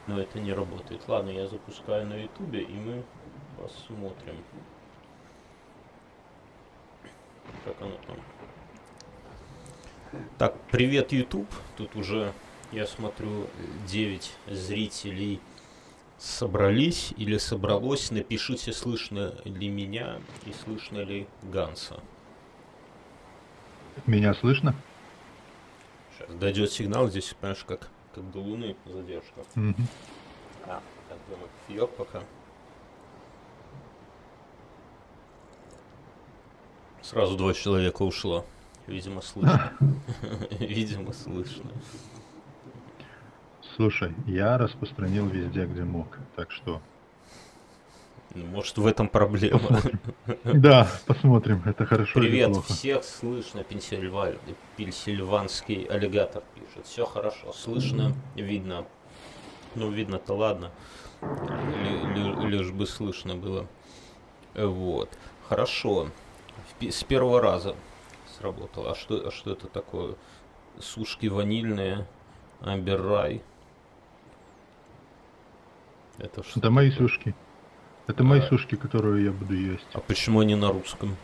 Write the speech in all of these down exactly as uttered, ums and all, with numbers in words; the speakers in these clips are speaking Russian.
Но это не работает. Ладно, я запускаю на ютубе, и мы посмотрим, как оно там. Так, привет, YouTube. Тут уже, я смотрю, девять зрителей собрались или собралось. Напишите, слышно ли меня и слышно ли Ганса. Меня слышно? Сейчас дойдет сигнал, здесь, понимаешь, как, как до Луны задержка. Mm-hmm. А, так, думаю, кофеек пока. Сразу два человека ушло. Видимо, слышно. Видимо, слышно. Слушай, я распространил везде, где мог, так что... Может, в этом проблема. Посмотрим. Да, посмотрим, это хорошо или Привет, плохо. всех слышно, Пенсильван... Пенсильванский аллигатор пишет. Все хорошо, слышно, видно. Ну, видно-то ладно. Л- лишь бы слышно было. Вот. Хорошо. С первого раза сработало. А что, а что это такое? Сушки ванильные, Амбер Рай. Это что? Это мои сушки. Это мои а... сушки, которые я буду есть. А почему они на русском?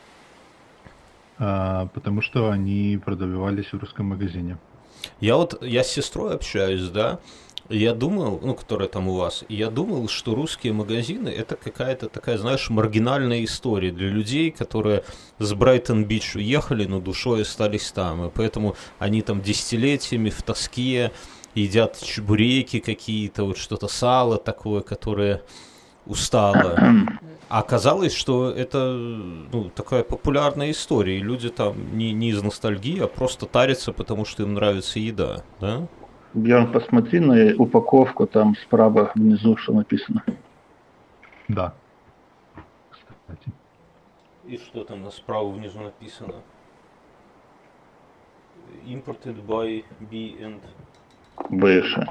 А, потому что они продавались в русском магазине. Я вот, я с сестрой общаюсь, да, я думал, ну, которая там у вас, я думал, что русские магазины это какая-то такая, знаешь, маргинальная история для людей, которые с Брайтон-Бич уехали, но душой остались там, и поэтому они там десятилетиями в тоске едят чебуреки какие-то, вот что-то сало такое, которое устало. А оказалось, что это ну, такая популярная история, и люди там не, не из ностальгии, а просто тарятся, потому что им нравится еда, да? Бьерн, посмотри на упаковку, там справа внизу что написано. Да. Кстати. И что там справа внизу написано? Imported by B and... Бывшие.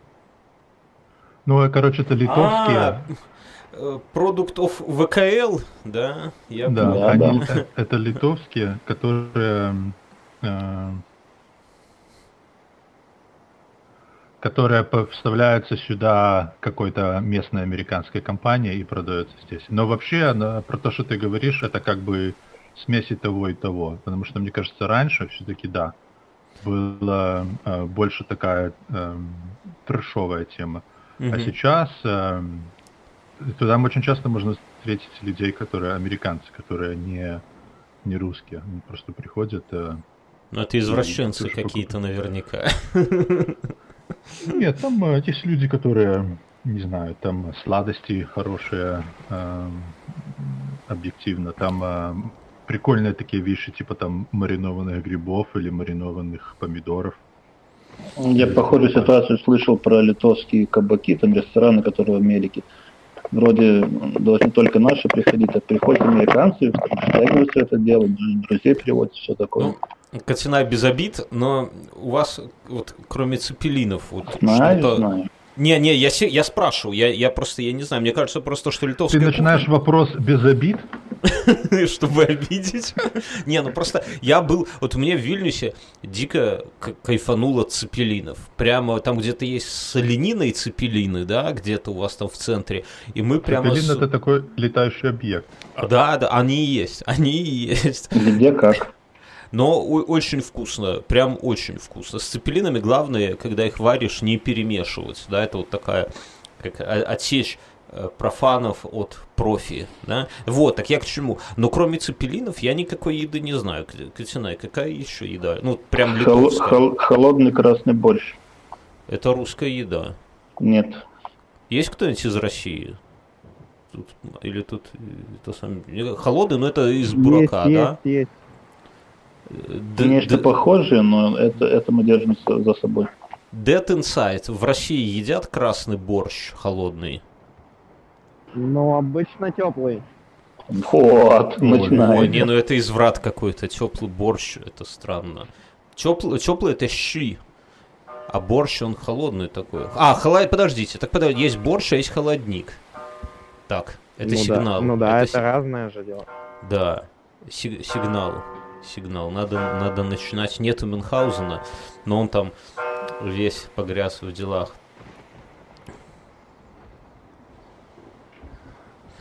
Ну, короче, это литовские... А, Product of вэ ка эл, да? Я да, да, они, да. Это литовские, которые... Э, которые поставляются сюда какой-то местной американской компанией и продаются здесь. Но вообще, про то, что ты говоришь, это как бы смесь и того, и того. Потому что, мне кажется, раньше все-таки, да, была э, больше такая э, трэшовая тема. Mm-hmm. А сейчас э, туда очень часто можно встретить людей, которые американцы, которые не, не русские. Они просто приходят... Э, ну, это извращенцы какие-то наверняка. Нет, там э, есть люди, которые, не знаю, там сладости хорошие, э, объективно, там э, прикольные такие вещи, типа там маринованных грибов или маринованных помидоров. Я похожую ситуацию слышал про литовские кабаки, там рестораны, которые в Америке. Вроде должны только наши приходить, а приходят американцы, втягиваются это дело, друзей приводят, все такое. Ну, Катина без обид, но у вас, вот, кроме цепелинов, вот знаю, что-то... Знаю. Не, не, я, я спрашиваю, я, я просто, я не знаю, мне кажется просто, что литовская Ты начинаешь кухня... вопрос без обид? Чтобы обидеть. Не, ну просто я был, вот у меня в Вильнюсе дико кайфануло цепелинов. Прямо там где-то есть с олениной цепелины, да, где-то у вас там в центре. И мы прямо... Цепелин это такой летающий объект. Да, да, они и есть, они и есть. Где как? Но очень вкусно, прям очень вкусно. С цепелинами главное, когда их варишь, не перемешивать. Да, это вот такая, как отсечь профанов от профи. Да? Вот, так я к чему? Но кроме цепелинов я никакой еды не знаю. Катинай, какая еще еда? Ну, прям литовская. Хол- холодный красный борщ. Это русская еда? Нет. Есть кто-нибудь из России? Тут, или тут это сам... холодный, но это из бурака, есть, да? Есть, есть. Д- Нечто д- похожее, но это, это мы держим за собой. Dead Inside. В России едят красный борщ холодный? Ну, обычно теплый. Вот, начинаем. Ой, не, ну это изврат какой-то. Теплый борщ, это странно. Теплый, теплый это щи. А борщ, он холодный такой. А, холод... подождите. Так подождите, есть борщ, а есть холодник. Так, это ну сигнал. Да. Ну да, это, это разное же дело. Да, Си- сигнал. Сигнал. Надо, надо начинать. Нету Мюнхгаузена, но он там весь погряз в делах.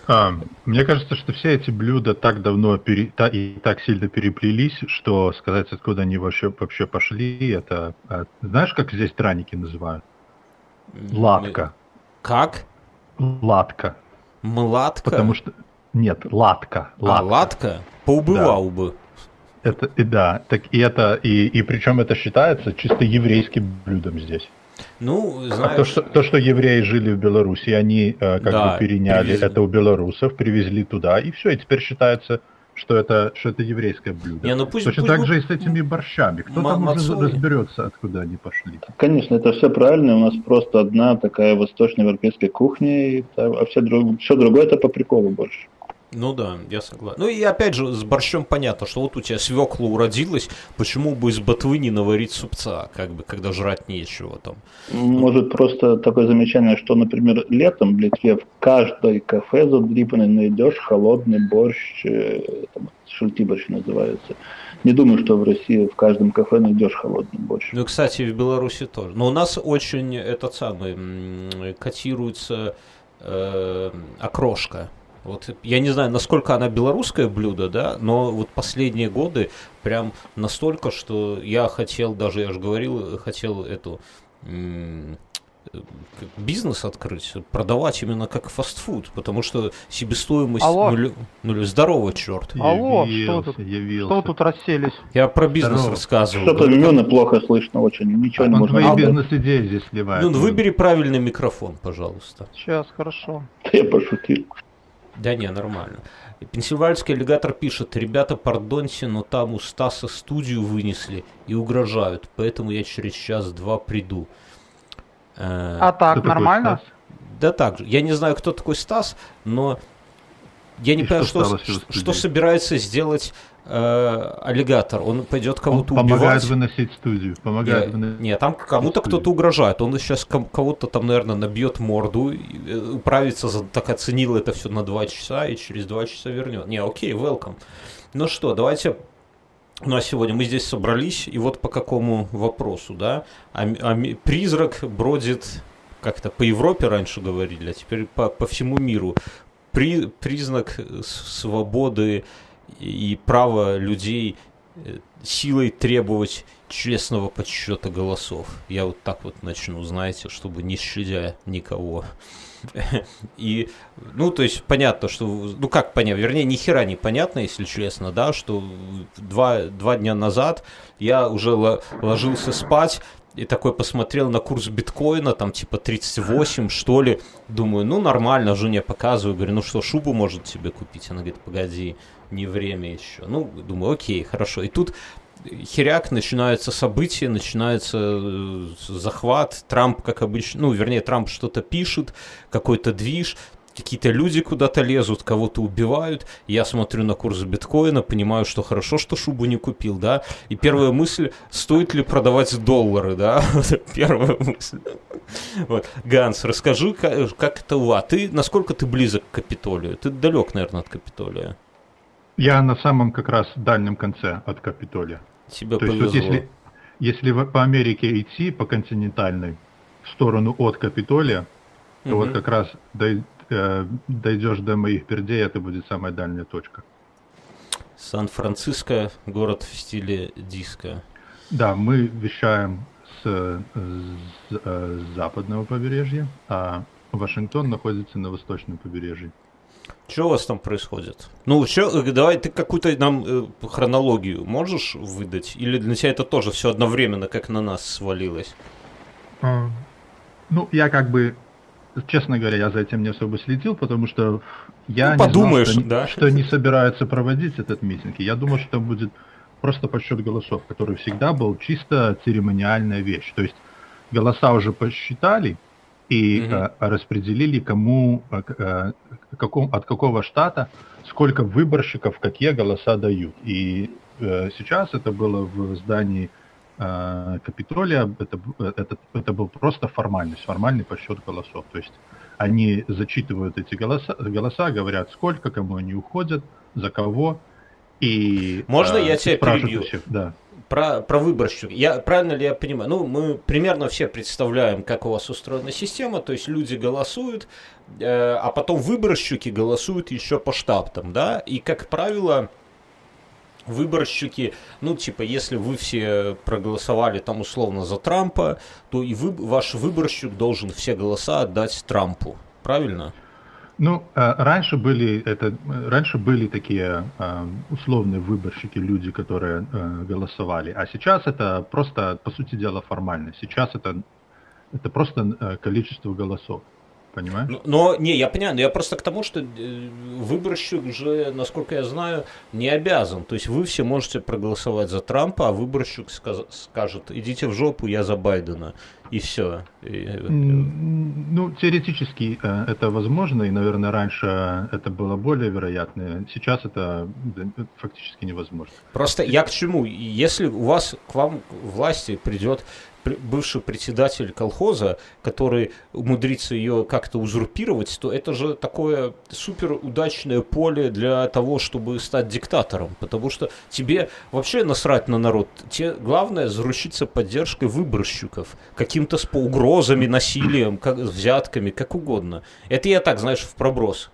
А, мне кажется, что все эти блюда так давно пере, та, и так сильно переплелись, что сказать, откуда они вообще, вообще пошли, это... А, знаешь, как здесь драники называют? Латка. Как? Латка. Младка? Потому что... Нет, латка. латка. А, латка? Поубывал да. бы. Это, и да, так и это, и, и причем это считается чисто еврейским блюдом здесь. Ну, знаешь... А то, что, то, что евреи жили в Беларуси, они э, как да, бы переняли привезли. Это у белорусов, привезли туда, и все, и теперь считается, что это, что это еврейское блюдо. Не, ну пусть, Точно пусть так бы... же и с этими борщами. Кто М- там уже разберется, откуда они пошли. Конечно, это все правильно, у нас просто одна такая восточноевропейская кухня, и, а все, друг... все другое это по приколу больше. Ну да, я согласен. Ну и опять же, с борщом понятно, что вот у тебя свекла уродилась, почему бы из ботвы не наварить супца, как бы, когда жрать нечего там. Может, просто такое замечание, что, например, летом в Литве в каждой кафе задрипанной найдешь холодный борщ, там, шультиборщ называется. Не думаю, что в России в каждом кафе найдешь холодный борщ. Ну, кстати, в Беларуси тоже. Но у нас очень, этот самый, котируется э, окрошка. Вот, я не знаю, насколько она белорусское блюдо, да, но вот последние годы прям настолько, что я хотел, даже я же говорил, хотел эту м- бизнес открыть, продавать именно как фастфуд, потому что себестоимость нулю, нулю, здорово, черт. Алло, явился, что тут, явился. что тут расселись? Я про бизнес здорово. Рассказывал. Что-то Мюна плохо слышно очень, ничего а не можно. Твои бизнес-идеи здесь сливают. Мюн, выбери правильный микрофон, пожалуйста. Сейчас, хорошо. Я пошутил. Да не, нормально. Пенсильванский аллигатор пишет: ребята, пардоньте, но там у Стаса студию вынесли и угрожают, поэтому я через час-два приду. А так, кто нормально? Да так же. Я не знаю, кто такой Стас, но я не и понимаю, что, что, что собирается сделать э, аллигатор. Он пойдет кого-то Он убивать. Помогает выносить студию. Помогает не, выносить не, там кому-то студию. Кто-то угрожает. Он сейчас кого-то там, наверное, набьет морду, управится, так оценил это все на два часа и через два часа вернет. Не, окей, welcome. Ну что, давайте... Ну а сегодня мы здесь собрались, и вот по какому вопросу, да? А, а, призрак бродит, как-то по Европе раньше говорили, а теперь по, по всему миру. При, признак свободы и права людей силой требовать честного подсчета голосов. Я вот так вот начну, знаете, чтобы не щадя никого. И, ну, то есть, понятно, что, ну, как понятно, вернее, ни хера не понятно, если честно, да, что два, два дня назад я уже л- ложился спать и такой посмотрел на курс биткоина, там, типа, тридцать восемь, что ли, думаю, ну, нормально, жене показываю, говорю, ну, что, шубу может себе купить? Она говорит, погоди, не время еще. Ну, думаю, окей, хорошо. И тут херяк, начинаются события, начинается захват, Трамп, как обычно, ну, вернее, Трамп что-то пишет, какой-то движ, какие-то люди куда-то лезут, кого-то убивают, я смотрю на курс биткоина, понимаю, что хорошо, что шубу не купил, да, и первая мысль, стоит ли продавать доллары, да, первая мысль. Вот. Ганс, расскажи, как, как это у вас, ты, насколько ты близок к Капитолию, ты далек, наверное, от Капитолия. Я на самом как раз дальнем конце от Капитолия. Тебе То повезло. есть, вот если, если по Америке идти по континентальной в сторону от Капитолия, то угу. вот как раз дой, э, дойдешь до моих пердей, это будет самая дальняя точка. Сан-Франциско, город в стиле диско. Да, мы вещаем с, с, с западного побережья, а Вашингтон находится на восточном побережье. Что у вас там происходит? Ну, что, давай ты какую-то нам э, хронологию можешь выдать? Или для тебя это тоже все одновременно, как на нас свалилось? А, ну, я как бы, честно говоря, я за этим не особо следил, потому что я ну, не подумаешь, знал, что, да? что не собираются проводить этот митинг. И я думал, что будет просто подсчет голосов, который всегда был чисто церемониальная вещь. То есть голоса уже посчитали, и угу. э, распределили, кому, э, каком, от какого штата, сколько выборщиков, какие голоса дают. И э, сейчас это было в здании э, Капитолия, это, это, это был просто формальность, формальный подсчет голосов. То есть они зачитывают эти голоса, голоса, говорят, сколько, кому они уходят, за кого. И, можно э, я тебя перебью? Всех, да. про, про выборщиков. Я, правильно ли я понимаю? Ну, мы примерно все представляем, как у вас устроена система, то есть люди голосуют, э, а потом выборщики голосуют еще по штатам, да, и, как правило, выборщики, ну, типа, если вы все проголосовали там условно за Трампа, то и вы, ваш выборщик должен все голоса отдать Трампу, правильно? Ну, раньше были, это, раньше были такие условные выборщики, люди, которые голосовали, а сейчас это просто, по сути дела, формально. Сейчас это, это просто количество голосов. Понимаешь? Но, но, не, я понимаю, но я просто к тому, что выборщик же, насколько я знаю, не обязан. То есть вы все можете проголосовать за Трампа, а выборщик сказ- скажет, идите в жопу, я за Байдена. И все. И... Ну, теоретически это возможно, и, наверное, раньше это было более вероятно. Сейчас это фактически невозможно. Просто я к чему? Если у вас к вам к власти придет бывший председатель колхоза, который умудрится ее как-то узурпировать, то это же такое супер удачное поле для того, чтобы стать диктатором, потому что тебе вообще насрать на народ. Тебе главное заручиться поддержкой выборщиков, каким-то с угрозами, насилием, как, взятками, как угодно. Это я так, знаешь, в проброс.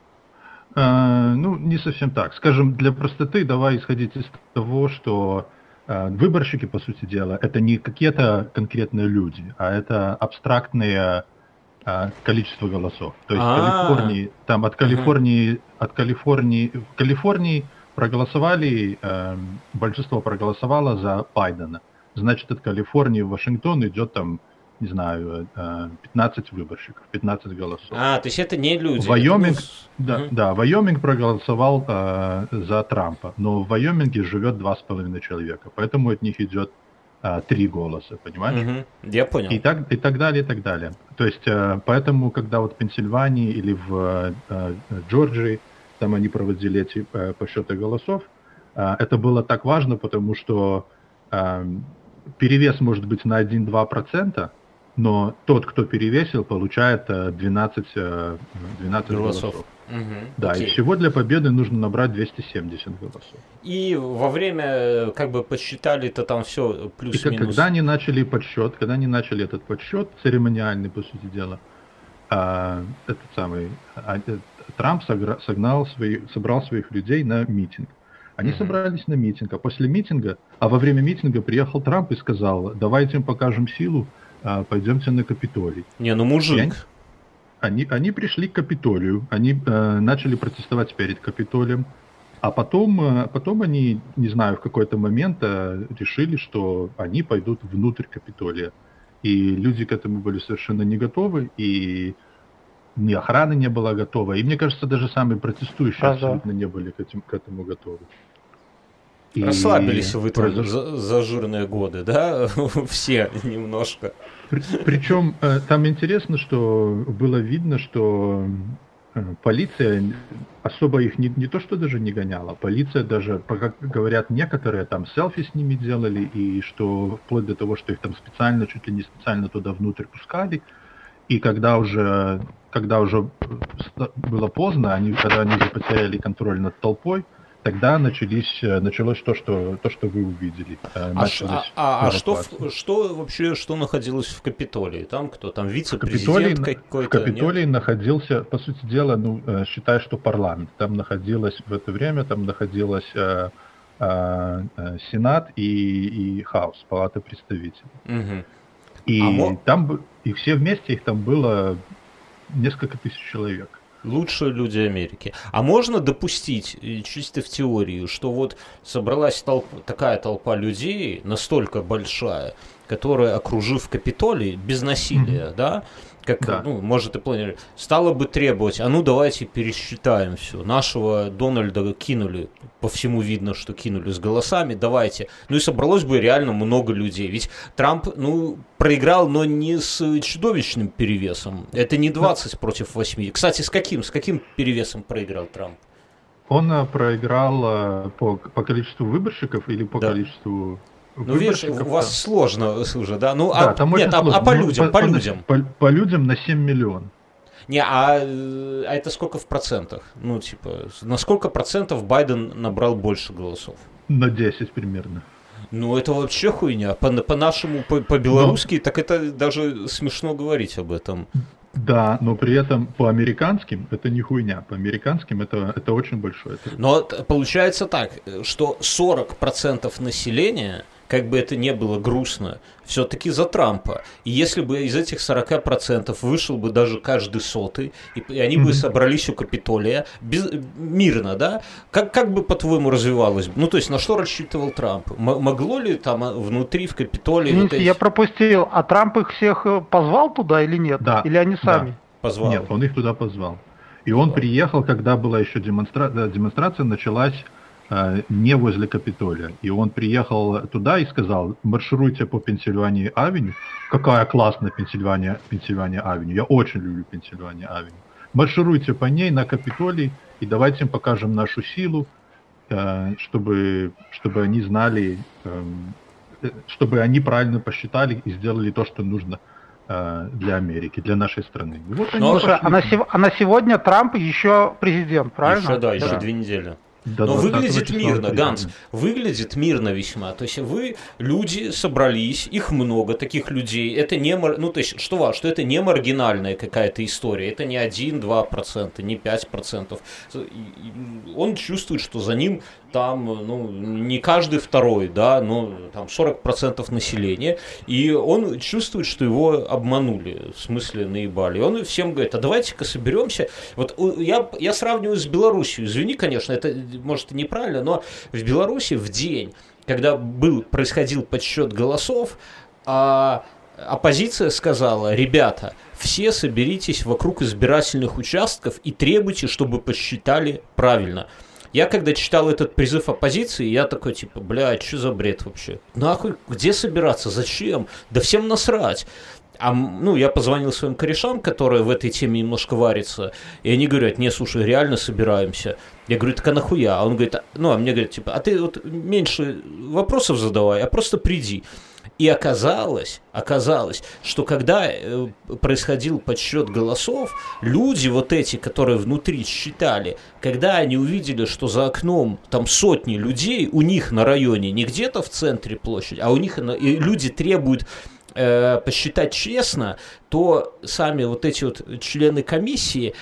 А, ну, не совсем так. Скажем, для простоты давай исходить из того, что выборщики, по сути дела, это не какие-то конкретные люди, а это абстрактное а, количество голосов. То есть в Калифорнии, там от Калифорнии, от Калифорнии, в Калифорнии проголосовали, э, большинство проголосовало за Байдена. Значит, от Калифорнии в Вашингтон идет там, не знаю, пятнадцать выборщиков, пятнадцать голосов. А, то есть это не люди. Вайоминг, это... да, угу. да, Вайоминг проголосовал э, за Трампа, но в Вайоминге живет два с половиной человека, поэтому от них идет э, три голоса, понимаешь? Угу. Я понял. И так, и так далее, и так далее. То есть, э, поэтому, когда вот в Пенсильвании или в э, Джорджии, там они проводили эти э, подсчеты голосов, э, это было так важно, потому что э, перевес может быть на один-два процента, но тот, кто перевесил, получает двенадцать, двенадцать голосов. голосов. Угу, да, окей. И всего для победы нужно набрать двести семьдесят голосов. И во время, как бы, подсчитали-то там все плюс-минус. И когда они начали подсчет, когда они начали этот подсчет, церемониальный, по сути дела, а, этот самый, а, Трамп согнал свои, собрал своих людей на митинг. Они uh-huh. собрались на митинг, а после митинга, а во время митинга приехал Трамп и сказал, давайте им покажем силу, пойдемте на Капитолий. Не, ну мужик. Они, они, они пришли к Капитолию, они э, начали протестовать перед Капитолием, а потом, э, потом они, не знаю, в какой-то момент э, решили, что они пойдут внутрь Капитолия. И люди к этому были совершенно не готовы, и ни охраны не была готова. И мне кажется, даже самые протестующие ага. абсолютно не были к, этим, к этому готовы. И расслабились вы там произош... за, за жирные годы, да? Все немножко. При, причем там интересно, что было видно, что полиция особо их не, не то что даже не гоняла, полиция даже, как говорят некоторые, там селфи с ними делали, и что вплоть до того, что их там специально, чуть ли не специально туда внутрь пускали. И когда уже, когда уже было поздно, они, когда они уже потеряли контроль над толпой, тогда начались, началось то, что, то, что вы увидели. А, ш, а, а, а что, что вообще, что находилось в Капитолии? Там кто? Там вице-президент какой-то? В Капитолии нет? Находился, по сути дела, ну, считай, что парламент. Там находилось в это время, там находилось э, э, Сенат и, и Хаус, Палата представителей. Угу. И а мо... там, и все вместе, их там было несколько тысяч человек. Лучшие люди Америки. А можно допустить, чисто в теорию, что вот собралась толпа, такая толпа людей, настолько большая, которая, окружив Капитолий, без насилия, mm-hmm. да, как, да. ну, может и планировали, стала бы требовать, а ну давайте пересчитаем все. Нашего Дональда кинули, по всему видно, что кинули с голосами, давайте. Ну и собралось бы реально много людей. Ведь Трамп, ну, проиграл, но не с чудовищным перевесом. Это не двадцать против восьми. Кстати, с каким, с каким перевесом проиграл Трамп? Он проиграл по, по количеству выборщиков или по да. количеству... Ну, видишь, у вас сложно уже, да? Ну, да, а, нет, а, а по людям, по, по людям? По, по людям на семь миллионов. Не, а, а это сколько в процентах? Ну, типа, на сколько процентов Байден набрал больше голосов? На десять примерно. Ну, это вообще хуйня. По- По-нашему, по- по-белорусски, так это даже смешно говорить об этом. Да, но при этом по-американским это не хуйня. По-американским это, это очень большое. Но получается так, что сорок процентов населения, как бы это ни было грустно, все-таки за Трампа. И если бы из этих сорока процентов вышел бы даже каждый сотый, и они бы собрались у Капитолия без, мирно, да? Как, как бы, по-твоему, развивалось? Ну, то есть, на что рассчитывал Трамп? М- могло ли там внутри, в Капитолии... Извините, вот эти... я пропустил. А Трамп их всех позвал туда или нет? Да. Или они сами? Да. Позвал. Нет, он их туда позвал. И он позвал. Приехал, когда была еще демонстрация, демонстрация началась не возле Капитолия. И он приехал туда и сказал: маршируйте по Пенсильвании-авеню. Какая классная Пенсильвания, Пенсильвания-авеню. Я очень люблю Пенсильвания-авеню. Маршируйте по ней на Капитолий, и давайте им покажем нашу силу, чтобы, чтобы они знали, чтобы они правильно посчитали и сделали то, что нужно для Америки, для нашей страны. Вот Слушай, а на, сев- а на сегодня Трамп еще президент, правильно? Еще, да, еще да. две недели. До Но выглядит числа мирно, приедем. Ганс, выглядит мирно весьма. То есть вы, люди, собрались, их много, таких людей. Это не, ну, то есть, что важно, что это не маргинальная какая-то история. Это не один-два процента, не пять процентов. Он чувствует, что за ним там, ну, не каждый второй, да, но там сорок процентов населения. И он чувствует, что его обманули, в смысле наебали. И он всем говорит: а давайте-ка соберемся. Вот я, я сравниваю с Белоруссией. Извини, конечно, это может и неправильно, но в Беларуси в день, когда был, происходил подсчет голосов, а, оппозиция сказала: ребята, все соберитесь вокруг избирательных участков и требуйте, чтобы посчитали правильно. Я когда читал этот призыв оппозиции, я такой типа: блядь, что за бред вообще? Нахуй, где собираться, зачем? Да всем насрать. А, ну, я позвонил своим корешам, которые в этой теме немножко варятся, и они говорят: не, слушай, реально собираемся. Я говорю: так а нахуя? А он говорит: ну, а мне говорят, типа, а ты вот меньше вопросов задавай, а просто приди. И оказалось, оказалось, что когда э, происходил подсчет голосов, люди вот эти, которые внутри считали, когда они увидели, что за окном там сотни людей, у них на районе, не где-то в центре площади, а у них и люди требуют э, посчитать честно, то сами вот эти вот члены комиссии,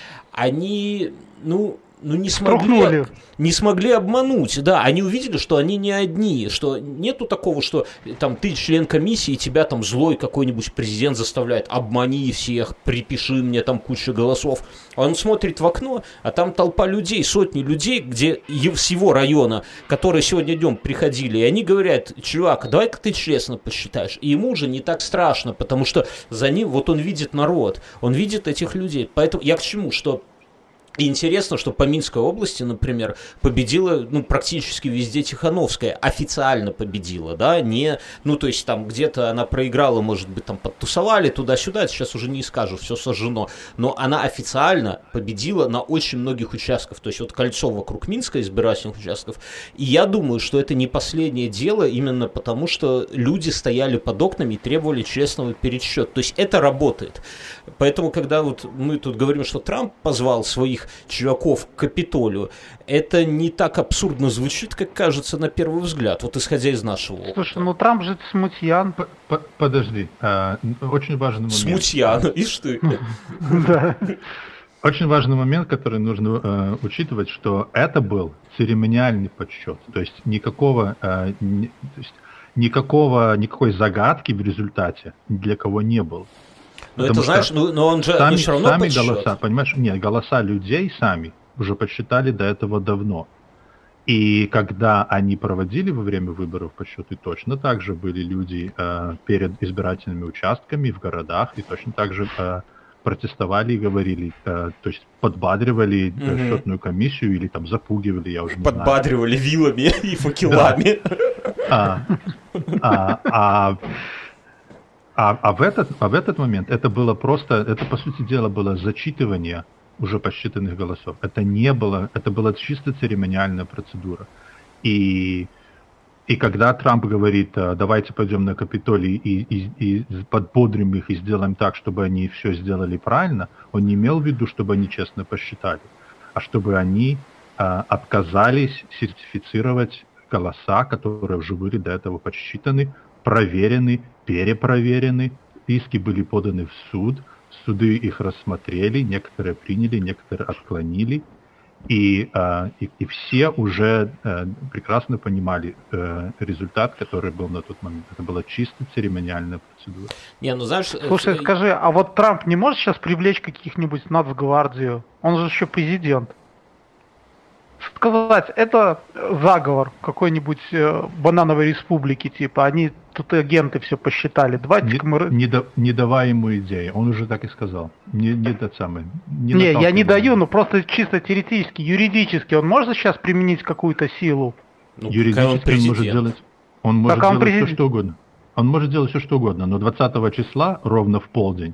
они, ну... Ну, не смогли, не смогли обмануть, да, они увидели, что они не одни, что нету такого, что там ты член комиссии, и тебя там злой какой-нибудь президент заставляет: обмани всех, припиши мне там кучу голосов. А он смотрит в окно, а там толпа людей, сотни людей, где с его района, которые сегодня днем приходили, и они говорят: чувак, давай-ка ты честно посчитаешь. И ему уже не так страшно, потому что за ним, вот он видит народ, он видит этих людей. Поэтому я к чему, что... И интересно, что по Минской области, например, победила, ну, практически везде Тихановская, официально победила, да, не, ну, то есть там где-то она проиграла, может быть, там подтусовали туда-сюда, сейчас уже не скажу, все сожжено, но она официально победила на очень многих участках, то есть вот кольцо вокруг Минска избирательных участков, и я думаю, что это не последнее дело, именно потому, что люди стояли под окнами и требовали честного пересчета, то есть это работает, поэтому, когда вот мы тут говорим, что Трамп позвал своих чуваков к Капитолию, это не так абсурдно звучит, как кажется на первый взгляд, вот исходя из нашего опыта. Слушай, ну Трамп же смутьян. Подожди, очень важный момент. Смутьян, ишь ты. Да. Очень важный момент, который нужно э, учитывать, что это был церемониальный подсчет, то есть никакого, э, не, то есть никакого, никакой загадки в результате ни для кого не было. Но это, знаешь, ну, но он же сами, все равно сами подсчет. голоса, понимаешь, нет, голоса людей сами уже подсчитали до этого давно. И когда они проводили во время выборов подсчеты, точно так же были люди э, перед избирательными участками в городах, и точно так же э, протестовали и говорили, э, то есть подбадривали угу. счетную комиссию или там запугивали, я уже не подбадривали знаю. вилами и факелами. Да. А, а, а, а, а, в этот, а в этот момент это было просто, это по сути дела было зачитывание уже посчитанных голосов. Это не было, это была чисто церемониальная процедура. И, и когда Трамп говорит: давайте пойдем на Капитолий и, и, и подбодрим их и сделаем так, чтобы они все сделали правильно, он не имел в виду, чтобы они честно посчитали, а чтобы они а, отказались сертифицировать голоса, которые уже были до этого подсчитаны, проверены, перепроверены, иски были поданы в суд, суды их рассмотрели, некоторые приняли, некоторые отклонили, и, и, и все уже прекрасно понимали результат, который был на тот момент. Это была чисто церемониальная процедура. Не, ну знаешь... Слушай, это... скажи, а вот Трамп не может сейчас привлечь каких-нибудь нацгвардию? Он же еще президент. Сказать, это заговор какой-нибудь э, банановой республики, типа, они тут агенты все посчитали. Давайте-ка не, мы... не, да, не давай ему идеи, он уже так и сказал. Не, не тот самый. Не, не я не даю, но просто чисто теоретически, юридически, он может сейчас применить какую-то силу? Ну, юридически он, он может делать, он может так, делать он все, что угодно. Он может делать все, что угодно, но двадцатого числа, ровно в полдень,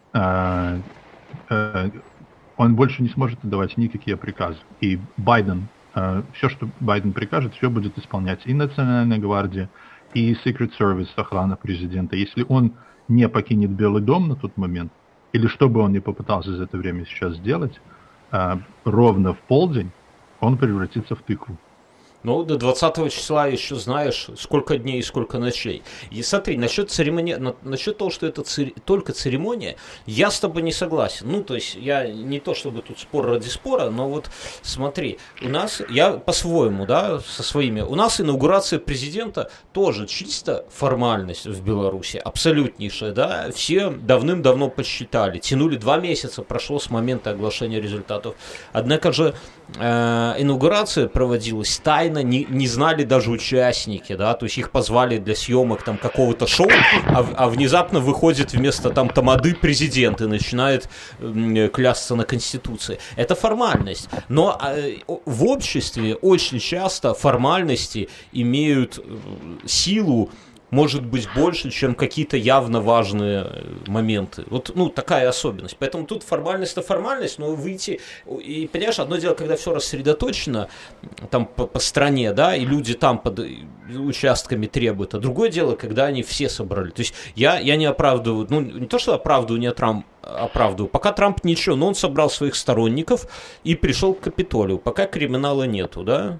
э, э, он больше не сможет отдавать никакие приказы. И Байден, э, все, что Байден прикажет, все будет исполнять и Национальная гвардия, и Secret Service, охрана президента. Если он не покинет Белый дом на тот момент, или что бы он ни попытался за это время сейчас сделать, э, ровно в полдень он превратится в тыкву. Ну, до двадцатого числа еще знаешь, сколько дней и сколько ночей. И смотри, насчет церемонии, на, насчет того, что это цери, только церемония, я с тобой не согласен. Ну, то есть, я не то, чтобы тут спор ради спора, но вот смотри, у нас, я по-своему, да, со своими, у нас инаугурация президента тоже чисто формальность в Беларуси, абсолютнейшая, да, все давным-давно подсчитали, тянули два месяца, прошло с момента оглашения результатов. Однако же э, инаугурация проводилась тайно, Не, не знали даже участники, да, то есть их позвали для съемок там какого-то шоу, а, а внезапно выходит вместо там тамады президент и начинает э, клясться на Конституции. Это формальность, но э, в обществе очень часто формальности имеют э, силу, может быть, больше, чем какие-то явно важные моменты. Вот, ну, такая особенность. Поэтому тут формальность-то формальность, но выйти... И, понимаешь, одно дело, когда все рассредоточено там по, по стране, да, и люди там под участками требуют, а другое дело, когда они все собрали. То есть я, я не оправдываю, ну, не то, что оправдываю, не Трамп, оправдываю. Пока Трамп ничего, но он собрал своих сторонников и пришел к Капитолию. Пока криминала нету, да?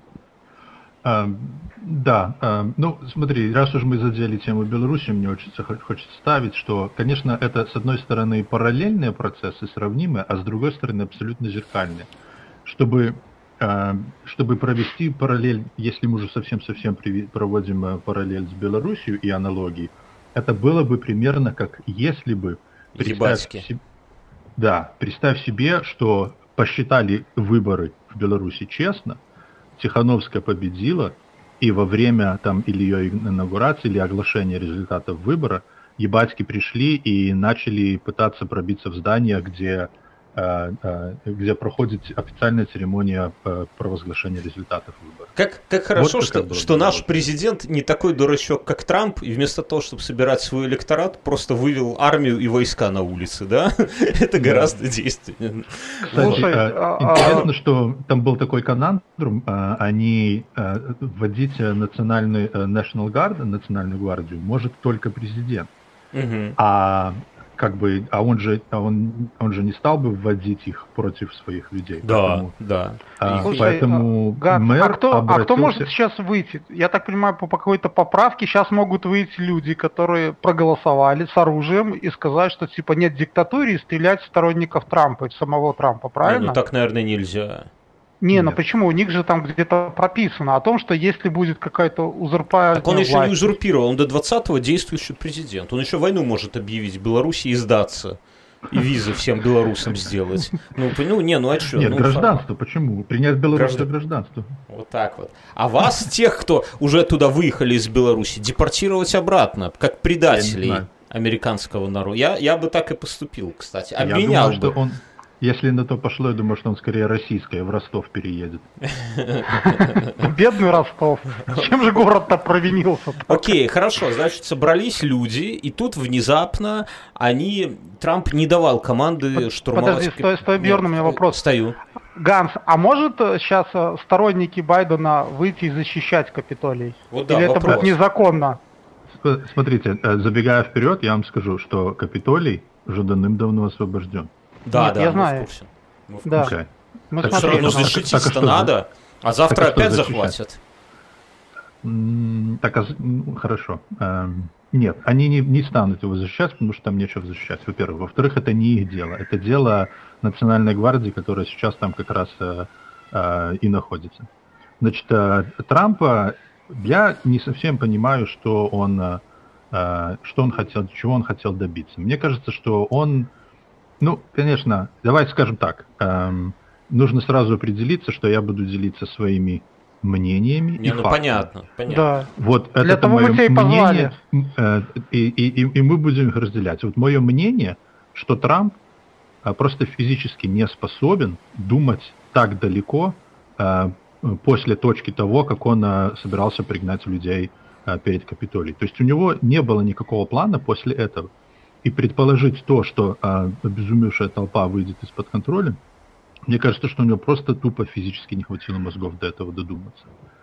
А, да, а, ну смотри, раз уж мы задели тему Беларуси, мне хочется, хочется ставить, что, конечно, это с одной стороны параллельные процессы, сравнимые, а с другой стороны абсолютно зеркальные. Чтобы, а, чтобы провести параллель, если мы уже совсем-совсем проводим параллель с Беларусью и аналогии, это было бы примерно как если бы... Представь себе, да, представь себе, что посчитали выборы в Беларуси честно, Тихановская победила, и во время там или ее инаугурации, или оглашения результатов выбора ебатьки пришли и начали пытаться пробиться в здание, где, э, э, где проходит официальная церемония э, провозглашения результатов выбора. Как, как хорошо, вот что, что наш президент не такой дурачок, как Трамп, и вместо того, чтобы собирать свой электорат, просто вывел армию и войска на улицы, да? Это гораздо действеннее. Кстати, интересно, что там был такой конандрум, они вводить национальный National Guard, национальную гвардию, может только президент. А как бы, а он же, а он, он же не стал бы вводить их против своих людей. Да, поэтому, да. А, Слушай, поэтому Гад, мэр а, кто, обратился... а кто может сейчас выйти? Я так понимаю, по какой-то поправке сейчас могут выйти люди, которые проголосовали с оружием и сказать, что типа нет диктатуры, и стрелять в сторонников Трампа, в самого Трампа, правильно? Не, ну так, наверное, нельзя. Не, Нет. ну почему? У них же там где-то прописано о том, что если будет какая-то узурпация Так он еще власти... не узурпировал, он до двадцатого действующий президент. Он еще войну может объявить в Беларуси и сдаться. И визы всем белорусам сделать. Ну, ну не, ну а что? Нет, ну, гражданство, факт. Почему? Принять Беларусь Граждан... за гражданство. Вот так вот. А вас, тех, кто уже туда выехали из Беларуси, депортировать обратно, как предателей американского народа. Я, я бы так и поступил, кстати. Обменял я думаю, бы. Что он... Если на то пошло, я думаю, что он скорее российское, в Ростов переедет. Бедный Ростов. Чем же город-то провинился? Окей, хорошо, значит, собрались люди, и тут внезапно они... Трамп не давал команды штурмовать... Подожди, стой, стой, Бьерн, у меня вопрос. Стою. Ганс, а может сейчас сторонники Байдена выйти и защищать Капитолий? Вот да, Или это вопрос. будет незаконно? Смотрите, забегая вперед, я вам скажу, что Капитолий уже давным-давно освобожден. Да, Нет, да, я мы знаю. в курсе. Мы в Да. курсе. Мы Так все равно защитить-то надо, а завтра так опять что захватят. Так, а, ну, хорошо. Нет, они не, не станут его защищать, потому что там нечего защищать, во-первых. Во-вторых, это не их дело. Это дело Национальной гвардии, которая сейчас там как раз э, э, и находится. Значит, э, Трампа, я не совсем понимаю, что он, э, что он хотел, чего он хотел добиться. Мне кажется, что он, ну, конечно, давайте скажем так, э, нужно сразу определиться, что я буду делиться своими мнениями Не, и ну фактами. понятно, понятно. Да. Вот Для это того мое мы тебя и мнение, позвали. э, и, и, и мы будем их разделять. Вот мое мнение, что Трамп э, просто физически не способен думать так далеко э, после точки того, как он э, собирался пригнать людей э, перед Капитолием. То есть у него не было никакого плана после этого. И предположить то, что э, обезумевшая толпа выйдет из-под контроля, мне кажется, что у него просто тупо физически не хватило мозгов до этого додуматься.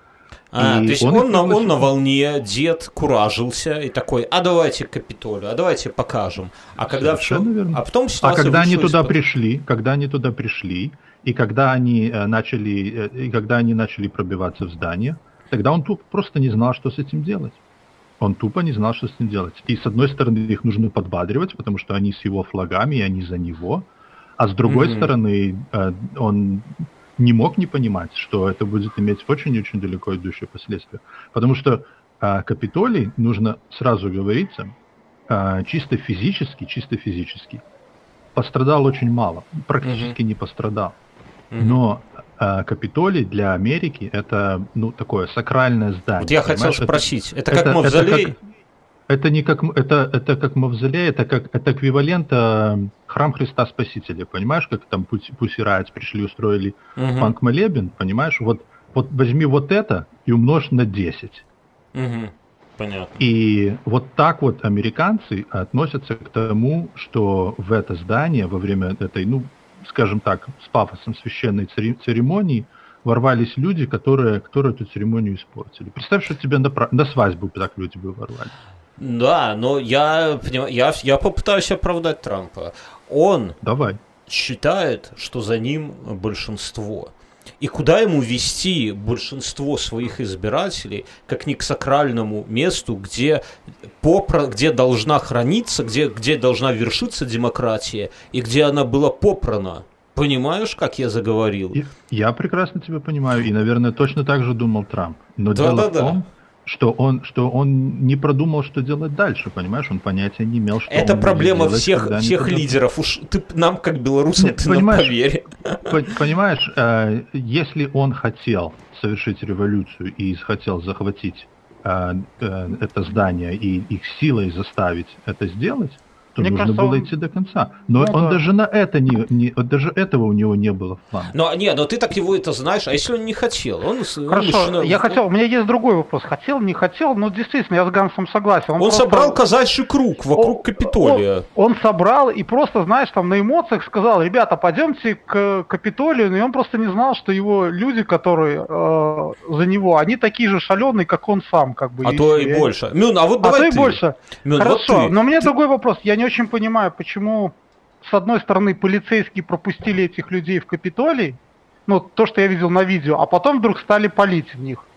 А, И то есть он он, их на, пригласил. он на волне, дед куражился и такой, а давайте к Капитолию, а давайте покажем. А когда все, Совершенно верно. а потом А ситуация когда они вышла туда из-под- пришли, когда они туда пришли, и когда они э, начали, э, и когда они начали пробиваться в здание, тогда он тупо просто не знал, что с этим делать. Он тупо не знал, что с этим делать. И с одной стороны их нужно подбадривать, потому что они с его флагами, и они за него. А с другой Мгм. стороны, э, он не мог не понимать, что это будет иметь очень-очень далеко идущие последствия. Потому что э, Капитолий, нужно сразу говориться, э, чисто физически, чисто физически пострадал очень мало, практически не пострадал. Мгм. Но э, Капитолий для Америки это, ну, такое сакральное здание. Вот я хотел понимаешь? Это- спросить, это, это- как мавзолей? это как- Это не как м- это, это как мавзолей, это как это эквивалент э, храм Христа Спасителя, понимаешь, как там Pussy Riot пришли, устроили Мгм. панк-молебен, понимаешь? Вот, вот возьми вот это и умножь на десять. Мгм. Понятно. И вот так вот американцы относятся к тому, что в это здание во время этой, ну, скажем так, с пафосом священной цери- церемонии ворвались люди, которые, которые эту церемонию испортили. Представь, что тебе на, пра- на свадьбу так люди бы ворвались. Да, но я, понимаю, я, я попытаюсь оправдать Трампа. Он Давай. считает, что за ним большинство. И куда ему вести большинство своих избирателей, как ни к сакральному месту, где, попра, где должна храниться, где, где должна вершиться демократия, и где она была попрана. Понимаешь, как я заговорил? И- Я прекрасно тебя понимаю, и, наверное, точно так же думал Трамп. Но Да, дело да, в да. том, что он, что он не продумал, что делать дальше, понимаешь? Он понятия не имел, что Это он будет проблема делать, всех, когда они всех туда лидеров. Уж ты нам, как белорусам, Нет, ты нам понимаешь, поверь. По- Понимаешь, э, если он хотел совершить революцию и хотел захватить э, э, это здание и их силой заставить это сделать, то Мне нужно кажется, было он- идти до конца. Но Ну он да. даже на это не, не- вот даже этого у него не было в плане. Но не, но ты так его это знаешь, а если он не хотел? Он, с- он Хорошо, мужчина- я хотел, у меня есть другой вопрос. Хотел, не хотел, но действительно, я с Гансом согласен. Он просто- собрал казачий круг вокруг О- Капитолия. Он, он собрал и просто, знаешь, там на эмоциях сказал: ребята, пойдемте к Капитолию, и он просто не знал, что его люди, которые э, за него, они такие же шаленые, как он сам, как бы. А то и всё. больше. Мюн, а вот А давай то и ты. больше. Мюн, вот Хорошо, ты. но у меня Ты- другой вопрос. Я не очень понимаю, почему, с одной стороны, полицейские пропустили этих людей в Капитолий, ну, то, что я видел на видео, а потом вдруг стали палить в них.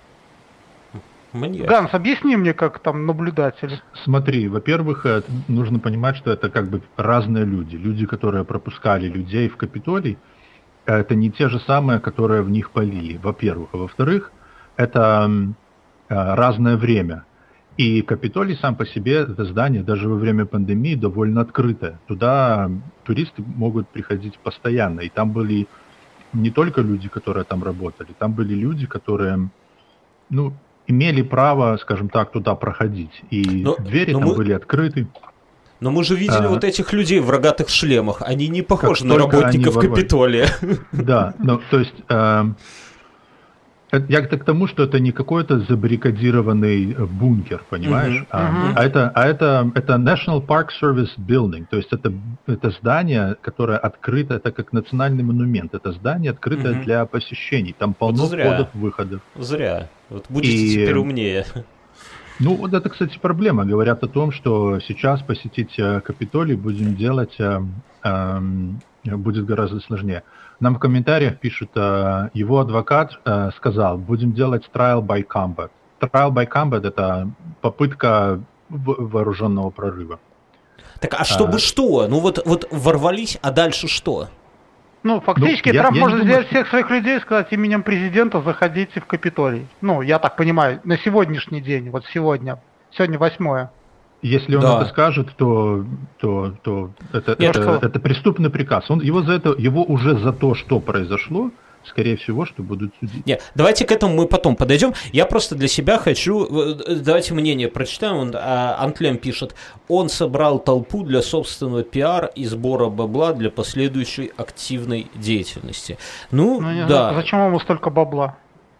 Мне. Ганс, объясни мне, как там наблюдатель. Смотри, во-первых, э, нужно понимать, что это как бы разные люди. Люди, которые пропускали людей в Капитолий, это не те же самые, которые в них полили, во-первых. А во-вторых, это м, э, разное время. И Капитолий сам по себе, это здание, даже во время пандемии довольно открытое. Туда м, туристы могут приходить постоянно. И там были не только люди, которые там работали, там были люди, которые, ну, имели право, скажем так, туда проходить. И Но- двери но там мы- были открыты. Но мы же видели А. вот этих людей в рогатых шлемах. Они не похожи на только работников они ворвались. Капитолия. Да, ну, то есть эм, это- я к тому, что это не какой-то забаррикадированный э, бункер, понимаешь? Мгм, А, мгм. а это, а это, это National Park Service Building, то есть это, это здание, которое открыто, это как национальный монумент, это здание открытое Мгм. для посещений, там полно зря. входов, выходов. Зря. Вот будете И- теперь умнее. Ну, вот это, кстати, проблема. Говорят о том, что сейчас посетить э, Капитолий будем делать, э, эм, будет гораздо сложнее. Нам в комментариях пишут, э, его адвокат э, сказал, будем делать trial by combat. trial by combat — это попытка вооруженного прорыва. Так, а чтобы а... что? Ну вот, вот ворвались, а дальше что? Ну, фактически, ну, Трамп я, я может взять всех своих людей и сказать именем президента: заходите в Капитолий. Ну, я так понимаю, на сегодняшний день, вот сегодня. Сегодня восьмое. Если он да. это скажет, то, то, то это, это, это преступный приказ. Он, его, за это, его уже за то, что произошло, скорее всего, что будут судить. Нет, давайте к этому мы потом подойдем. Я просто для себя хочу... Давайте мнение прочитаем. Он, Антлем пишет: он собрал толпу для собственного пиар и сбора бабла для последующей активной деятельности. Ну, ну да. Зачем ему столько бабла?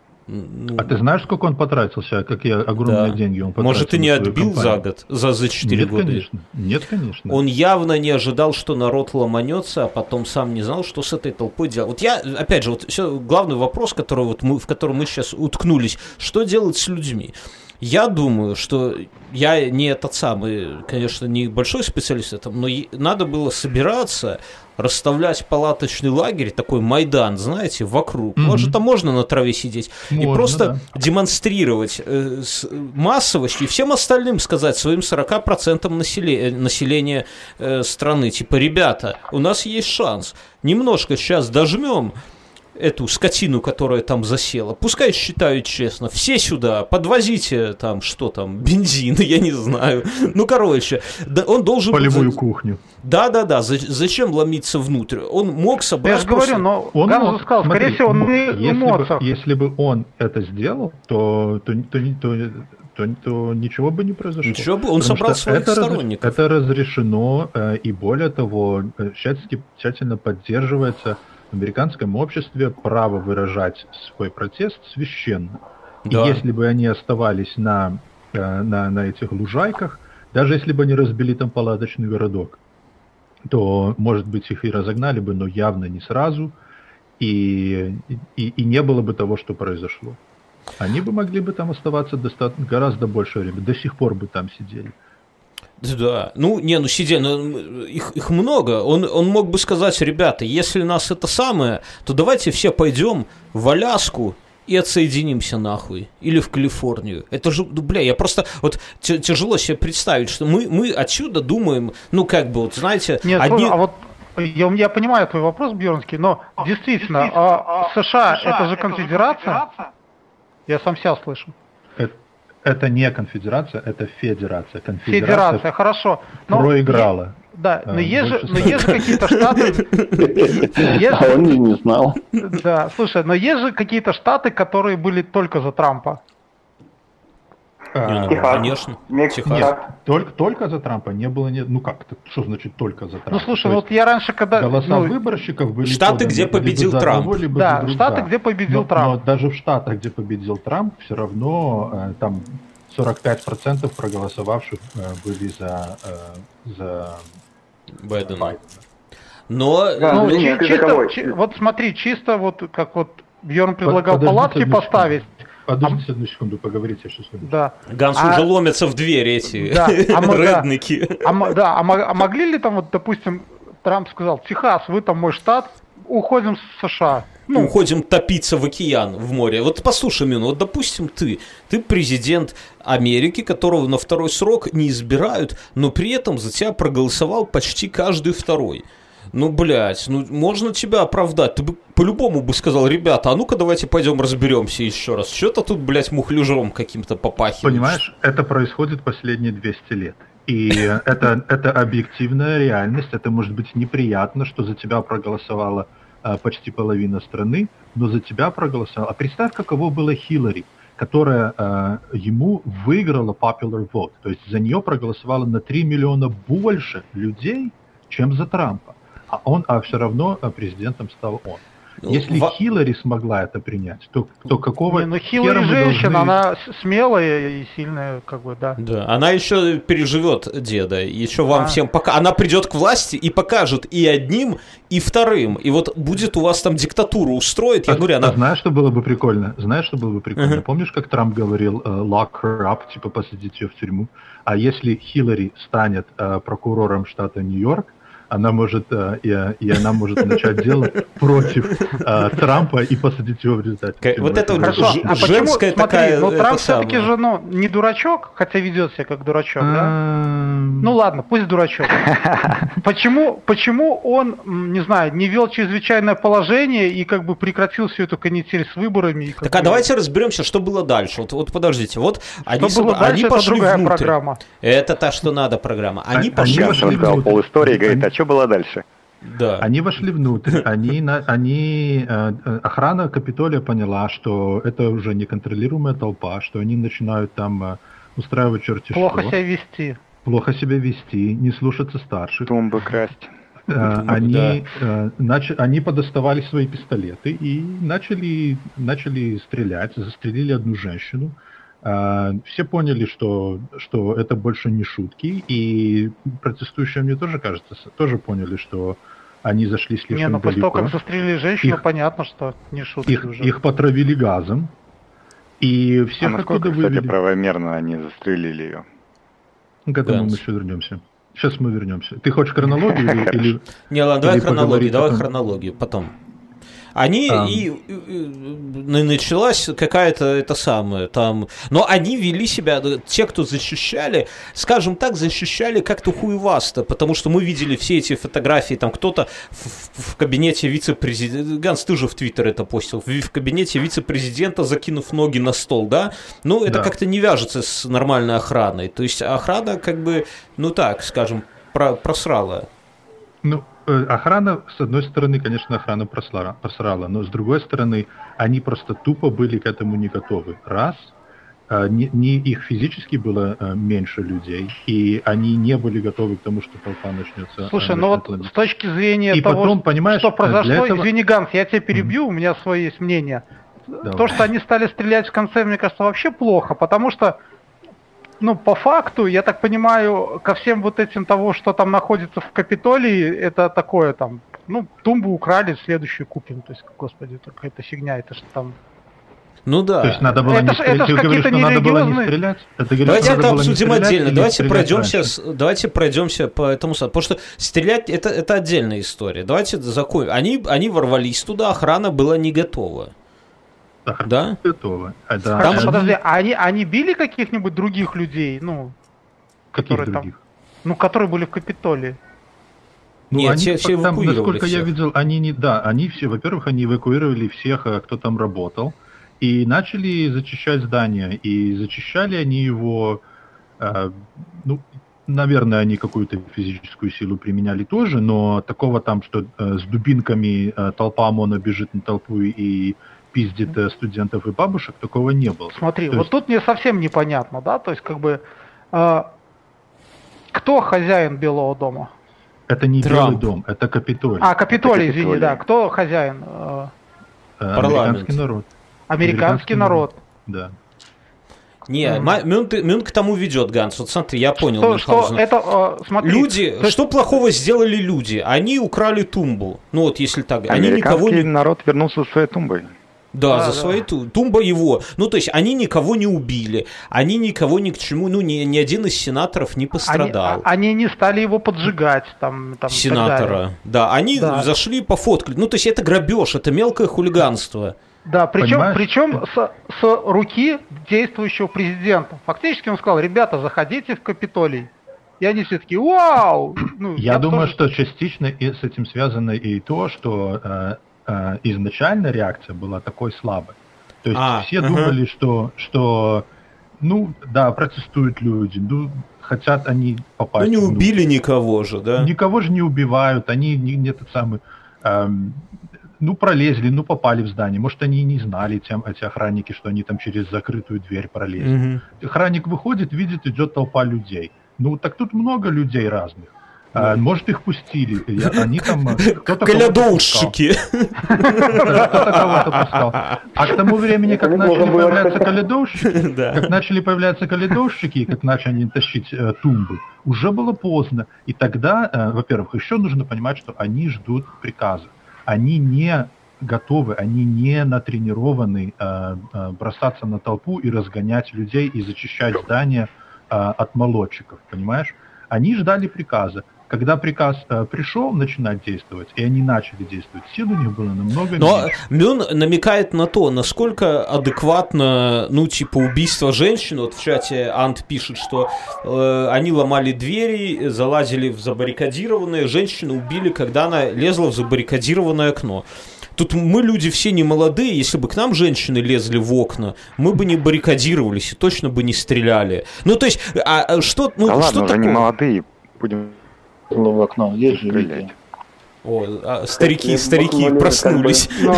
Ну, а ты знаешь, сколько он потратился, какие огромные да. деньги он потратил? Может, и не отбил компанию? за год, за, за четыре Нет, года? Конечно. Нет, конечно. Он явно не ожидал, что народ ломанется, а потом сам не знал, что с этой толпой делать. Вот я, опять же, вот все, главный вопрос, который вот мы, в котором мы сейчас уткнулись: что делать с людьми? Я думаю, что я не этот самый, конечно, не большой специалист в этом, но надо было собираться, расставлять палаточный лагерь, такой Майдан, знаете, вокруг. Mm-hmm. Может, там можно на траве сидеть. Можно, и просто да. демонстрировать э, с, массовость, и всем остальным сказать, своим сорок процентов населения, населения э, страны, типа: ребята, у нас есть шанс, немножко сейчас дожмем эту скотину, которая там засела, пускай считают честно, все сюда, подвозите там, что там, бензин, я не знаю, ну, короче, да, он должен... Полевую быть... кухню. Да-да-да, зачем ломиться внутрь? Он мог собрать... Я же говорю, просто... но он Ганс сказал, смотри, скорее всего, он на эмоциях. Если бы он это сделал, то, то, то, то, то, то ничего бы не произошло. Ничего бы, он собрал своих это сторонников. Раз, это разрешено, и более того, тщательно поддерживается в американском обществе право выражать свой протест священно. Да. И если бы они оставались на, на, на этих лужайках, даже если бы они разбили там палаточный городок, то, может быть, их и разогнали бы, но явно не сразу, и, и, и не было бы того, что произошло. Они бы могли бы там оставаться достаточно, гораздо больше времени, до сих пор бы там сидели. Да, ну, не, ну сидели, ну, их, их много. Он, он мог бы сказать: ребята, если нас это самое, то давайте все пойдем в Аляску и отсоединимся нахуй. Или в Калифорнию. Это же, ну, бля, я просто, вот тяжело себе представить, что мы, мы отсюда думаем, ну, как бы, вот, знаете... Нет, одни... а вот я, я понимаю твой вопрос, Бьернский, но действительно, действительно а, США, США это же конфедерация? конфедерация? Я сам себя слышу. Это... Это не конфедерация, это федерация. Конфедерация Федерация, хорошо. Но проиграла. Е... Да, но есть же, но есть же какие-то штаты... А он не знал. Да, слушай, но есть же какие-то штаты, которые были только за Трампа. А, конечно. Нет, только, только за Трампа не было, нет. Ну как, что значит только за Трампа? Ну слушай, вот я раньше, когда... Голоса ну, выборщиков были... Штаты, где победил Трамп. Одного, либо да, другого. штаты, где победил но, Трамп. Но даже в штатах, где победил Трамп, все равно э, там сорок пять процентов проголосовавших э, были за, э, за Байдена. Байдена. Но... Да, ну, ну, чи- чисто, чи- вот смотри, чисто вот как вот Бьерн предлагал Под, палатки поставить. Подождите а... одну секунду, поговорите, я сейчас с вами. Да. Ганс а... уже ломятся в дверь эти да. а мы, редники. Да, а, да. А, а могли ли там, вот, допустим, Трамп сказал: Техас, вы там мой штат, уходим с США. Ну, уходим топиться в океан, в море. Вот послушай меня, вот допустим ты, ты президент Америки, которого на второй срок не избирают, но при этом за тебя проголосовал почти каждый второй. Ну, блядь, ну можно тебя оправдать. Ты бы по-любому бы сказал: ребята, а ну-ка давайте пойдем разберемся еще раз. Что-то тут, блядь, мухляжом каким-то попахивает. Понимаешь, это происходит последние двести лет. И это, это объективная реальность. Это может быть неприятно, что за тебя проголосовала а, почти половина страны, но за тебя проголосовала. А представь, каково было Хиллари, которая а, ему выиграла popular vote. То есть за нее проголосовало на три миллиона больше людей, чем за Трампа. А он, а все равно президентом стал он. Ну, Если в... Хиллари смогла это принять, то, то какого... Не, ну Хиллари женщина, должны... она смелая и сильная, как бы, да. Да, она еще переживет деда, еще вам а. всем пока... Она придет к власти и покажет и одним, и вторым. И вот будет у вас там диктатуру устроит, я а, говорю, она... А знаешь, что было бы прикольно? Знаешь, что было бы прикольно? Uh-huh. Помнишь, как Трамп говорил lock her up, типа посадить ее в тюрьму? А если Хиллари станет uh, прокурором штата Нью-Йорк, она может, и, и она может начать дело против а, Трампа и посадить его в результате. Вот это вот Хорошо, ж- а почему, женская смотри, такая... ну это Трамп все-таки самое. же, ну, не дурачок, хотя ведет себя как дурачок, да? Ам, Ну ладно, пусть дурачок. Почему, почему он, м, не знаю, не вел чрезвычайное положение и как бы прекратил всю эту канитель с выборами? И как Так а бы- давайте разберемся, что было дальше. Вот, вот подождите, вот они, Что было собра- дальше, они это пошли другая внутрь. программа. Это та, что надо программа. Они Они пошли вошли Ганс внутрь. рассказал полистории и говорит, Они- а что было дальше? Да. Они вошли внутрь, они, на- они, э, э, охрана Капитолия поняла, что это уже неконтролируемая толпа, что они начинают там э, устраивать черти Плохо что, себя вести. плохо себя вести, не слушаться старших. Тумбы красть. Э, Да. Они, э, нач- они подоставали свои пистолеты и начали, начали стрелять, застрелили одну женщину. Э, Все поняли, что, что это больше не шутки, и протестующие, мне тоже кажется, с- тоже поняли, что они зашли слишком Не, ну после того, далеко. как застрелили женщину, Их- понятно, что не шутки Их, уже. их потравили газом, и А всех насколько, оттуда кстати, вывели. правомерно они застрелили ее? К этому Ганс. мы еще вернемся. Сейчас мы вернемся. Ты хочешь хронологию или- или... Не, ладно, давай Или хронологию, поговорить давай потом. хронологию потом. Они А. и, и- и началась какая-то это самое там, но они вели себя, те, кто защищали, скажем так, защищали как-то хуевасто, потому что мы видели все эти фотографии, там кто-то в, в кабинете вице-президента, Ганс, ты же в Твиттер это постил, в, в кабинете вице-президента закинув ноги на стол, да, ну это Да. как-то не вяжется с нормальной охраной, то есть охрана как бы, ну так, скажем, про- просрала. Ну, э, охрана, с одной стороны, конечно, охрана просрала, просрала, но с другой стороны, они просто тупо были к этому не готовы. Раз, э, не, не их физически было э, меньше людей, и они не были готовы к тому, что толпа начнется. э, Слушай, ну начнет вот ломиться. с точки зрения И того, потом, понимаешь, что для произошло, этого- извини, Ганс, я тебя перебью, у меня свое есть мнение. Давай. То, что они стали стрелять в конце, мне кажется, вообще плохо, потому что, ну, по факту, я так понимаю, ко всем вот этим того, что там находится в Капитолии, это такое там, ну, тумбу украли, следующую купим. То есть, господи, это какая-то фигня, это что там... Ну да. То есть надо было Это не ж- стрелять. это ж Ты говоришь, какие-то что надо было не нерелигиозные- стрелять? Это говоришь, Давайте что надо это было не обсудим стрелять отдельно. или Давайте стрелять пройдемся, раньше? с, давайте пройдемся по этому саду. Потому что стрелять это, это отдельная история. Давайте закончим. Они, они ворвались туда, охрана была не готова. Охрана Да? готова. А, да, Хорошо, они- подожди, а они, они били каких-нибудь других людей, ну, Каких которые там- других? ну, которые были в Капитолии? Ну, Нет, они, все- все там, эвакуировали насколько я всех. видел, они не, да, они все, во-первых, они эвакуировали всех, э, кто там работал, и начали зачищать здание, и зачищали они его, э, ну, наверное, они какую-то физическую силу применяли тоже, но такого там, что э, с дубинками э, толпа ОМОНа бежит на толпу и пиздит э, студентов и бабушек, такого не было. Смотри, То вот есть- тут мне совсем непонятно, да, то есть как бы э, кто хозяин Белого дома? Это не Трамп. Белый дом, это Капитолий. А, Капитолий, Это извини, Капитолий. да, кто хозяин? Э, Э, Парламент. Американский народ. американский Американский народ. Да. Не, Мгм. ма- Мюн, ты- Мюн к тому ведет, Ганс. Вот смотри, я понял. Что, что Мюнхгаузен. это, э, смотри, Люди, то есть- что плохого сделали люди? Они украли тумбу. Ну вот, если так. Они никого Американский не... народ вернулся со своей тумбой. Да, Да, за да. свои ту- тумба его. Ну, то есть, они никого не убили. Они никого ни к чему... Ну, ни, ни один из сенаторов не они, пострадал. а- они не стали его поджигать там, там и так далее. Сенатора. Да, они Да. зашли пофоткали. Ну, то есть, это грабеж, это мелкое хулиганство. Да, причем, Понимаешь? причем с, с руки действующего президента. Фактически он сказал: ребята, заходите в Капитолий. И они все такие: вау! Ну, Я б думаю, тоже- что частично и с этим связано и то, что э, э, изначально реакция была такой слабой. То есть А, все ага. думали, что, что, ну, да, протестуют люди, ну, хотят они Ну, попасть. не в- убили никого же, да? Никого же не убивают, они не, не тот самый, эм, ну, пролезли, ну, попали в здание. Может, они и не знали, тем, эти охранники, что они там через закрытую дверь пролезли. Мгм. Охранник выходит, видит, идет толпа людей. Ну, так тут много людей разных. А, может, их пустили. Я- Они там... э, кто-то кого-то пускал. Колядоушики. Кто-то кого-то пускал. А к тому времени, как Это не начали должен был появляться рассказать. калядовщики, Да. как начали появляться калядовщики, и как начали они тащить э, тумбы, уже было поздно. И тогда, э, во-первых, еще нужно понимать, что они ждут приказа. Они не готовы, они не натренированы э, э, бросаться на толпу и разгонять людей и зачищать здания э, от молодчиков, понимаешь? Они ждали приказа. Когда приказ э, пришел начинать действовать, и они начали действовать, сил у них было намного Но меньше. Мюн намекает на то, насколько адекватно, ну, типа, убийство женщин. Вот в чате Ант пишет, что э, они ломали двери, залазили в забаррикадированные, женщину убили, когда она лезла в забаррикадированное окно. Тут мы, люди все не молодые, если бы к нам женщины лезли в окна, мы бы не баррикадировались и точно бы не стреляли. Ну, то есть, а что, ну, Да что ладно, уже такое? не молодые, будем В окно, есть же стрелять. видео. О, а, старики, Нет, старики буквально проснулись. Ну,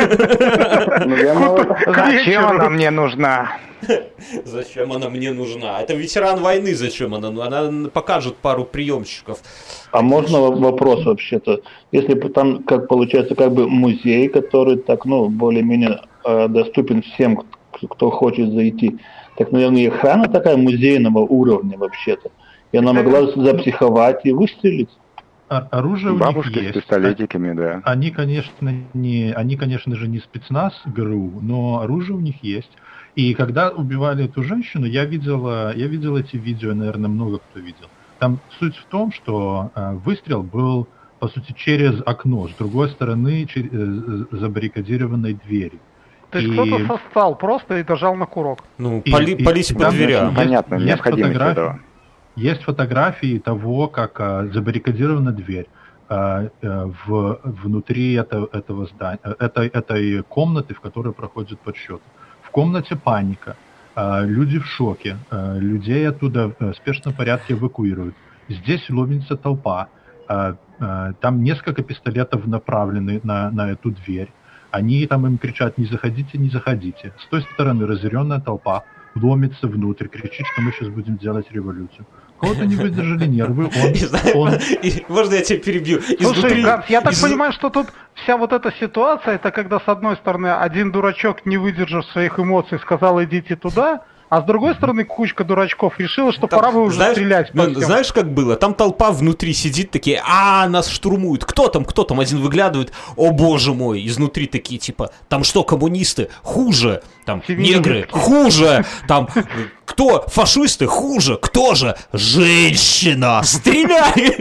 я молод- Зачем она мне нужна? Зачем она мне нужна? Это ветеран войны, зачем она? Ну, она покажет пару приемчиков. А можно во- вопрос вообще-то? Если бы там, как получается, как бы музей, который так, ну, более-менее э, доступен всем, к- кто хочет зайти, так, наверное, и охрана такая музейного уровня вообще-то. И она могла запсиховать и выстрелить. А- оружие у Бабушки них с есть. пистолетиками, да. Они, конечно, не, они, конечно же, не спецназ ГРУ, но оружие у них есть. И когда убивали эту женщину, я видел, э, я видел эти видео, наверное, много кто видел. Там суть в том, что э, выстрел был, по сути, через окно, с другой стороны чер- э, забаррикадированной двери. То есть И- кто-то состал просто и дожал на курок. Ну, И- пали, и- палить и по там дверям. есть- Понятно, есть необходимость фотографии. этого. Есть фотографии того, как э, забаррикадирована дверь э, э, в, внутри это- этого здания, э, этой, этой комнаты, в которой проходит подсчет. В комнате паника, э, люди в шоке, э, людей оттуда в спешном порядке эвакуируют. Здесь ломится толпа, э, э, там несколько пистолетов направлены на, на эту дверь. Они там им кричат: не заходите, не заходите. С той стороны разъяренная толпа ломится внутрь, кричит, что мы сейчас будем делать революцию. Кого-то не выдержали нервы, он... И знаю, он... и- можно я тебя перебью? Слушай, Изнутри- Ганс, я так из- понимаю, что тут вся вот эта ситуация, это когда с одной стороны один дурачок, не выдержав своих эмоций, сказал идите туда, а с другой стороны кучка дурачков решила, что Там, пора бы уже знаешь, стрелять. по ну, всем. знаешь, как было? Там толпа внутри сидит, такие: а, нас штурмуют. Кто там, кто там? Один выглядывает: о боже мой. Изнутри такие, типа: там что, коммунисты? Хуже. Там Феминистки. негры? Хуже. Там кто? Фашисты? Хуже. Кто же? Женщина. Стреляй!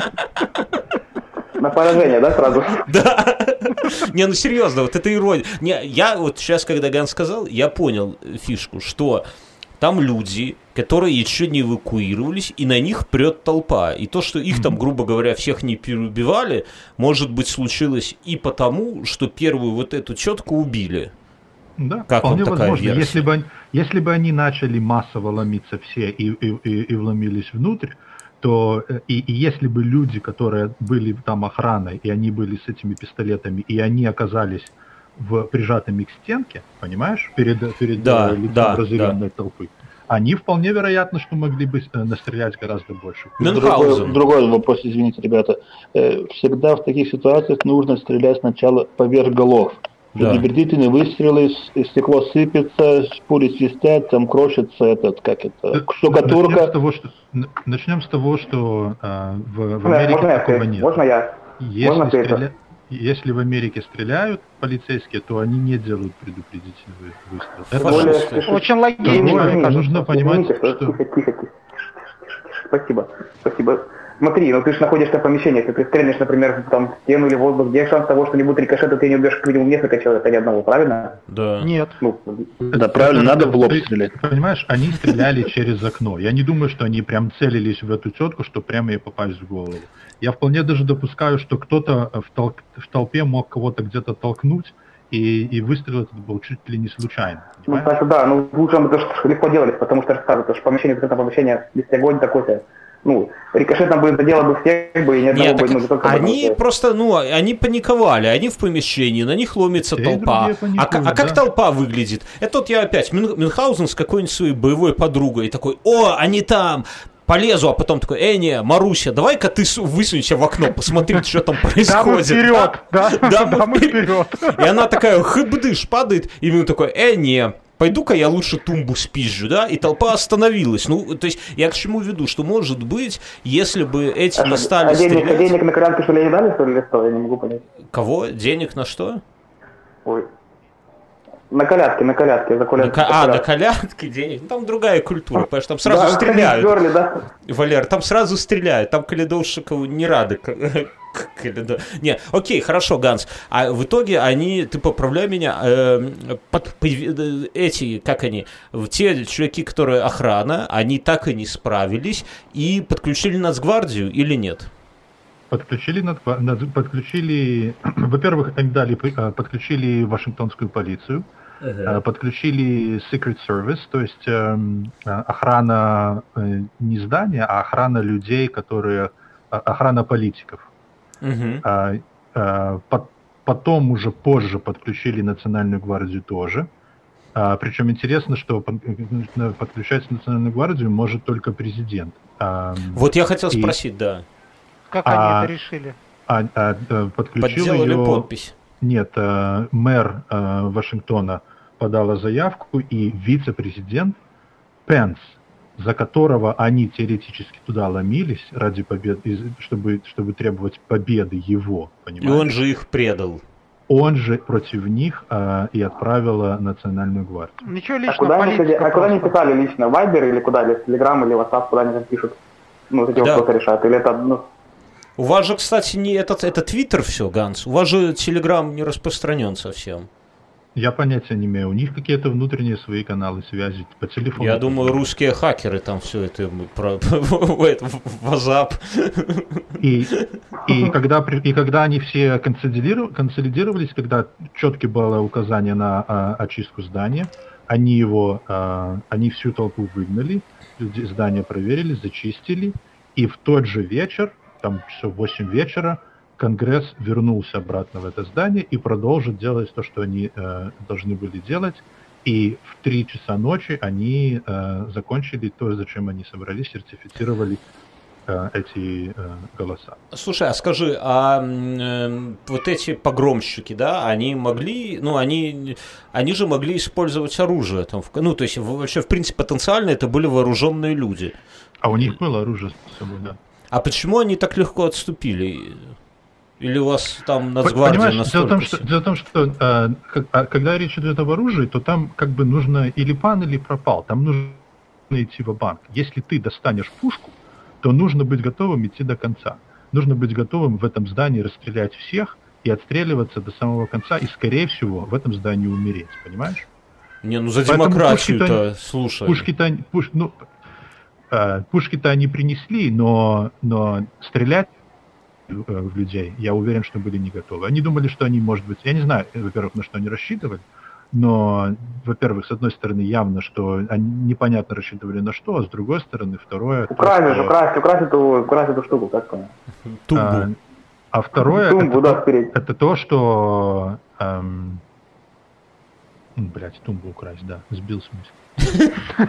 На поражение, да, сразу? Да. Не, ну серьезно, вот это ирония. Не, я вот сейчас, когда Ганс сказал, я понял фишку, что там люди, которые еще не эвакуировались, и на них прет толпа. И то, что их там, грубо говоря, всех не переубивали, может быть, случилось и потому, что первую вот эту тетку убили. Да, Как вполне вам такая возможно. версия? Если бы, они- если бы они начали массово ломиться все и, и, и, и вломились внутрь, то э, и, и если бы люди, которые были там охраной, и они были с этими пистолетами, и они оказались в, прижатыми к стенке, понимаешь, перед, перед Да, э, лицом да, разъяренной толпы, они вполне вероятно, что могли бы э, настрелять гораздо больше. Другой, Мюнхгаузен. другой вопрос, извините, ребята. Э, Всегда в таких ситуациях нужно стрелять сначала поверх голов. Да. Предупредительные выстрелы, с- стекло сыпется, пули свистят, там крошится этот, как это, Начнем с штукатурка. того, что, н- начнем с того, что э, в, в Можно я- Америке можно я такого отвечу? нет. Можно я? Если, Можно ответить? стреля- Если в Америке стреляют полицейские, то они не делают предупредительный вы- выстрел. Это Более раз. спешит. Очень логично, Второе, мне кажется. нужно понимать, Извините, что... Тихо, тихо, тихо. Спасибо, спасибо. Смотри, ну ты же находишься в помещении, если ты стрельнешь, например, там, в стену или в воздух, где шанс того, что не будет рикошета, ты не убьешь как минимум несколько человек, а не одного, правильно? Да. Нет. Ну, Да, правильно, надо в лоб Ты стрелять. Понимаешь, они стреляли через окно. Я не думаю, что они прям целились в эту тетку, чтобы прямо ей попасть в голову. Я вполне даже допускаю, что кто-то в, тол- в толпе мог кого-то где-то толкнуть, и, и выстрел этот был чуть ли не случайно. ну, Понимаешь? кстати, да, ну лучше бы это ж легко делать, потому что рассказывают, это же помещение, это помещение, если огонь такой-то, ну, рикошетом бы это дело бы всех бы, и ни одного Нет, бы, так ну, не только бы, они ну, просто, ну, они паниковали, они в помещении, на них ломится И толпа. другие паникуют, А, ка- а как да. толпа выглядит? Это вот я опять, Мюн- Мюнхгаузен с какой-нибудь своей боевой подругой, и такой: о, они там, полезу, а потом такой: э, не, Маруся, давай-ка ты су- высунься в окно, посмотри, что там Да, мы происходит. вперед, да, Да, мы да, мы вперед. вперед. И она такая хыбдыш падает, и Мюн такой: э, не, пойду-ка я лучше тумбу спизжу, да? И толпа остановилась. Ну, то есть, я к чему веду, что, может быть, если бы эти а не что, стали а денег, а стрелять... денег на коранке, что ли, не дали, что ли, или что? Я не могу понять. Кого? Денег на что? Ой. На колядке, на колядке. За колядке на, а, на колядке денег? Ну, там другая культура, потому что там сразу да, стреляют. Стерли, да? Валер, там сразу стреляют, там Каледовщикову не рады. Не, окей, хорошо, Ганс. А в итоге они, ты поправляй меня, э, под, эти, как они, те чуваки, которые охрана, они так и не справились и подключили Нацгвардию или нет? Подключили, подключили, во-первых, им дали, подключили Вашингтонскую полицию, uh-huh. подключили Secret Service, то есть э, охрана э, не здания, а охрана людей, которые, охрана политиков. Uh-huh. А, а, по, потом уже позже подключили Национальную гвардию тоже. А, причем интересно, что под, подключать Национальную гвардию может только президент. А, вот я хотел и... спросить, да. Как а, они это решили? А, а, а, подключил Подделали ее... подпись. Нет, а, мэр а, Вашингтона подала заявку, и вице-президент Пенс, за которого они теоретически туда ломились ради победы, чтобы, чтобы требовать победы его, понимаешь? И он же их предал. Он же против них а, и отправила Национальную гвардию. Ничего личного, а куда, они, а куда они писали лично? Вайбер или куда? Или Телеграм, или WhatsApp, куда они там пишут? Ну, эти да. вопросы решают. Или это, ну... У вас же, кстати, не этот, это Твиттер все, Ганс. У вас же Телеграм не распространен совсем. Я понятия не имею. У них какие-то внутренние свои каналы связи по телефону. Я думаю, русские хакеры там все это про WhatsApp. И, и, когда, и когда они все консолидировались, когда четкое было указание на а, очистку здания, они его, а, они всю толпу выгнали, здание проверили, зачистили, и в тот же вечер, там часов восемь вечера, Конгресс вернулся обратно в это здание и продолжит делать то, что они э, должны были делать. И в три часа ночи они э, закончили то, зачем они собрались, сертифицировали э, эти э, голоса. Слушай, а скажи, а э, вот эти погромщики, да, они могли, ну, они, они же могли использовать оружие, там, ну, то есть вообще, в принципе, потенциально это были вооруженные люди. А у них было оружие с собой, да. А почему они так легко отступили? Или у вас там Нацгвардия настолько... Дело в том, что, дело в том, что э, как, когда речь идет об оружии, то там как бы нужно или пан, или пропал. Там нужно идти в банк. Если ты достанешь пушку, то нужно быть готовым идти до конца. Нужно быть готовым в этом здании расстрелять всех и отстреливаться до самого конца, и, скорее всего, в этом здании умереть. Понимаешь? Не, ну за демократию-то, слушай. Пушки-то, пуш, ну, э, пушки-то они принесли, но, но стрелять в людей, я уверен, что были не готовы. Они думали, что они, может быть, я не знаю, во-первых, на что они рассчитывали, но, во-первых, с одной стороны, явно, что они непонятно рассчитывали на что, а с другой стороны, второе... Украсть, то, украсть, украсть эту, украсть эту штуку, как понять? Тумбу. А, а второе, тумбу, это, да, то, это то, что... Эм, блять, тумбу украсть, да, сбил смысл.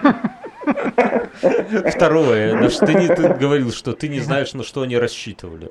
Второе, на что ты, не, ты говорил, что ты не знаешь, на что они рассчитывали.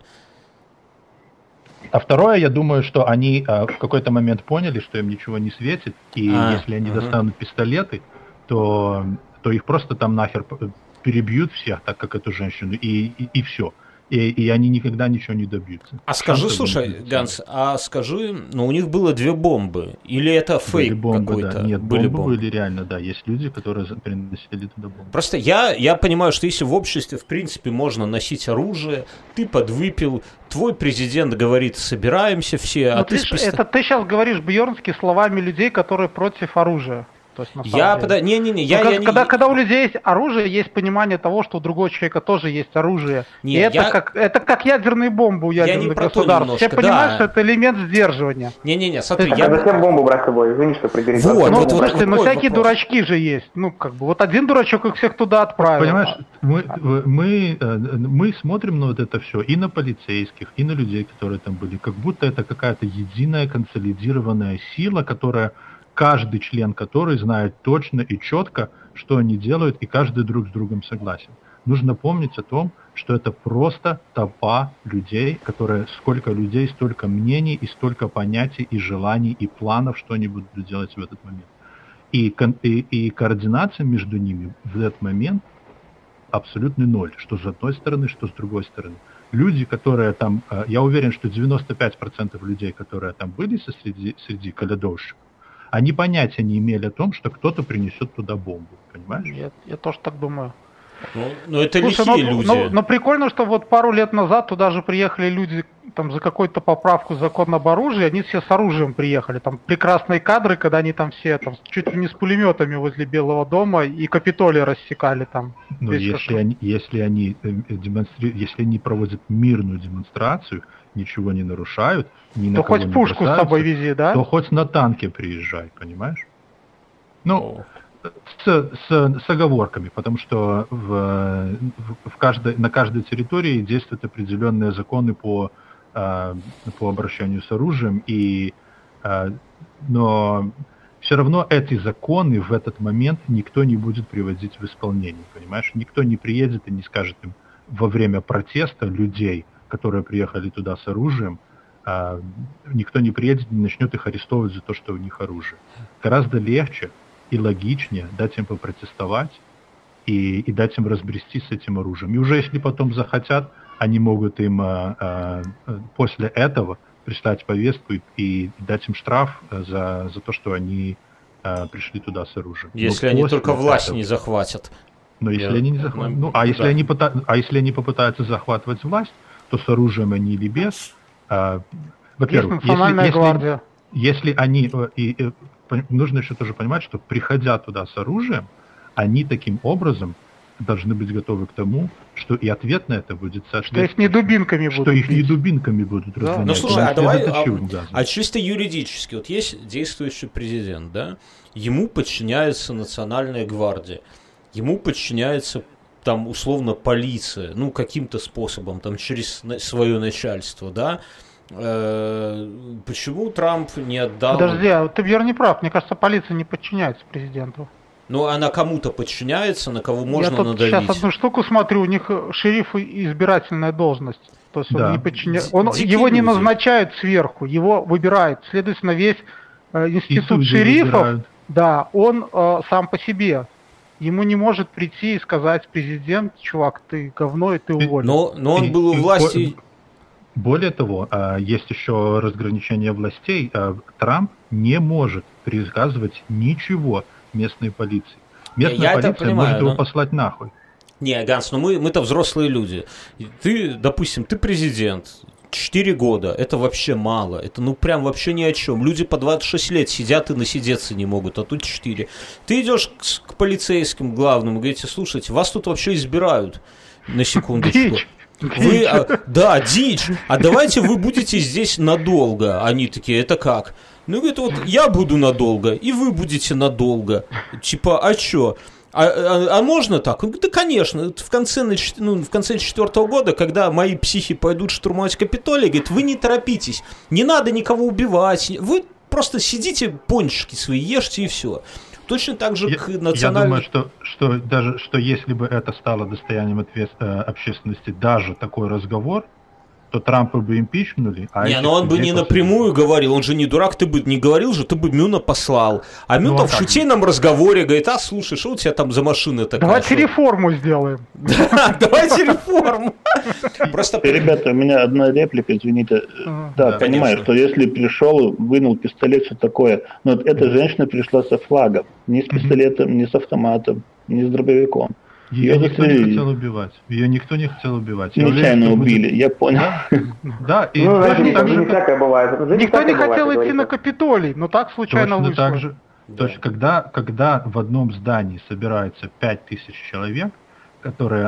А второе, я думаю, что они а, в какой-то момент поняли, что им ничего не светит, и а, если они угу. достанут пистолеты, то, то их просто там нахер перебьют всех, так как эту женщину, и, и, и все. И, и они никогда ничего не добьются. А скажи, Шансов слушай, Ганс, а скажи, ну у них было две бомбы, или это фейк бомбы, какой-то? Да. Нет, были бомбы, бомбы были реально, да, есть люди, которые переносили туда бомбы. Просто я, я понимаю, что если в обществе, в принципе, можно носить оружие, ты подвыпил, твой президент говорит, собираемся все, ну, а ты... ты, спист... Это ты сейчас говоришь, Бьернский, словами людей, которые против оружия. То есть, на самом я деле. пода... не, не, не, я, ну, я когда, не... когда у людей есть оружие, есть понимание того, что у другого человека тоже есть оружие. Не, и это, я... как, это как ядерные бомбы у ядерных государств. Все понимают, да. что это элемент сдерживания. Не-не-не, смотри, а я... Зачем бомбу брать с собой? Извини, что приберись. Вот, ну, вот, вот, слушайте, вот, ну вот, всякие вопрос. дурачки же есть. Ну, как бы, вот один дурачок их всех туда отправил. Понимаешь, мы, мы, мы смотрим на вот это все, и на полицейских, и на людей, которые там были, как будто это какая-то единая консолидированная сила, которая... каждый член которой знает точно и четко, что они делают, и каждый друг с другом согласен. Нужно помнить о том, что это просто толпа людей, которые, сколько людей, столько мнений, и столько понятий, и желаний, и планов, что они будут делать в этот момент. И, и, и координация между ними в этот момент абсолютный ноль, что с одной стороны, что с другой стороны. Люди, которые там, я уверен, что девяносто пять процентов людей, которые там были среди, среди колядовщиков, Они понятия не имели о том, что кто-то принесет туда бомбу, понимаешь? Я, я тоже так думаю. Ну, ну это Слушай, лихие ну, люди. Ну, но прикольно, что вот пару лет назад туда же приехали люди там за какую-то поправку закона об оружии, они все с оружием приехали. Там прекрасные кадры, когда они там все там чуть ли не с пулеметами возле Белого дома и Капитолий рассекали там. Но если они, если они демонстри... если они проводят мирную демонстрацию, ничего не нарушают, ни на то кого хоть не пушку с собой вези, да? То хоть на танке приезжай, понимаешь? Ну, с, с, с оговорками, потому что в, в, в каждой, на каждой территории действуют определенные законы по, э, по обращению с оружием, и, э, но все равно эти законы в этот момент никто не будет приводить в исполнение, понимаешь? Никто не приедет и не скажет им во время протеста людей, которые приехали туда с оружием, э, никто не приедет и не начнет их арестовывать за то, что у них оружие. Гораздо легче и логичнее дать им попротестовать и, и дать им разбрестись с этим оружием. И уже если потом захотят, они могут им а, а, после этого прислать повестку и, и дать им штраф за, за то, что они а, пришли туда с оружием. Если они только власть этого не захватят. Но если Я... они не захватят, ну, а если да. они пота... а если они попытаются захватывать власть, то с оружием они или без. А, во-первых, если, если, если они и, и, нужно еще тоже понимать, что приходя туда с оружием, они таким образом должны быть готовы к тому, что и ответ на это будет соответственно. Что их не дубинками будут. Что их не дубинками будут да. разгонять. Ну слушай, а давай, а, а чисто юридически, вот есть действующий президент, да, ему подчиняется Национальная гвардия, ему подчиняется там условно полиция, ну каким-то способом, там через свое начальство, да. Почему Трамп не отдал... Подожди, а ты, Бьер, не прав. Мне кажется, полиция не подчиняется президенту. Ну, она кому-то подчиняется, на кого можно Я тут надавить. Я сейчас одну штуку смотрю, у них шериф избирательная должность. То есть да. он не подчиня... он, его не назначают сверху, его выбирают. Следовательно, весь э, институт шерифов, выбирают. да, он э, сам по себе. Ему не может прийти и сказать: президент, чувак, ты говно, и ты уволен. Но, но он был у власти... Более того, есть еще разграничение властей. Трамп не может приказывать ничего местной полиции. Местная Я полиция понимаю, может но... его послать нахуй. Не, Ганс, ну мы, мы-то взрослые люди. Ты, допустим, ты президент, четыре года, это вообще мало. Это ну прям вообще ни о чем. Люди по двадцать шесть лет сидят и насидеться не могут, а тут четыре. Ты идешь к, к полицейским главным и говорите: слушайте, вас тут вообще избирают. На секундочку. Вы, а, да, дичь. А давайте вы будете здесь надолго. Они такие: это как? Ну, говорит, вот я буду надолго, и вы будете надолго. Типа, а чё? А, а, а можно так? Он говорит: да, конечно. В конце, ну, в конце четвертого года, когда мои психи пойдут штурмовать Капитолий, говорит, вы не торопитесь. Не надо никого убивать. Вы просто сидите, пончики свои ешьте, и все. Точно так же я, к национальной... Я думаю, что, что даже что если бы это стало достоянием ответ, э, общественности, даже такой разговор, то Трампа бы импичнули. А не, но он бы не напрямую говорил, он же не дурак, ты бы не говорил же, ты бы Мюна послал. А Мюн ну, там а в шутейном разговоре говорит: а слушай, что у тебя там за машина такая? Давайте что... реформу сделаем. Да, давайте реформу. Просто... Ребята, у меня одна реплика, извините. Да, понимаю, что если пришел, вынул пистолет, что такое. Но эта женщина пришла со флагом. Не с пистолетом, не с автоматом, не с дробовиком. Ее никто не хотел убивать. Ее никто не хотел убивать. Нечаянно убили, я понял. Да, и ну, даже так же не всякое бывает. Никто не хотел идти на Капитолий, но так случайно вышло. Так же, то есть, когда, когда в одном здании собирается пять тысяч человек, которые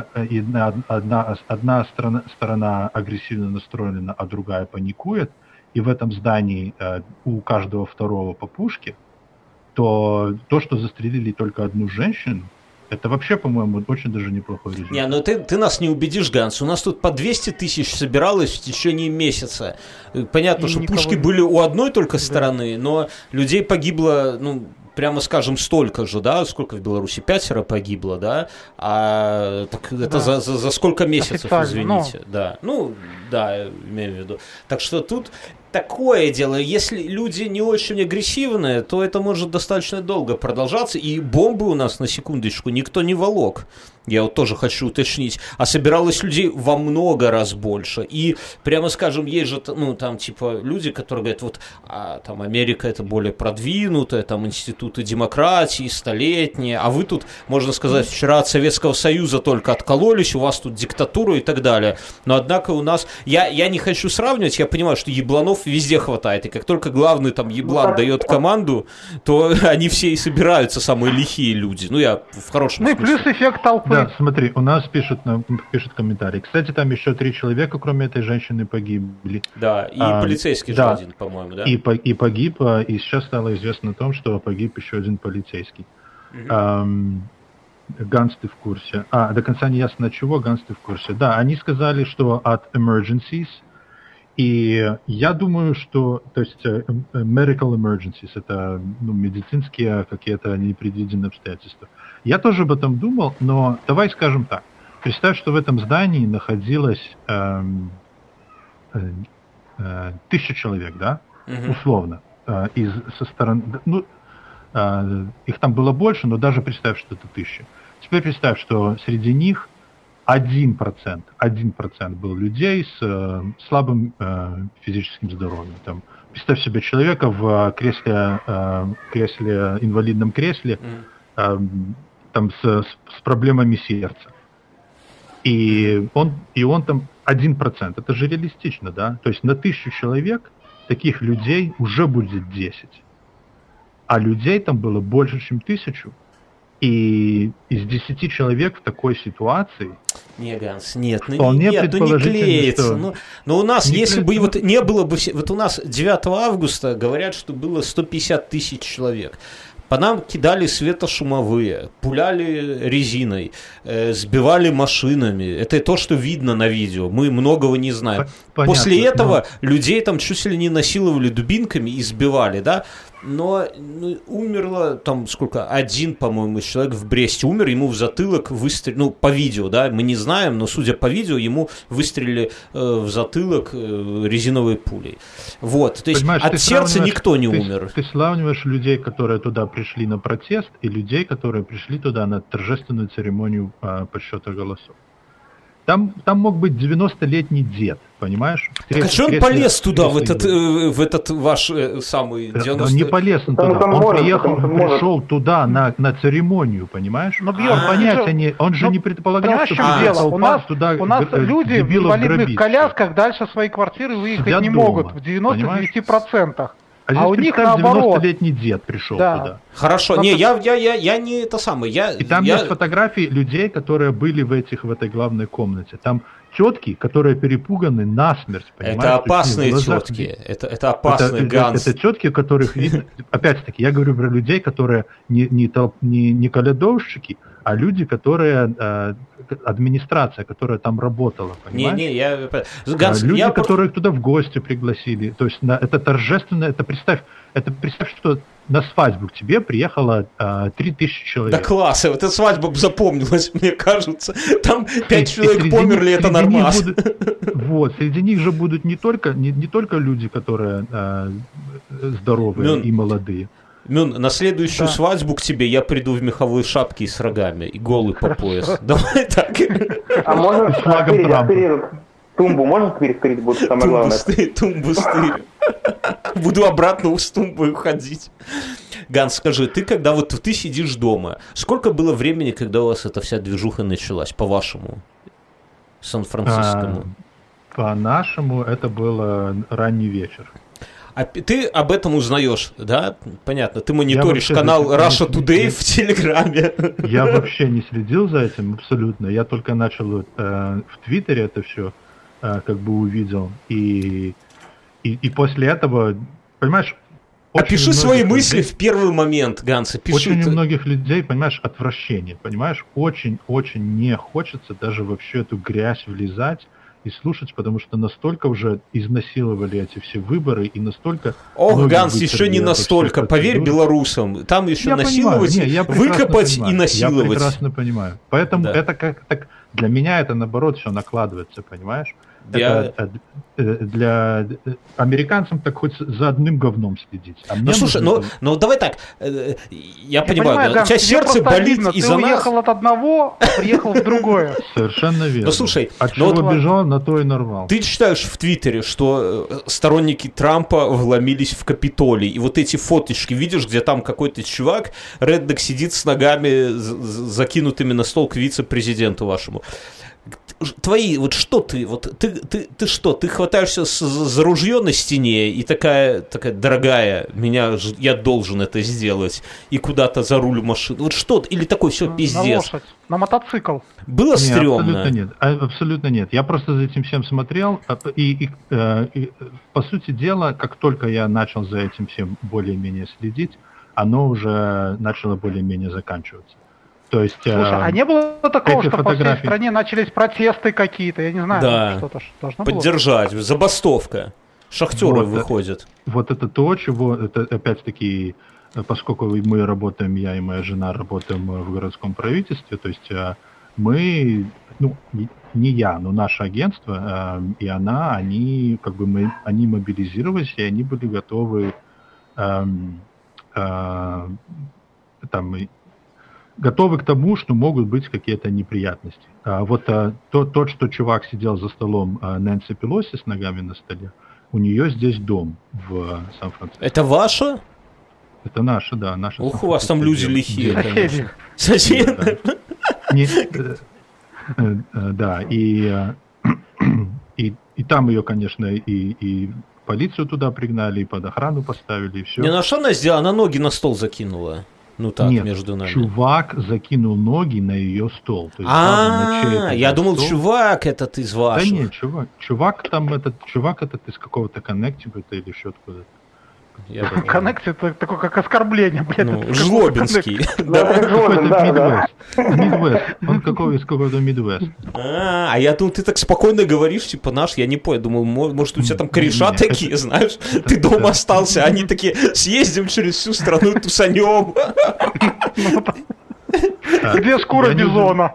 одна, одна сторона, сторона агрессивно настроена, а другая паникует, и в этом здании у каждого второго по пушке, то то, что застрелили только одну женщину, это вообще, по-моему, очень даже неплохой результат. Не, ну ты, ты нас не убедишь, Ганс. У нас тут по двести тысяч собиралось в течение месяца. Понятно, и что пушки не... были у одной только да. стороны, но людей погибло, ну, прямо скажем, столько же, да? Сколько в Беларуси? Пятеро погибло, да? А так это да. за, за, за сколько месяцев, извините. Но... Да, ну, да, имею в виду. Так что тут... такое дело. Если люди не очень агрессивные, то это может достаточно долго продолжаться. И бомбы у нас, на секундочку, никто не волок. Я вот тоже хочу уточнить. А собиралось людей во много раз больше. И, прямо скажем, есть же, ну, там, типа, люди, которые говорят, вот, а, там, Америка это более продвинутая, там, институты демократии, столетние, а вы тут, можно сказать, вчера от Советского Союза только откололись, у вас тут диктатура и так далее. Но, однако, у нас... Я, я не хочу сравнивать, я понимаю, что ебланов везде хватает, и как только главный, там, еблан дает команду, то они все и собираются, самые лихие люди. Ну, я в хорошем смысле. Ну, и плюс эффект толпы. Да, смотри, у нас пишут, пишут комментарии. Кстати, там еще три человека, кроме этой женщины, погибли. Да, и а, полицейский да, же один, по-моему, да? И, и погиб, и сейчас стало известно о том, что погиб еще один полицейский. Угу. А, Ганс, ты в курсе? А, до конца не ясно от чего, Ганс, ты в курсе. Да, они сказали, что от emergencies, и я думаю, что, то есть, medical emergencies, это ну, медицинские какие-то непредвиденные обстоятельства. Я тоже об этом думал, но давай скажем так. Представь, что в этом здании находилось эм, э, э, тысяча человек, да, uh-huh. условно, э, из, со стороны, ну, э, их там было больше, но даже представь, что это тысяча. Теперь представь, что среди них один процент, один процент был людей с э, слабым э, физическим здоровьем. Там, представь себе человека в кресле, э, кресле инвалидном кресле, uh-huh. э, там с, с проблемами сердца. И он, и он там один процент. Это же реалистично, да? То есть на тысячу человек таких людей уже будет десять. А людей там было больше, чем тысячу. И из десяти человек в такой ситуации... Не, Ганс, нет, ну, нет, ну не клеится. Ну, но у нас, не если клеится, бы вот не было бы... Вот у нас девятого августа говорят, что было сто пятьдесят тысяч человек. По нам кидали светошумовые, пуляли резиной, э, сбивали машинами. Это то, что видно на видео. Мы многого не знаем. Понятно, После этого но... людей там чуть ли не насиловали дубинками и сбивали, да? Но ну, умерло там сколько? Один, по-моему, человек в Бресте умер, ему в затылок выстрелили, ну, по видео, да, мы не знаем, но судя по видео, ему выстрелили э, в затылок э, резиновой пулей. Вот, то есть Понимаешь, от сердца никто не ты, умер. Ты сравниваешь людей, которые туда пришли на протест, и людей, которые пришли туда на торжественную церемонию э, подсчета голосов. Там, там мог быть девяностолетний дед, понимаешь? Так а что он полез туда, в этот, э, в этот ваш э, самый девяностый... Он не полез он туда, он может, приехал, он пришел может. туда на, на церемонию, понимаешь? Но, Бьерн, он, понятия не, он же ну, не предполагал, что дело? У нас, туда у нас г- люди в инвалидных грабить. колясках дальше своей квартиры выехать Сидят не дома, могут в девяноста девяти процентах. А, а у них наоборот. девяностолетний дед пришел да. туда. Хорошо, Но не, я, я, я, я не это самое. Я, И там я... есть фотографии людей, которые были в, этих, в этой главной комнате. Там тетки, которые перепуганы насмерть, понимаешь? Это опасные глазах... тетки. Это, это опасные это, Ганс. Это, это тетки, которых видно... Опять-таки, я говорю про людей, которые не, не, толп... не, не колядовщики, а люди, которые... Э, администрация, которая там работала, понимаешь? Не, не, я... Ганс, люди, я... которые туда в гости пригласили. То есть на, это торжественно, это представь, это представь, что на свадьбу к тебе приехало три тысячи человек. Да класс, вот эта свадьба запомнилась, мне кажется. Там пять человек померли, них, это нормально. Вот, среди них же будут не только, не, не только люди, которые э, здоровые ну, и молодые. Мюн, на следующую да. свадьбу к тебе я приду в меховой шапке и с рогами, и голый по пояс. Давай так. А можно стырить тумбу? Можно стырить? Будет самое главное. Тумбу стырить. Буду обратно с тумбой уходить. Ганс, скажи, ты когда вот ты сидишь дома, сколько было времени, когда у вас эта вся движуха началась, по-вашему, Сан-Францискому? По-нашему это было ранний вечер. А ты об этом узнаешь, да? Понятно. Ты мониторишь канал Russia Today не, в Телеграме. Я вообще не следил за этим абсолютно. Я только начал э, в Твиттере это все э, как бы увидел. И, и, и после этого, понимаешь... Опиши свои мысли людей, в первый момент, Ганс. Опиши очень это. у многих людей, понимаешь, отвращение. Понимаешь, очень-очень не хочется даже вообще эту грязь влезать и слушать, потому что настолько уже изнасиловали эти все выборы и настолько... Ох, Ганс, еще не настолько, поверь белорусам, там еще я насиловать, не, я выкопать понимаю. и насиловать. Я прекрасно понимаю. Поэтому да. это как так для меня это наоборот все накладывается, понимаешь? Я... Это, для американцам так хоть за одним говном следить. А ну слушай, ну, ну давай так, я, я понимаю, понимаю, да, у тебя сердце болит обидно. из-за ты нас. Ты уехал от одного, приехал в другое. Совершенно верно. Ну слушай, от ну, чего вот бежал, на то и нарвал. Ты читаешь в Твиттере, что сторонники Трампа вломились в Капитолий, и вот эти фоточки видишь, где там какой-то чувак, реднек сидит с ногами закинутыми на стол к вице-президенту вашему. Твои, вот что ты, вот ты, ты, ты что, ты хватаешься с, за ружье на стене и такая, такая, дорогая, меня, я должен это сделать, и куда-то за руль машины, вот что, или такой, все, пиздец. На лошадь, на мотоцикл. Было нет, стрёмно? Абсолютно нет, абсолютно нет. Я просто за этим всем смотрел, и, и, и по сути дела, как только я начал за этим всем более-менее следить, оно уже начало более-менее заканчиваться. То есть, слушай, э, а не было такого, что фотографии... по всей стране начались протесты какие-то, я не знаю, да. что-то должно поддержать, было. Забастовка, шахтеры вот, выходят. Вот это то, чего, это опять-таки, поскольку мы работаем, я и моя жена работаем в городском правительстве, то есть мы, ну, не я, но наше агентство и она, они как бы мы, они мобилизировались, и они были готовы эм, э, там готовы к тому, что могут быть какие-то неприятности. А вот а, то, тот, что чувак сидел за столом а, Нэнси Пелоси с ногами на столе, у нее здесь дом в Сан-Франциско. Это ваше? Это наше, да. Наше. Ух, у вас там люди лихие, конечно. Соседи. Да, и, и, и там ее, конечно, и, и полицию туда пригнали, и под охрану поставили, и все. Не, ну а что она сделала? Она ноги на стол закинула. Ну так, нет, между нами. Чувак закинул ноги на ее стол. А, я думал, чувак этот из ваших. Да нет, чувак. Чувак там этот, чувак этот из какого-то Коннектикута или еще откуда-то. Коннектик это такое как оскорбление, блядь. Ну, жлобинский. Какой-то Мидвест. Он какого из какого-то Мидвест. А, а я думал, ты так спокойно говоришь, типа наш, я не понял, думал, может у тебя там кореша такие, знаешь, ты дома остался, они такие, съездим через всю страну, тусанем. Где шкура бизона?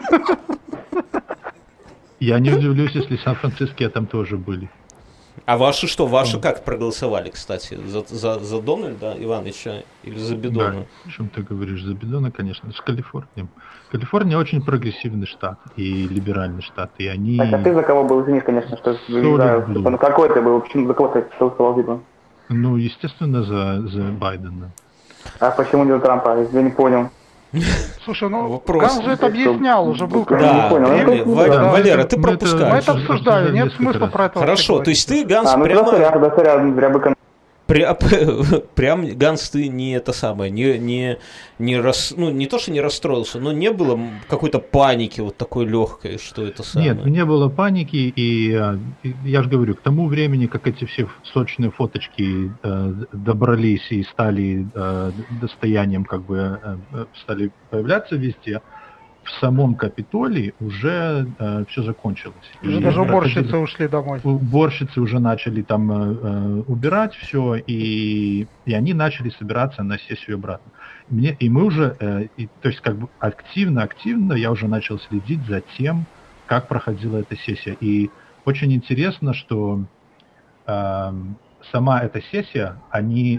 Я не удивлюсь, если Сан-Франциско там тоже были. А ваши что? Ваши как проголосовали, кстати? За, за, за Дональда Ивановича или за Бидона? Да, о чем ты говоришь? За Бидона, конечно, с Калифорнией. Калифорния очень прогрессивный штат и либеральный штат, и они... Так, а ты за кого был? Извини, конечно, что вылезаю. Ну какой ты был? Почему за кого ты голосовал, видно? Ну, естественно, за, за Байдена. А почему не за Трампа? Я не понял. Слушай, ну вопрос. Ганс же это объяснял, уже был да, понял. Валера, да, Валера, ты мы пропускаешь. Мы это обсуждали, нет смысла про это. Хорошо, то есть ты, Ганс, а, ну, прямо... Да, да, сорян, зря бы... Прям, прям, Ганс, ты не это самое, не, не, не, рас, ну, не то, что не расстроился, но не было какой-то паники вот такой легкой, что это самое. Нет, не было паники, и, и я же говорю, к тому времени, как эти все сочные фоточки э, добрались и стали э, достоянием, как бы э, стали появляться везде, в самом Капитолии уже э, все закончилось. Уже и даже уборщицы проходили, ушли домой. Уборщицы уже начали там э, убирать все, и, и они начали собираться на сессию обратно. Мне, и мы уже, э, и, то есть как бы активно-активно я уже начал следить за тем, как проходила эта сессия. И очень интересно, что э, сама эта сессия, они...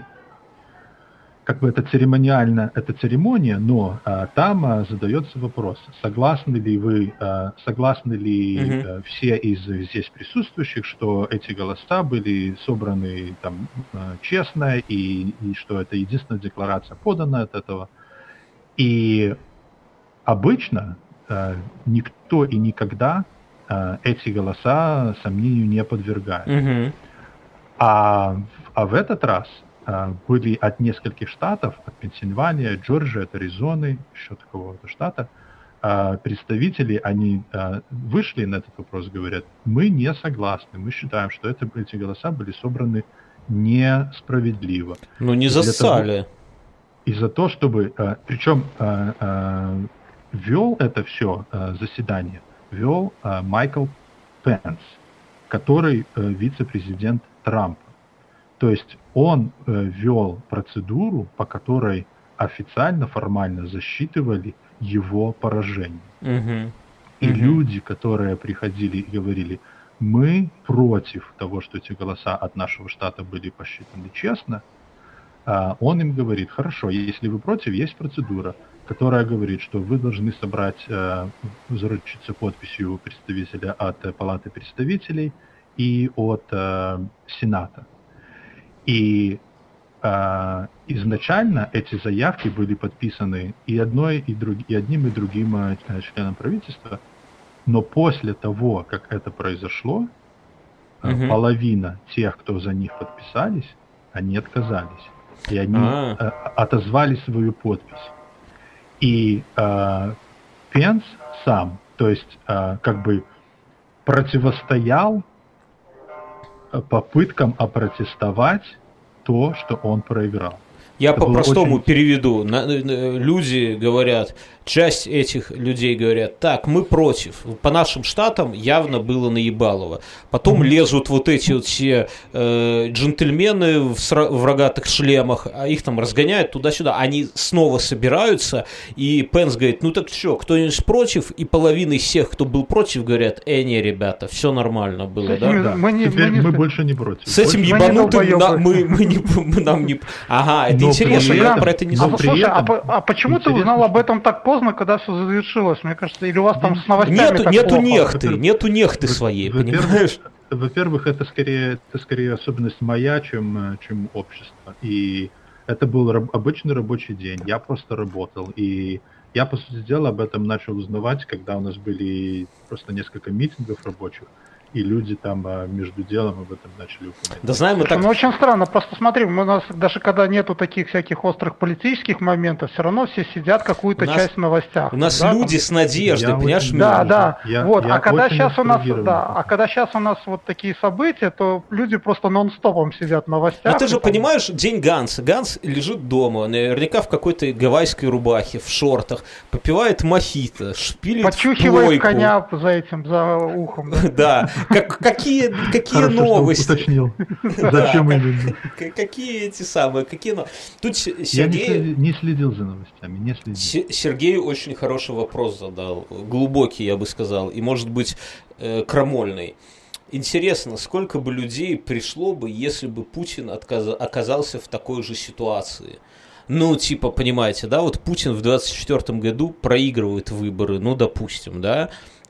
как бы это церемониально, это церемония, но а, там а, задается вопрос, согласны ли вы, а, согласны ли Mm-hmm. а, все из здесь присутствующих, что эти голоса были собраны там а, честно, и, и что это единственная декларация подана от этого. И обычно а, никто и никогда а, эти голоса сомнению не подвергает. Mm-hmm. А, а в этот раз были от нескольких штатов, от Пенсильвании, Джорджии, от Аризоны, еще такого-то штата, представители, они вышли на этот вопрос, говорят, мы не согласны, мы считаем, что это, эти голоса были собраны несправедливо. Ну не зассали. И за то, чтобы, причем вел это все заседание, вел Майкл Пенс, который вице-президент Трампа. То есть он э, вел процедуру, по которой официально, формально засчитывали его поражение. Uh-huh. И Uh-huh. люди, которые приходили и говорили, мы против того, что эти голоса от нашего штата были посчитаны честно, он им говорит, хорошо, если вы против, есть процедура, которая говорит, что вы должны собрать, заручиться подписью представителя от Палаты представителей и от Сената. И э, изначально эти заявки были подписаны и, одной, и, друг, и одним, и другим э, членом правительства, но после того, как это произошло, э, угу. половина тех, кто за них подписались, они отказались. И они э, отозвали свою подпись. И э, Пенс сам, то есть э, как бы противостоял попыткам опротестовать то, что он проиграл. Я это по-простому очень... переведу. Люди говорят, часть этих людей говорят, так, мы против. По нашим штатам явно было наебалово. Потом mm-hmm. лезут вот эти вот все э, джентльмены в, сра- в рогатых шлемах, а их там разгоняют туда-сюда. Они снова собираются, и Пенс говорит, ну так что, кто-нибудь против? И половина из всех, кто был против, говорят, э, не, ребята, все нормально было, да? да. Мы, не, Теперь мы, не... мы больше не против. С этим больше ебанутым на, мы, мы, не, мы нам не... Ага, это но интересно, я этом, про это не знаю. А, слушай, а, а почему интересно, ты узнал об этом так поздно, когда все завершилось? Мне кажется, или у вас там с новостями нету, так нету плохо? нехты, нету нехты своей, во-первых, понимаешь? Во-первых, это скорее, это скорее особенность моя, чем, чем общество. И это был раб- обычный рабочий день. Я просто работал. И я, по сути дела, об этом начал узнавать, когда у нас были просто несколько митингов рабочих. И люди там а, между делом об этом начали упоминать. Да знаем мы так... Ну, очень странно, просто смотри, у нас даже когда нету таких всяких острых политических моментов, все равно все сидят какую-то нас... часть в новостях. У нас да, люди там... с надеждой, я понимаешь? очень... Да, да, я, вот, я а когда сейчас у нас, да, это. а когда сейчас у нас вот такие события, то люди просто нон-стопом сидят в новостях. Ну ты же там... понимаешь, день Ганса. Ганс лежит дома, наверняка в какой-то гавайской рубахе, в шортах, попивает мохито, шпилит подчухивает коня за этим, за ухом. Да, какие Какие Хорошо, новости? Что уточнил. Зачем именно? Какие эти самые, какие новости? Тут Сергей... Я не, не следил за новостями, не следил. Сергей очень хороший вопрос задал, глубокий, я бы сказал, и, может быть, крамольный. Интересно, сколько бы людей пришло бы, если бы Путин отказ... оказался в такой же ситуации? Ну, типа, понимаете, да, вот Путин в двадцать четвёртом году проигрывает выборы, ну, допустим, да,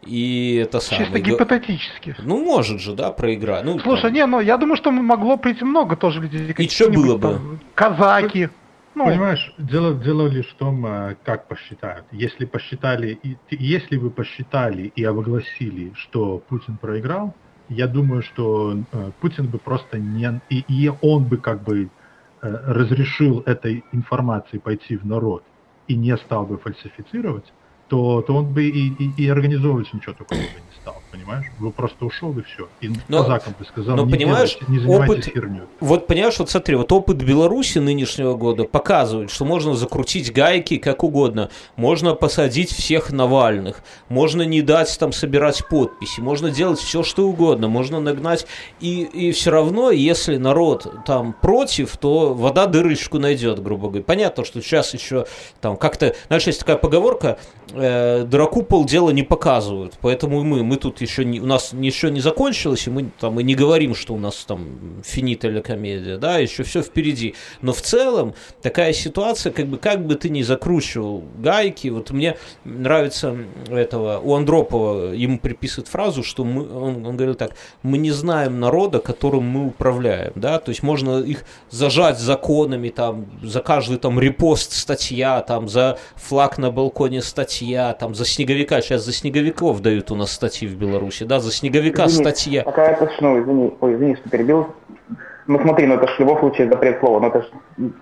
и это самое... Чисто гипотетически. Ну, может же, да, проиграть. Ну, слушай, там... не, ну, я думаю, что могло прийти много тоже людей. И что было бы? Там, казаки. Ну, понимаешь, дело, дело лишь в том, как посчитают. Если посчитали, и, если вы посчитали и обогласили, что Путин проиграл, я думаю, что э, Путин бы просто не... И, и он бы как бы э, разрешил этой информации пойти в народ и не стал бы фальсифицировать, то, то он бы и, и, и организовывать ничего такого бы не стал, понимаешь? Вы просто ушел и все. И но, казакам бы сказал, но, не, понимаешь, делайте, не занимайтесь опыт, херней. Вот понимаешь, вот смотри, вот опыт Беларуси нынешнего года показывает, что можно закрутить гайки как угодно, можно посадить всех Навальных, можно не дать там собирать подписи, можно делать все, что угодно, можно нагнать, и, и все равно, если народ там против, то вода дырочку найдет, грубо говоря. Понятно, что сейчас еще там как-то, знаешь, есть такая поговорка, э, дураку полдела не показывают, поэтому и мы, мы тут еще не, у нас еще не закончилось, и мы там и не говорим, что у нас там финита ля комедия, да, еще все впереди. Но в целом такая ситуация, как бы, как бы ты ни закручивал гайки, вот мне нравится этого, у Андропова, ему приписывают фразу, что мы, он, он говорил так, мы не знаем народа, которым мы управляем, да, то есть можно их зажать законами, там, за каждый там репост статья, там, за флаг на балконе статья, там, за снеговика, сейчас за снеговиков дают у нас статьи в Беларуси, да, за снеговика извини, статья. Какая-то, ну, извини, ой, извини, что перебил. Ну смотри, ну это ж в любом случае запрет слова, ну это ж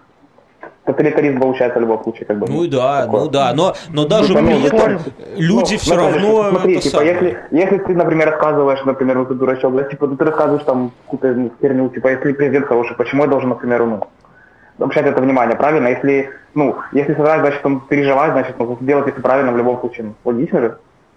тоталитаризм получается в любом случае, как бы. Ну да, такое. ну да, но, но даже ну, при ну, этом ну, люди ну, все Наталья, равно... Смотри, это типа, самое. если, если ты, например, рассказываешь, например, ну ты дурачок, да, типа, ты рассказываешь там какую-то херню, типа, если президент хороший, почему я должен, например, ну, обращать это внимание, правильно? Если, ну, если собирать, значит, он переживать, значит, ну, делать это правильно в любом случае. Ну, логично же?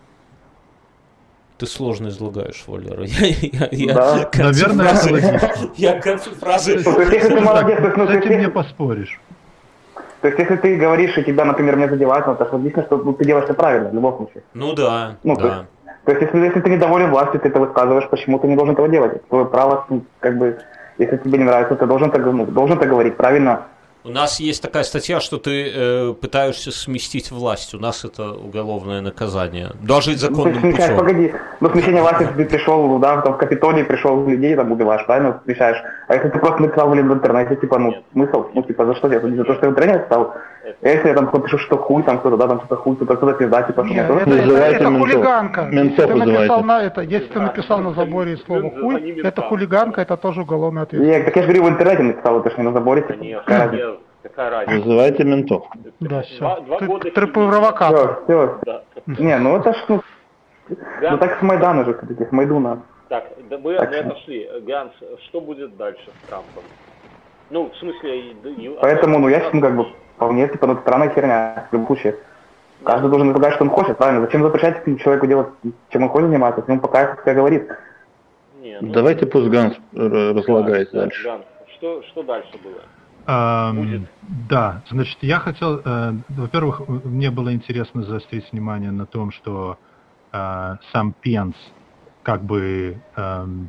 Ты сложно излагаешь, Валера. Я, я, да, я наверное, фразы, это логично. Я к концу фразы... Ну, то есть, если ты молодец, то есть, ну, с этим если, не поспоришь. То есть, если ты говоришь, и тебя, например, не задевают, ну, то есть, логично, что ну, ты делаешь это правильно, в любом случае. Ну да, ну, да. То есть, если, если ты недоволен властью, ты это высказываешь, почему ты не должен этого делать? Это твое право, ну, как бы, если тебе не нравится, ты должен так, ну, должен так говорить, правильно? У нас есть такая статья, что ты э, пытаешься сместить власть. У нас это уголовное наказание. Даже законным ну, путем. Погоди, ну смещение власти, ты пришел, да, там в Капитолий пришел, людей там убиваешь, правильно, смещаешь. А если ты просто написал, блин, в интернете, типа, ну, смысл, ну, типа, за что делать? За то, что я в интернете стал? А если я там пишу, что хуй, там кто-то, да, там что-то хуй, кто-то кто-то пизда, типа, что Нет, я это, тоже... это, это, это хулиганка. Ментов Если ты написал вызывайте. на это, если ты написал на заборе слово хуй, это хулиганка, это тоже уголовная ответственность. Нет, так я же говорю, в интернете написал, это же не на заборе, типа, какая разница? Какая разница? Вызывайте ментов. Да, все. Два, два Ты, года ты сидеть. провокатор. Все, все. Да. Не, ну это ж, ну, ну так с Майдана же, все-таки, с Майдуна. Так, да мы Так. мы отошли. Ганс, что будет дальше с Трампом? Ну, в смысле... и- Поэтому, ну, я считаю, ну, как бы, вполне, типа, ну, странная херня, в любом случае. Каждый должен предлагать, что он хочет, правильно? Зачем запрещать человеку делать, чем он хочет заниматься, если он по кайфу, пускай говорит. Не, ну, Давайте пусть Ганс р- разлагает да, дальше. Ганс, что, что дальше было? Эм, Будет. Да, значит, я хотел, э, во-первых, мне было интересно заострить внимание на том, что э, сам Пенс как бы эм,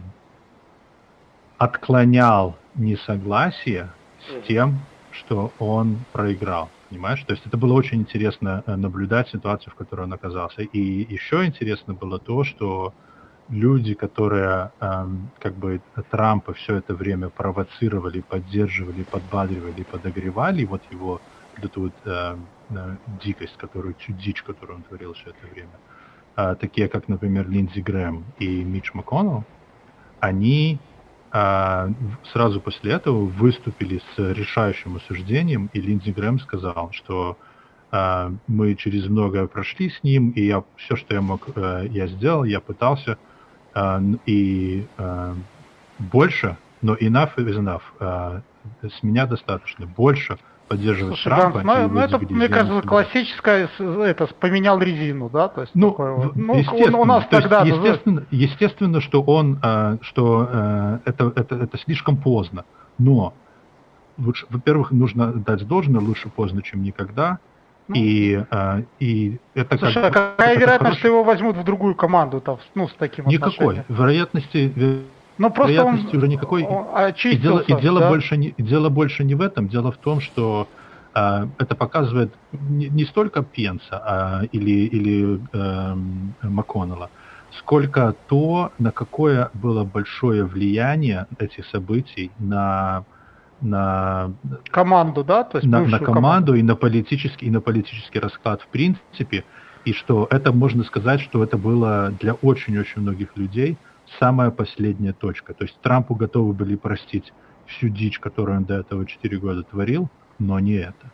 отклонял несогласие с тем, что он проиграл, понимаешь? То есть это было очень интересно э, наблюдать ситуацию, в которой он оказался. И еще интересно было то, что люди, которые эм, как бы Трампа все это время провоцировали, поддерживали, подбадривали, подогревали вот его вот эту вот э, э, дикость, которую, всю дичь, которую он творил все это время, э, такие как, например, Линдзи Грэм и Митч МакКоннелл, они э, сразу после этого выступили с решающим осуждением, и Линдзи Грэм сказал, что э, мы через многое прошли с ним, и я все, что я мог, э, я сделал, я пытался. Uh, и uh, больше, но enough is enough. Uh, с меня достаточно. Больше поддерживать Слушай, Трампа. Ганс, и ну, его ну это, мне дивиденды кажется, сюда. классическое, с- это, с- поменял резину, да? То есть, Ну, такое вот. в- Ну, естественно, у, у нас то есть, тогда... естественно, естественно, что он, uh, что uh, это, это, это слишком поздно. Но, лучше, во-первых, нужно дать должное, лучше поздно, чем никогда. Ну, И, uh, и это Слушай, как, а какая это вероятность, хороший- что его возьмут в другую команду, там, ну, с таким Никакой. отношением? Вероятности, Ну, просто вероятности он, уже никакой. он И очистился, дело, и дело, да? больше не, и дело больше не в этом, дело в том, что а, это показывает не, не столько Пенса а, или, или эм, МакКоннелла, сколько то, на какое было большое влияние этих событий на, на, Команду, да? То есть на, на бывшую команду и на политический, и на политический расклад в принципе, и что это, можно сказать, что это было для очень-очень многих людей самая последняя точка. То есть Трампу готовы были простить всю дичь, которую он до этого четыре года творил, но не это.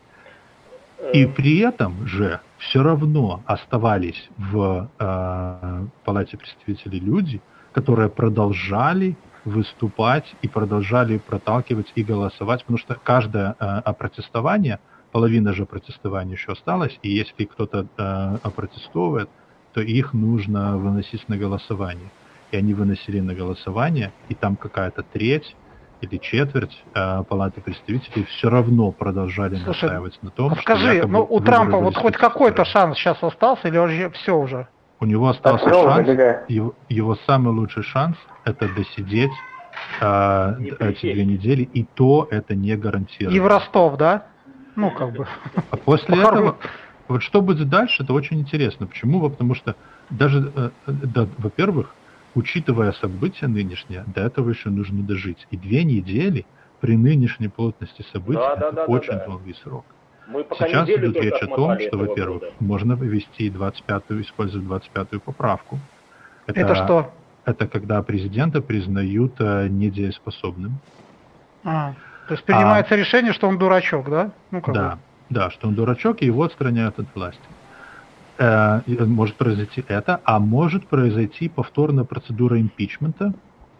И при этом же все равно оставались в э, Палате представителей люди, которые продолжали выступать и продолжали проталкивать и голосовать, потому что каждое э, протестование, половина же протестования еще осталась, и если кто-то э, опротестовывает, то их нужно выносить на голосование. И они выносили на голосование, и там какая-то треть или четверть э, Палаты представителей все равно продолжали Слушай, настаивать на том, А что скажи, якобы ну у выборы Трампа были вот хоть сфальсифицированы. какой-то шанс сейчас остался или уже все уже? У него остался Так, ну, шанс, какая? его, его самый лучший шанс это досидеть э, Не эти присесть. две недели, и то это не гарантировано. И в Ростов, да? Ну, как бы. А после Хоро- этого, вот что будет дальше, это очень интересно. Почему? Потому что даже, э, да, во-первых, учитывая события нынешние, до этого еще нужно дожить. И две недели при нынешней плотности событий Да, это да, да, да, очень да. долгий срок. Мы пока Сейчас неделю идет только речь о том, отмотали что, этого во-первых, года. можно ввести двадцать пятую, использовать двадцать пятую поправку. Это что? Это когда президента признают э, недееспособным. А, то есть принимается решение, что он дурачок, да? Ну, как Да, бы. да, что он дурачок, и его отстраняют от власти. Э, и может произойти это, а может произойти повторная процедура импичмента.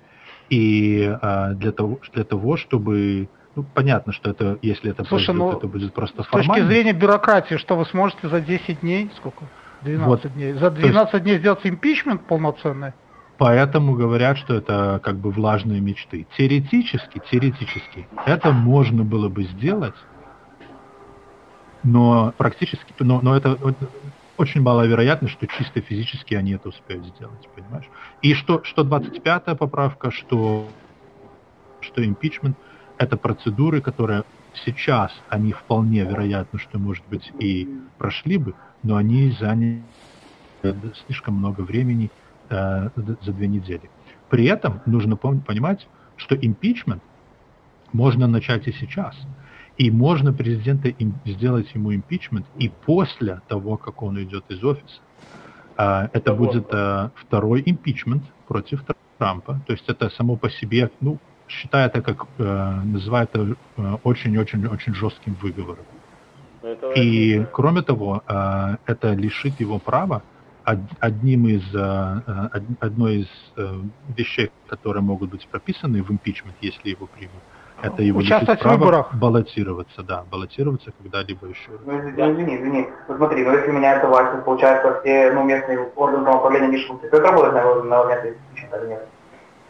И э, для того, для того, чтобы... Ну, понятно, что это, если это Слушай, произойдет, ну, это будет просто С точки формально. зрения бюрократии, что вы сможете за десять дней, сколько? двенадцать Вот. дней. За двенадцать дней сделать импичмент полноценный? Поэтому говорят, что это как бы влажные мечты. Теоретически, теоретически, это можно было бы сделать, но практически, но, но это, очень маловероятно, что чисто физически они это успеют сделать, понимаешь? И что, что двадцать пятая поправка, что, что импичмент, это процедуры, которые сейчас, они вполне вероятно, что, может быть, и прошли бы, но они заняли слишком много времени э, за две недели. При этом нужно пом- понимать, что импичмент можно начать и сейчас. И можно президента им, сделать ему импичмент и после того, как он уйдет из офиса. А, это Да будет вот. а, второй импичмент против Трампа. То есть это само по себе, ну, считаю это как, э, называют это э, очень-очень-очень жестким выговором. Это И это- кроме того, э, это лишит его права од- одним из, э, од- одной из э, вещей, которые могут быть прописаны в импичмент, если его примут, это его лишит Участвовать в права выборах. баллотироваться, да, баллотироваться когда-либо еще раз. Ну, извини, ну, извини, извини. Ну, смотри, ну, если меняется власть, то, получается, все, ну, местные органы самоуправления не шутят. Это работает на, на момент импичмента или нет?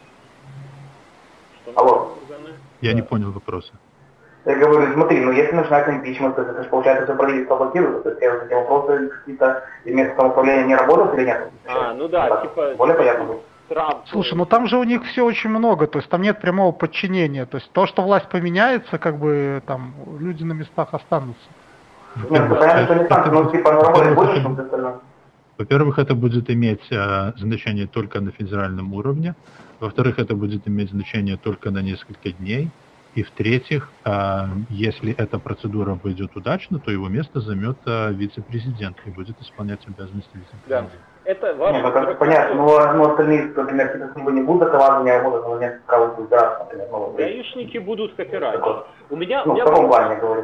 что Алло. органы? Я Да. не понял вопроса. Я говорю, смотри, ну, если начинается импичмент, то это же, получается, все правительство блокирует, то есть все вот эти вопросы какие-то и место самоуправления не работают или нет? А, ну да, Так, типа... более понятно будет. Трамп... Слушай, ну там же у них все очень много, то есть там нет прямого подчинения. То есть то, что власть поменяется, как бы там люди на местах останутся. Нет, ну, понятно, что не это станет, но будет- типа, ну, работает во-первых, больше, это- чем все остальное. Во-первых, это будет иметь э, значение только на федеральном уровне. Во-вторых, это будет иметь значение только на несколько дней. И в-третьих, э, если эта процедура пойдет удачно, то его место займет э, вице-президент и будет исполнять обязанности Да. вице-президента. Это Нет, важно. ну, как, понятно, но, но остальные, например, какие-то службы не будут доказывать, не работают, но нет кого будет раз, например, ну, Гаишники будут как и раньше. такое. У меня... у Ну, в меня таком вопрос- плане, я говорю.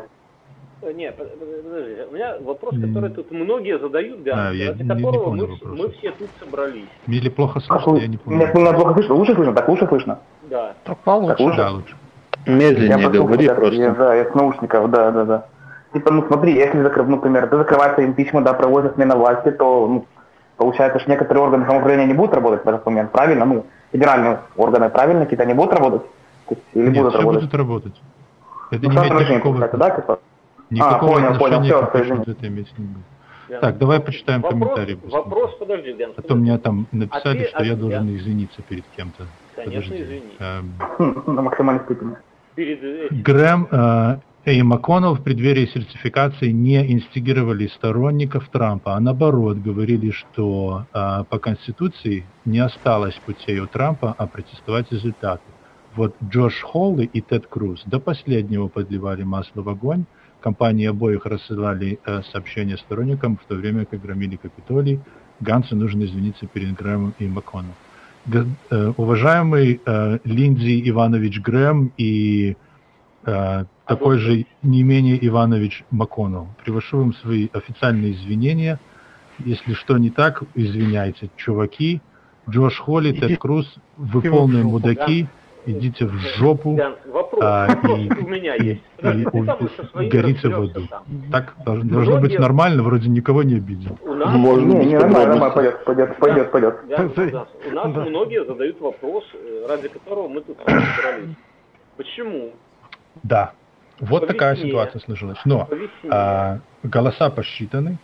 Э, Нет, под- под- подожди. У меня вопрос, М. который тут многие задают, да, А, я ради не- не которого понял мы, вс- вопроса. мы все тут собрались. Или плохо Как слышно, вы- я не понял. Нет, ну, меня плохо слышно, лучше слышно, так лучше слышно. Да. Так получше. Так лучше? Да, лучше. Медленнее послушал, говори я- просто. я- да, я с наушников, да, да, да. Типа, ну смотри, если, закрыв, ну, например, ты закрывается импичмент, да, проводится смена власти, то, ну, получается, что некоторые органы самоуправления не будут работать в этот момент, правильно? Ну, федеральные органы, правильно, какие-то не будут работать? То есть, или Нет, будут все работать? будут работать. Это Ну, не сразу имеет решение, никакого, получается, да, типа? никакого А, понял, понял, отношения всё, к всё, импичменту извини. это иметь не будет. Да. Так, давай почитаем вопрос, комментарии быстренько. Вопрос, подожди, Дэн. А то мне там А написали, ты- что я а- должен я- извиниться перед кем-то. Конечно, Подожди. извини. Эм, Хм, на максимальной степени. Перед этим. Грэм э, и МакКоннелл в преддверии сертификации не инстигировали сторонников Трампа, а наоборот говорили, что э, по Конституции не осталось путей у Трампа опротестовать результаты. Вот Джош Холли и Тед Круз до последнего подливали масло в огонь. Компании обоих рассылали э, сообщения сторонникам, в то время как громили Капитолий. Гансу нужно извиниться перед Грэмом и МакКоннелл. Г- э, уважаемый э, Линдзи Иванович Грэм и э, такой же не менее Иванович МакКоннелл, приношу вам свои официальные извинения. Если что не так, извиняйте, чуваки. Джош Холли, Тед Круз, вы Иди в полные жопу. мудаки, идите в жопу. Дэн, вопрос, а, вопрос и- у меня и- есть. и Подожди, ты у- там со своими горите в разберешься аду. сам. Так должно, должно быть Многие- нормально, вроде никого не обидел. У нас, Может Не, быть, не, нормально, нормально, подробности. пойдет, пойдет, пойдет, пойдет. да, Да. да, у нас Да. многие задают вопрос, э, ради которого мы тут собрались. Почему Да, вот По такая весне. ситуация сложилась. Но по весне а, голоса посчитаны,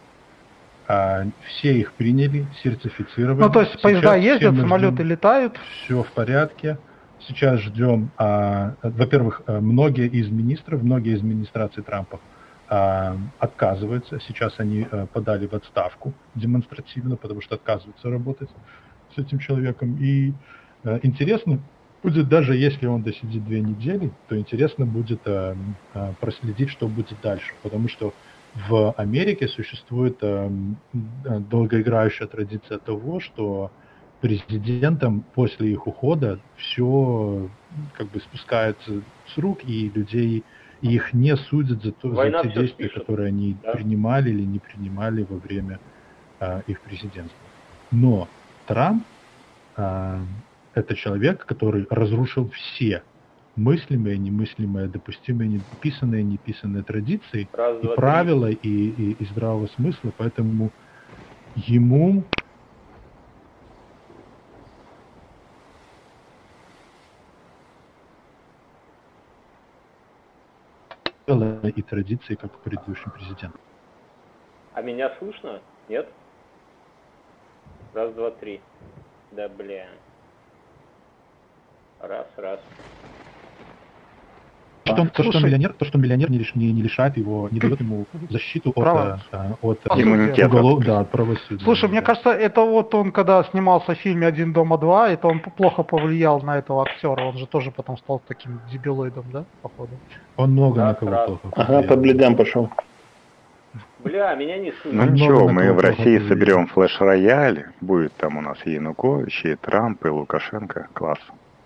а, все их приняли, сертифицировали. Ну, то есть поезда Сейчас ездят, все мы самолеты ждем- летают. Все в порядке. Сейчас ждем, а, во-первых, а, многие из министров, многие из администрации Трампа а, отказываются. Сейчас они а, подали в отставку демонстративно, потому что отказываются работать с этим человеком. И а, интересно будет, даже если он досидит две недели, то интересно будет а, а, проследить, что будет дальше. Потому что в Америке существует а, м, долгоиграющая традиция того, что президентам после их ухода все как бы спускается с рук, и людей и их не судят за, то, за Война те всё действия, спишет, которые они да. принимали или не принимали во время а, их президентства. Но Трамп а, это человек, который разрушил все мыслимые, немыслимые, допустимые, неписанные, неписанные традиции, Раз, и два, три. правила, и, и, и здравого смысла, поэтому ему и традиции, как предыдущим президентом. А меня слышно? Нет? Раз, два, три. Да, бля. Раз, раз. То, то, что миллионер, то, что миллионер не, лиш, не, не лишает его, не дает ему защиту от, Право. а, от Иммунитета. уголов, да, от правосудия. Слушай, да. мне кажется, это вот он, когда снимался в фильме «Один дома два», это он плохо повлиял на этого актера. Он же тоже потом стал таким дебилоидом, да, походу? Он много Раз, на кого раз. плохо Ага, повлиял. по бледям пошел. Бля, меня не слышно. Ну Много ничего, на мы кого в России плохо соберем флеш-рояль, будет там у нас и Янукович, и Трамп, и Лукашенко, класс.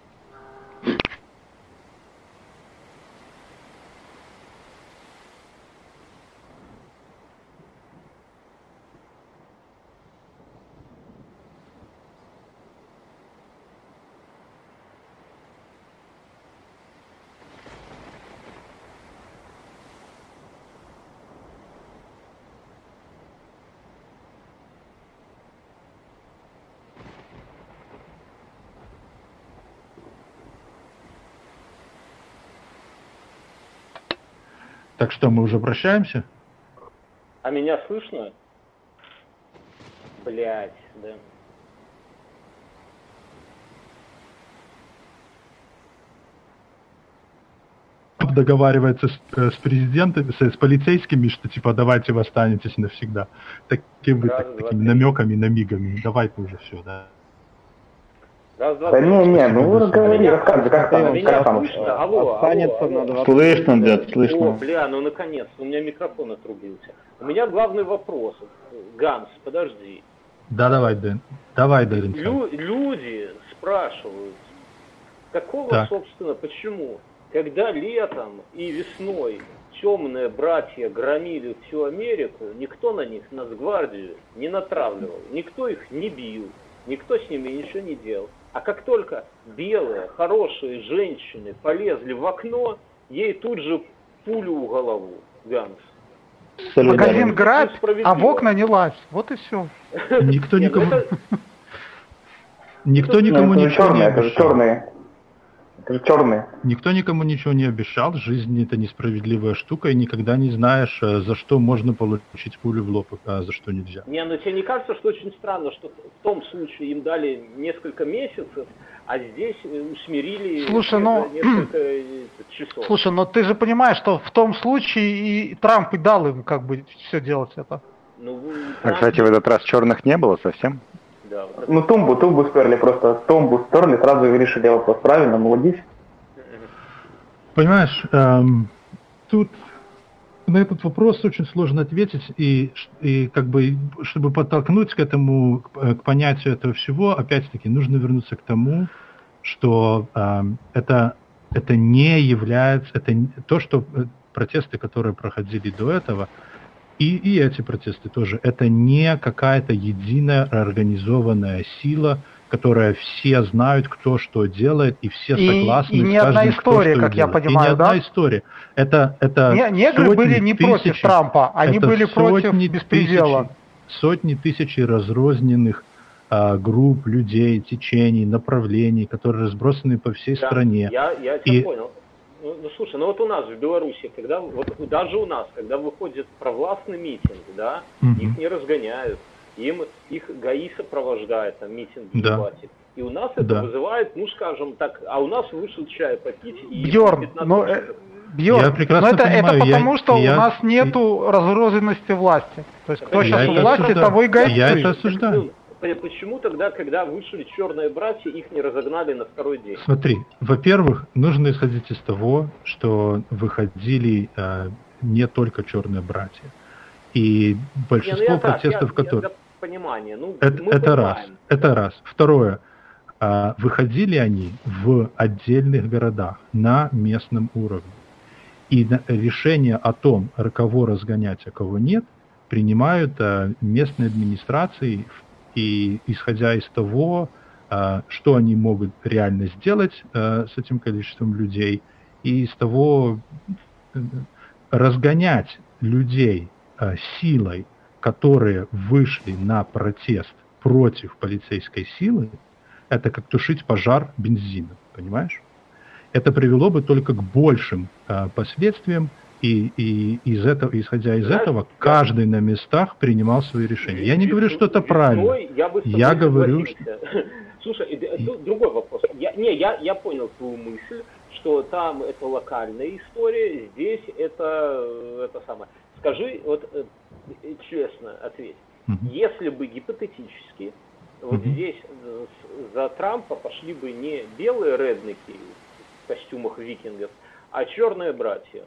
Так что, мы уже прощаемся? А меня слышно? Блять, да. Договаривается с, э, с президентами, с, с полицейскими, что типа давайте вы останетесь навсегда. Таким вы, Раз, так, два, такими три. намеками, намигами. Давайте уже все, да. Раз, два, Да три. не, не, ну разговори, Меня- рассказывай, как А там, меня как там. слышно? Алло, Останется алло, на алло. два. Слышно, дед, О, слышно. бля, ну наконец, у меня микрофон отрубился. У меня главный вопрос. Ганс, подожди. Да, давай, Дэн. Давай, Дэн. Лю- люди спрашивают, какого, Так. собственно, почему, когда летом и весной темные братья громили всю Америку, никто на них Нацгвардию не натравливал, никто их не бил, никто с ними ничего не делал. А как только белые, хорошие женщины полезли в окно, ей тут же пулю в голову, Ганс. Магазин Это грабь, несправедливо. а в окна не лазь. Вот и все. Никто Нет, ну никому, это- никто Ну, никому это же ничего не черные, это же обещал. черные. Это же черные. Никто никому ничего не обещал. Жизнь это несправедливая штука, и никогда не знаешь, э, за что можно получить пулю в лоб, а за что нельзя. Не, ну тебе не кажется, что очень странно, что в том случае им дали несколько месяцев, а здесь э, усмирили Слушай, за ну, несколько э, часов? Слушай, но ты же понимаешь, что в том случае и Трамп и дал им как бы все делать это. Ну, вы- А, кстати, в этот раз черных не было совсем? Да, вот это- Ну тумбу, тумбу сперли просто, тумбу сперли, сразу решили вопрос. Правильно, молодец. Понимаешь, эм, тут на этот вопрос очень сложно ответить, и, ш- и как бы, чтобы подтолкнуть к этому, к, э, к понятию этого всего, опять-таки, нужно вернуться к тому, что эм, это, это не является, это не- то, что э, протесты, которые проходили до этого, и, и эти протесты тоже, это не какая-то единая организованная сила, которая все знают, кто что делает, и все И- согласны и с не одна каждым, кто история, что как я делает. понимаю, и не одна да? история. Это, это Не- негры сотни были не против тысяч- Трампа, они это были против сотни беспредела. тысяч- сотни тысяч разрозненных а, групп, людей, течений, направлений, которые разбросаны по всей Да, стране. Я, я тебя И- понял. Ну, ну, слушай, ну вот у нас в Беларуси, когда вот даже у нас, когда выходит провластный митинг, да, Мгм. их не разгоняют, им их ГАИ сопровождает, там митинги Да. платит. И у нас это Да. вызывает, ну скажем так, а у нас вышел чай попить и Бьорн, пятнадцать ну, э, человек. Бьорн, Я прекрасно но это, это понимаю, я- потому, что я- у нас нету разрозненности власти. То есть кто Я сейчас это у власти, осуждаю. того и Я гайцы. это осуждаю. Ну, по- Почему тогда, когда вышли черные братья, их не разогнали на второй день? Смотри, во-первых, нужно исходить из того, что выходили э, не только черные братья. И Не, ну большинство я так, протестов, я- я которые... для понимания, ну, Это, мы это раз. понимаем. Это раз. Второе. А, выходили они в отдельных городах на местном уровне. И на- решение о том, кого разгонять, а кого нет, принимают а, местные администрации. И исходя из того, а, что они могут реально сделать а, с этим количеством людей, и из того, э, разгонять людей а, силой, которые вышли на протест против полицейской силы, это как тушить пожар бензином, понимаешь? Это привело бы только к большим э, последствиям и, и из этого, исходя из Знаешь, этого, каждый на местах принимал свои решения. Я не говорю, что это Весной правильно. Я, бы с тобой Я говорю, что... согласился. Слушай, и д- тут другой вопрос. Я, не, я, я понял твою мысль, что там это локальная история, здесь это, это самое. Скажи, вот э, честно ответь, Мгм. если бы гипотетически вот Мгм. здесь э, с- за Трампа пошли бы не белые реднеки в костюмах викингов, а черные братья,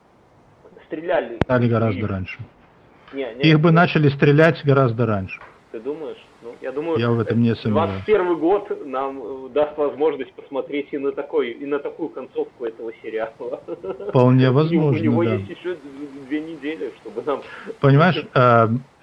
стреляли... Стали и- гораздо раньше. Не, не, Их бы начали стрелять гораздо раньше. Ты думаешь? Ну, я думаю, Я в этом не сомневаюсь. двадцать первый год нам э, даст возможность посмотреть и на такой, и на такую концовку этого сериала. Вполне И у возможно, него да. есть еще две недели, чтобы нам... Понимаешь, э,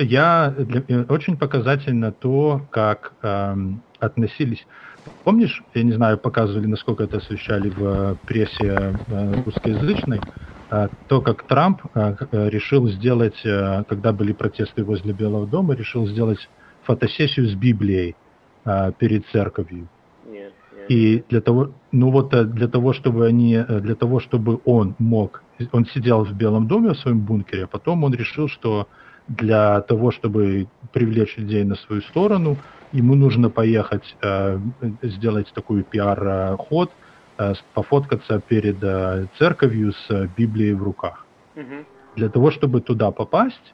я для- э, очень показательно то, как эм, относились. Помнишь, я не знаю, показывали, насколько это освещали в э, прессе э, русскоязычной, э, то, как Трамп э, к- э, решил сделать, э, когда были протесты возле Белого дома, решил сделать фотосессию с Библией э, перед церковью. Нет, нет. И для того, ну вот э, для того, чтобы они, э, для того, чтобы он мог, он сидел в Белом доме в своем бункере, а потом он решил, что для того, чтобы привлечь людей на свою сторону, ему нужно поехать, э, сделать такой пиар-ход, э, с- пофоткаться перед э, церковью с э, Библией в руках. Мгм. Для того, чтобы туда попасть,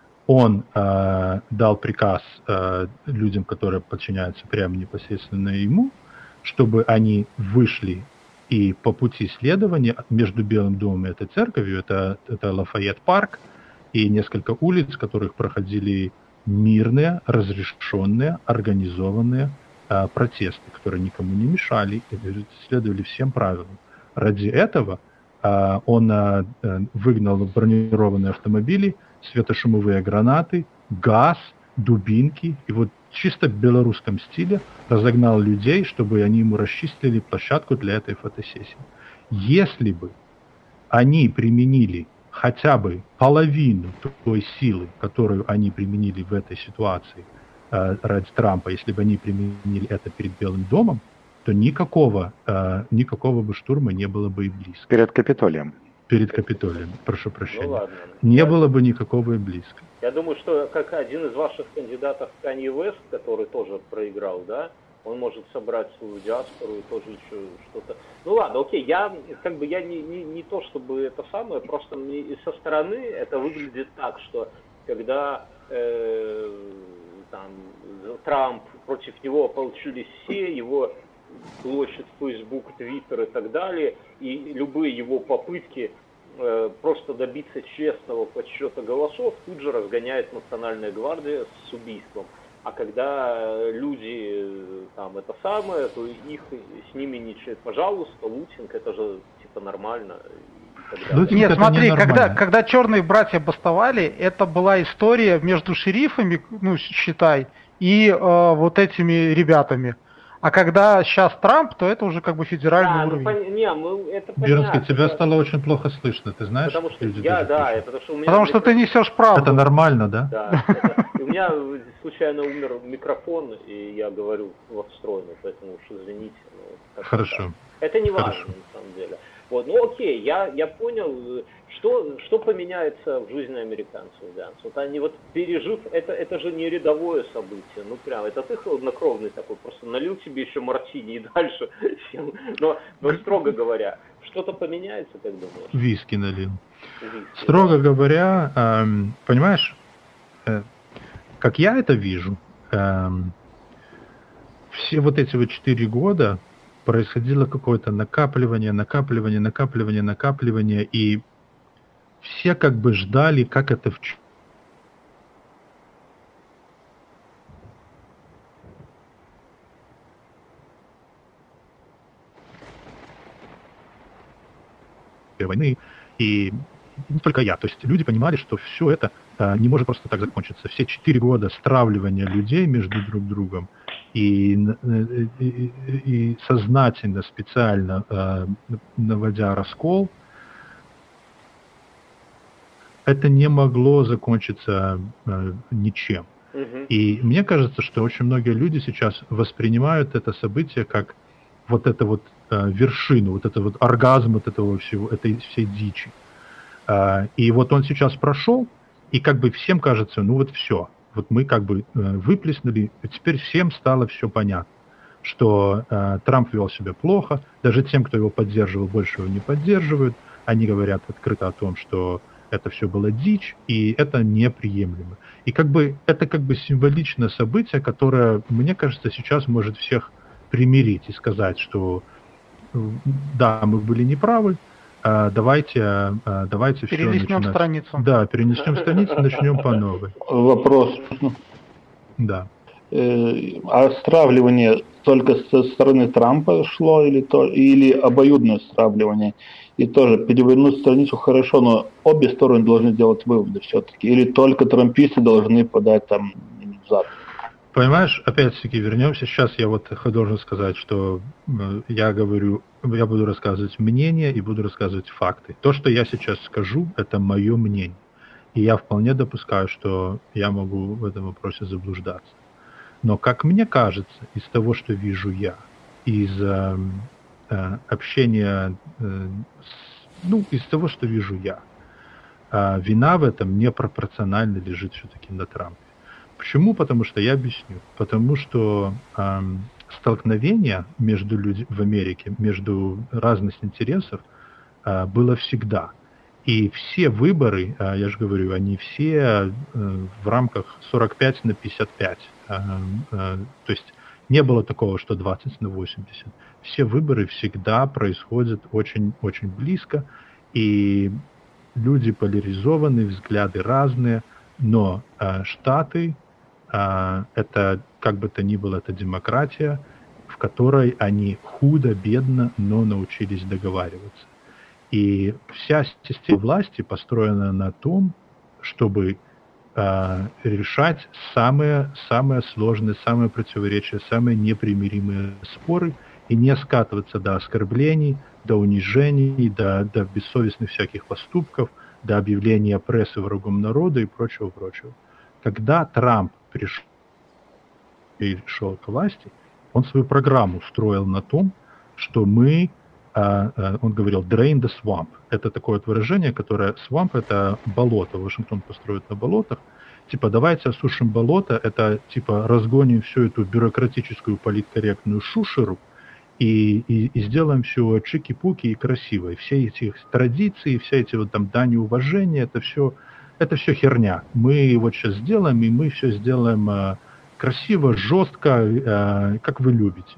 он э, дал приказ э, людям, которые подчиняются прямо непосредственно ему, чтобы они вышли и по пути следования между Белым домом и этой церковью, это, это Лафайет парк и несколько улиц, в которых проходили мирные, разрешенные, организованные э, протесты, которые никому не мешали и следовали всем правилам. Ради этого э, он э, э, выгнал бронированные автомобили, светошумовые гранаты, газ, дубинки. И вот чисто в белорусском стиле разогнал людей, чтобы они ему расчистили площадку для этой фотосессии. Если бы они применили хотя бы половину той силы, которую они применили в этой ситуации э, ради Трампа, если бы они применили это перед Белым домом, то никакого, э, никакого бы штурма не было бы и близко. Перед Капитолием. Перед Капитолием, прошу Ну прощения. ладно. Не Я- было бы никакого и близко. Я думаю, что как один из ваших кандидатов Канье Уэст, который тоже проиграл, да, он может собрать свою диаспору и тоже еще что-то. Ну ладно, окей, я как бы я не, не, не то чтобы это самое, просто мне и со стороны это выглядит так, что когда э, там Трамп, против него ополчились все, его площадь, Facebook, Twitter и так далее, и любые его попытки э, просто добиться честного подсчета голосов тут же разгоняет Национальная гвардия с убийством. А когда э, люди э, там это самое, то их с ними ничего, пожалуйста, лутинг, это же типа нормально. И так далее. Лутинг Нет, это смотри, ненормально. когда, когда черные братья бастовали, это была история между шерифами, ну, считай, и э, вот этими ребятами. А когда сейчас Трамп, то это уже как бы федеральный Да, ну, уровень. пон- не, ну, это Бернский, понятно, тебя да. стало очень плохо слышно, ты знаешь? Потому что люди я, даже да, пишут. это потому что у меня... Потому что ты несешь правду. Это нормально, да? Да, это- и у меня случайно умер микрофон, и я говорю во встроенный, поэтому уж извините. ну, как-то Хорошо. так. Это не важно, Хорошо. на самом деле. Вот, ну окей, я, я понял, что, что поменяется в жизни американцев, да. Вот они вот пережив, это, это же не рядовое событие, ну прям, это ты хладнокровный такой, просто налил тебе еще мартини и дальше сел. Но, но строго говоря, что-то поменяется, как думаешь? Виски налил. Виски, Строго говоря, эм, понимаешь, э, как я это вижу, эм, все вот эти вот четыре года происходило какое-то накапливание, накапливание, накапливание, накапливание, и все как бы ждали, как это в ч- войны, и не только я, то есть люди понимали, что все это э, не может просто так закончиться. Все четыре года стравливания людей между друг другом и, э, и, и- и сознательно, специально э, наводя раскол, это не могло закончиться э, ничем. Мгм. И мне кажется, что очень многие люди сейчас воспринимают это событие как вот это вот э, вершину, вот это вот оргазм вот этого всего, этой всей дичи. И вот он сейчас прошел, и как бы всем кажется, ну вот все, вот мы как бы выплеснули, теперь всем стало все понятно, что Трамп вел себя плохо, даже тем, кто его поддерживал, больше его не поддерживают, они говорят открыто о том, что это все было дичь, и это неприемлемо. И как бы это как бы символичное событие, которое, мне кажется, сейчас может всех примирить и сказать, что да, мы были неправы, давайте, давайте все перенесем начинать. страницу. Да, перенесем страницу, начнем по новой. Вопрос. Да. А стравливание только со стороны Трампа шло или, то, или обоюдное стравливание? И тоже перевернуть страницу хорошо, но обе стороны должны делать выводы все-таки. Или только трамписты должны подать там зад? Понимаешь, опять-таки вернемся. Сейчас я вот должен сказать, что я говорю, я буду рассказывать мнение и буду рассказывать факты. То, что я сейчас скажу, это мое мнение. И я вполне допускаю, что я могу в этом вопросе заблуждаться. Но, как мне кажется, из того, что вижу я, из э, э, общения, э, с, ну, из того, что вижу я, э, вина в этом непропорционально лежит все-таки на Трампе. Почему? Потому что я объясню. Потому что э, столкновение между людьми в Америке, между разных интересов э, было всегда. И все выборы, э, я же говорю, они все э, в рамках сорок пять на пятьдесят пять. Э, э, то есть не было такого, что двадцать на восемьдесят. Все выборы всегда происходят очень-очень близко. И люди поляризованы, взгляды разные. Но э, Штаты, э, это, как бы то ни было, это демократия, в которой они худо-бедно, но научились договариваться. И вся система власти построена на том, чтобы э, решать самые, самые сложные, самые противоречия, самые непримиримые споры и не скатываться до оскорблений, до унижений, до, до бессовестных всяких поступков, до объявления прессы врагом народа и прочего-прочего. Когда Трамп пришел, пришел к власти, он свою программу строил на том, что мы, uh, uh, он говорил drain the swamp. Это такое вот выражение, которое swamp — это болото. Вашингтон построит на болотах. Типа давайте осушим болото, это типа разгоним всю эту бюрократическую политкорректную шушеру, И, и, и сделаем все чики-пуки и красиво. И все эти традиции, все эти вот там дани уважения, это все, это все херня. Мы вот сейчас сделаем, и мы все сделаем э, красиво, жестко, э, как вы любите.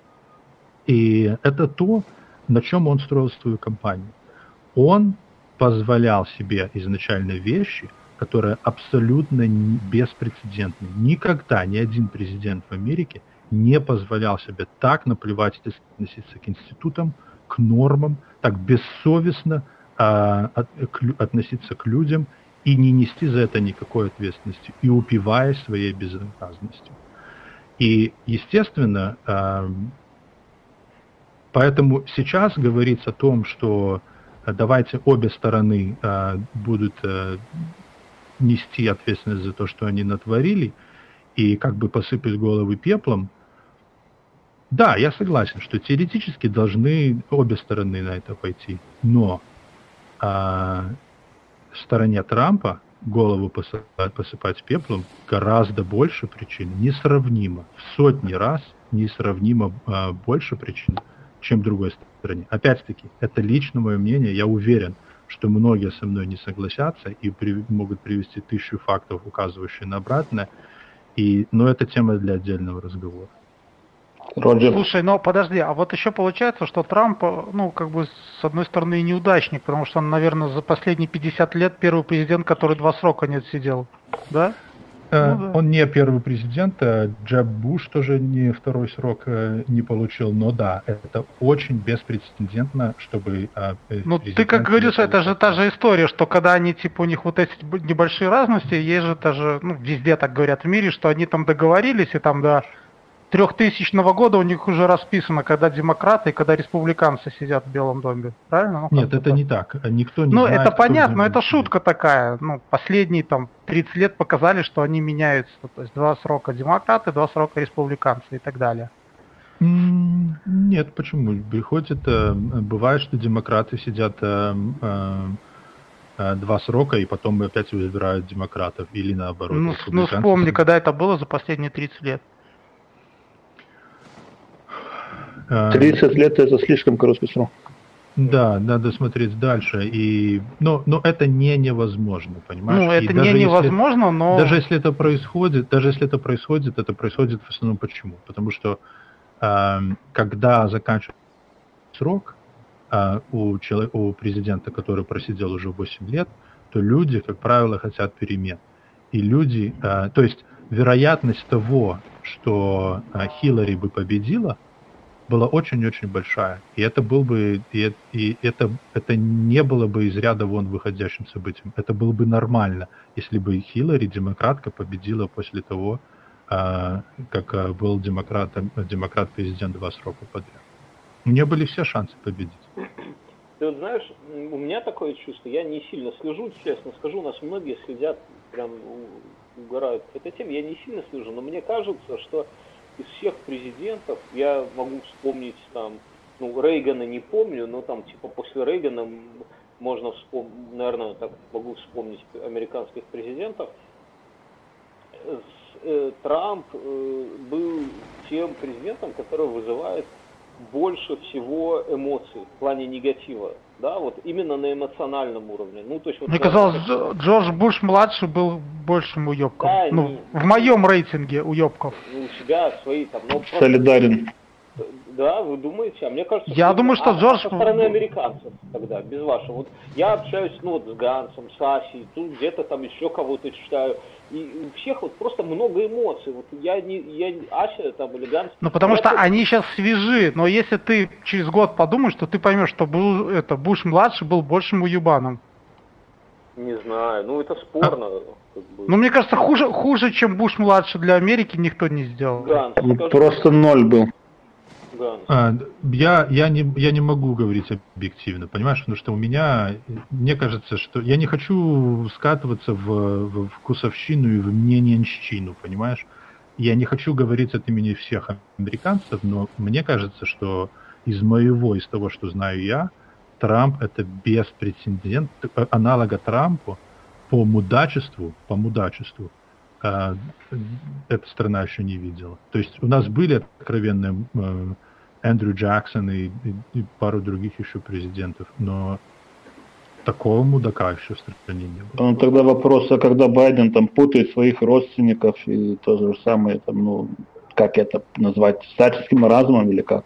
И это то, на чем он строил свою кампанию. Он позволял себе изначально вещи, которые абсолютно беспрецедентны. Никогда ни один президент в Америке не позволял себе так наплевать и относиться к институтам, к нормам, так бессовестно а, от, к, относиться к людям и не нести за это никакой ответственности, и упиваясь своей безнаказанностью. И, естественно, а, поэтому сейчас говорится о том, что давайте обе стороны а, будут а, нести ответственность за то, что они натворили, и как бы посыпать головы пеплом. Да, я согласен, что теоретически должны обе стороны на это пойти, но а, стороне Трампа голову посыпать, посыпать пеплом гораздо больше причин, несравнимо, в сотни раз несравнимо а, больше причин, чем в другой стороне. Опять-таки, это лично мое мнение, я уверен, что многие со мной не согласятся и при, могут привести тысячу фактов, указывающих на обратное, и, но это тема для отдельного разговора. Роджер. Слушай, но подожди, а вот еще получается, что Трамп, ну, как бы, с одной стороны, и неудачник, потому что он, наверное, за последние пятьдесят лет первый президент, который два срока не отсидел, да? Э, ну, да. Он не первый президент, а Джеб Буш тоже не второй срок э, не получил, но да, это очень беспрецедентно, чтобы... Э, ну, ты как говоришь, это же та же история, что когда они, типа, у них вот эти небольшие разности, есть же даже, ну, везде так говорят в мире, что они там договорились, и там, да, трехтысячного года у них уже расписано, когда демократы и когда республиканцы сидят в Белом доме. Правильно? Ну, Нет, это так. не так. Никто не ну, знает, это понятно, но это сидит. шутка такая. Ну, последние там тридцать лет показали, что они меняются. То есть два срока демократы, два срока республиканцы и так далее. Нет, почему? Приходит, бывает, что демократы сидят э, два срока, и потом опять выбирают демократов, или наоборот. Ну, ну вспомни, когда это было за последние тридцать лет. тридцать лет это слишком короткий срок. Да, надо смотреть дальше. И, но, но это не невозможно, понимаешь? Ну, это и не даже невозможно, если, но... Даже если это происходит, даже если это происходит, это происходит в основном почему? Потому что э, когда заканчивается срок э, у, человека, у президента, который просидел уже восемь лет, то люди, как правило, хотят перемен. И люди, э, то есть вероятность того, что э, Хиллари бы победила, была очень-очень большая. И это был бы, и, и это, это не было бы из ряда вон выходящим событием. Это было бы нормально, если бы Хиллари, демократка, победила после того, а, как а, был демократ, демократ-президент два срока подряд. У нее были все шансы победить. Ты вот знаешь, у меня такое чувство, я не сильно слежу, честно скажу, у нас многие следят, прям угорают по этой теме, я не сильно слежу, но мне кажется, что из всех президентов, я могу вспомнить там, ну, Рейгана не помню, но там типа после Рейгана можно вспомнить, наверное, так могу вспомнить американских президентов. С, э, Трамп э, был тем президентом, который вызывает больше всего эмоций в плане негатива, да, вот именно на эмоциональном уровне. Ну, то есть, вот мне казалось, это... Джордж Буш-младший был большим уебком. Да, ну, не... в моем рейтинге уебков. У себя свои там... Ну, просто... Солидарен. Да, вы думаете? А мне кажется, я что думаю, что а, Джордж... со стороны американцев тогда, без вашего. Вот я общаюсь, ну, вот с Гансом, с Асей, тут где-то там еще кого-то читаю. И у всех вот просто много эмоций. Вот я не, я Ася там или Ганс. Ну потому что это... они сейчас свежи, но если ты через год подумаешь, то ты поймешь, что был, это, Буш-младший был большим уебаном. Не знаю, ну это спорно. А? Как бы. Ну мне кажется, хуже, хуже, чем Буш-младший для Америки никто не сделал. Ганс, просто ноль был. А, я, я, не, я не могу говорить объективно, понимаешь, потому что у меня, мне кажется, что я не хочу скатываться в, в вкусовщину и в мненьщину, понимаешь? Я не хочу говорить от имени всех американцев, но мне кажется, что из моего, из того, что знаю я, Трамп это беспрецедент, аналога Трампу по мудачеству, по мудачеству. А, эта страна еще не видела. То есть у нас были откровенные э, Эндрю Джексон и, и, и пару других еще президентов, но такого мудака еще в стране не было. Ну, тогда вопрос, а когда Байден там путает своих родственников и то же самое, там, ну, как это назвать, старческим маразмом или как?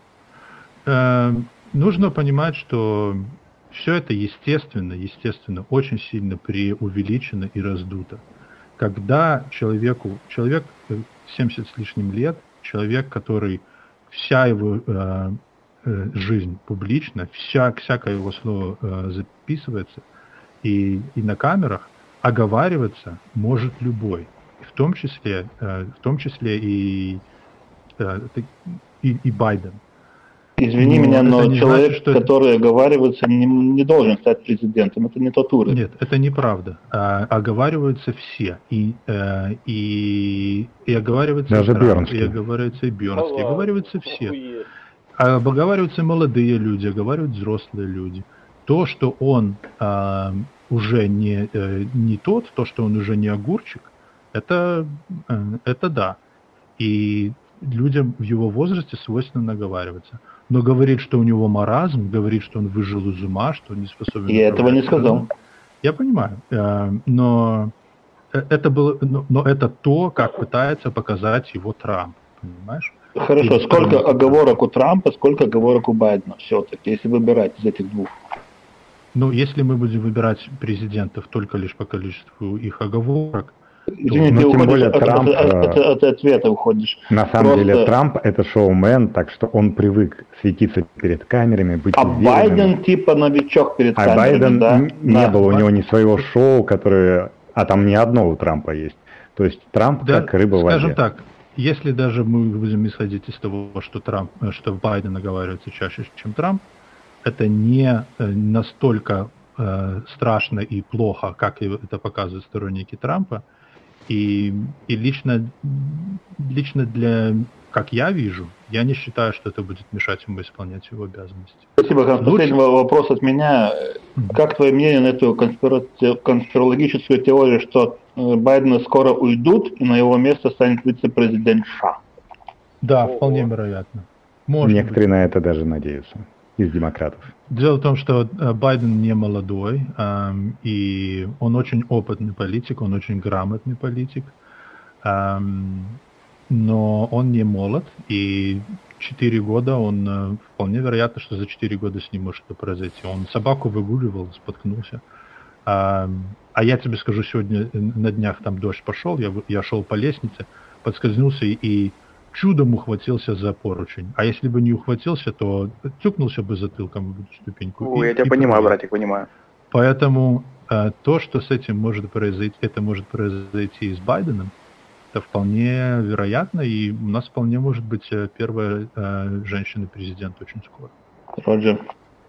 Э, нужно понимать, что все это естественно, естественно, очень сильно преувеличено и раздуто. Когда человеку, человек семьдесят с лишним лет, человек, который вся его э, э, жизнь публична, вся, всякое его слово э, записывается, и, и на камерах оговариваться может любой, в том числе, э, в том числе и, э, и, и Байден. Извини но меня, но человек, значит, что... который оговаривается, не, не должен стать президентом. Это не тот уровень. Нет, это неправда. А, оговариваются все. И, э, и, и оговариваются даже Трамп, и оговариваются и Бернский, и оговариваются все. А оговариваются молодые люди, оговаривают взрослые люди. То, что он э, уже не, э, не тот, то, что он уже не огурчик, это, э, это да. И людям в его возрасте свойственно наговариваться. Но говорит, что у него маразм, говорит, что он выжил из ума, что он не способен... Я этого не сказал. Я понимаю. Но это было, но это то, как пытается показать его Трамп. Понимаешь? Хорошо. И сколько Трамп... оговорок у Трампа, сколько оговорок у Байдена все-таки, если выбирать из этих двух? Ну, если мы будем выбирать президентов только лишь по количеству их оговорок, Извини, ну, ты тем более от, Трамп, от, от, от, от ответа уходишь. На самом Просто... деле Трамп это шоумен, так что он привык светиться перед камерами, быть А уверенным. Байден типа новичок перед а камерами, Байден да? не да. было у него ни своего шоу, которое... А там ни одно у Трампа есть. То есть Трамп да, как рыба в воде. Скажем так, если даже мы будем исходить из того, что Трамп, что Байден оговаривается чаще, чем Трамп, это не настолько э, страшно и плохо, как это показывают сторонники Трампа. И, и лично, лично для, как я вижу, я не считаю, что это будет мешать ему исполнять его обязанности. Спасибо, Хан. Последний вопрос от меня. Как твое мнение на эту конспира- конспирологическую теорию, что э, Байдена скоро уйдут, и на его место станет вице-президент США? Да, Ого. вполне вероятно. Может Некоторые быть. на это даже надеются из демократов. Дело в том, что э, Байден не молодой, эм, и он очень опытный политик, он очень грамотный политик, эм, но он не молод, и четыре года, он э, вполне вероятно, что за четыре года с ним может что произойти. Он собаку выгуливал, споткнулся. Эм, а я тебе скажу, сегодня на днях там дождь пошел, я, вы- я шел по лестнице, подскользнулся и, и чудом ухватился за поручень. А если бы не ухватился, то тюкнулся бы затылком в эту ступеньку. Ой, и- я тебя и понимаю, пробил. братик, понимаю. Поэтому э, то, что с этим может произойти, это может произойти и с Байденом, это вполне вероятно, и у нас вполне может быть э, первая э, женщина-президент очень скоро. Роджер.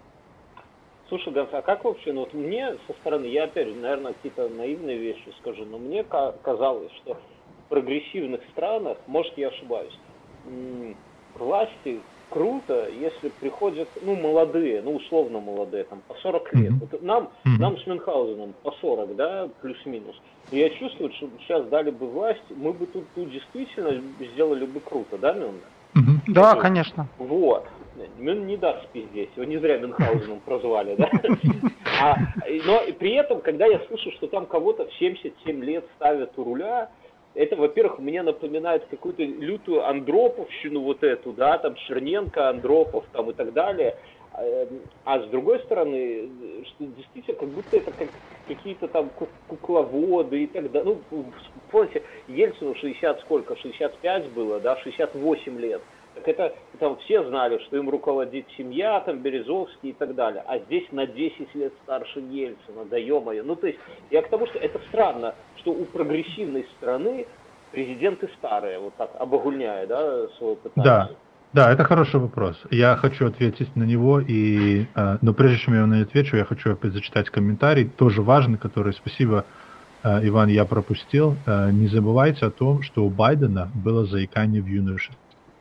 Слушай, Ганс, а как вообще, ну вот мне со стороны, я опять же, наверное, какие-то наивные вещи скажу, но мне ка- казалось, что в прогрессивных странах, может я ошибаюсь, м, власти круто, если приходят, ну, молодые, ну, условно молодые, там, по сорок лет. Мгм. Вот нам, Мгм. нам с Мюнхгаузеном по сорок, да, плюс-минус. И я чувствую, что сейчас дали бы власть, мы бы тут, тут действительно сделали бы круто, да, Мюн? Мгм. Да, конечно. Вот. Мюн не даст спиздеть, его не зря Мюнхгаузеном прозвали, да? А, но и при этом, когда я слышу, что там кого-то в семьдесят семь лет ставят у руля, это, во-первых, мне напоминает какую-то лютую Андроповщину вот эту, да, там Черненко, Андропов там и так далее. А, а с другой стороны, что действительно, как будто это как какие-то там ку- кукловоды и так далее. Ну, помните, Ельцину шестьдесят сколько, шестьдесят пять было, да, шестьдесят восемь лет. Так это там все знали, что им руководит семья, там Березовский и так далее. А здесь на десять лет старше Ельцина, да ё-моё. Ну, то есть, я к тому, что это странно, что у прогрессивной страны президенты старые, вот так, обогульняя, да, свой пытаются. Да, да, это хороший вопрос. Я хочу ответить на него, и, э, но прежде чем я на него отвечу, я хочу опять зачитать комментарий, тоже важный, который, спасибо, э, Иван, я пропустил. Э, не забывайте о том, что у Байдена было заикание в юношестве.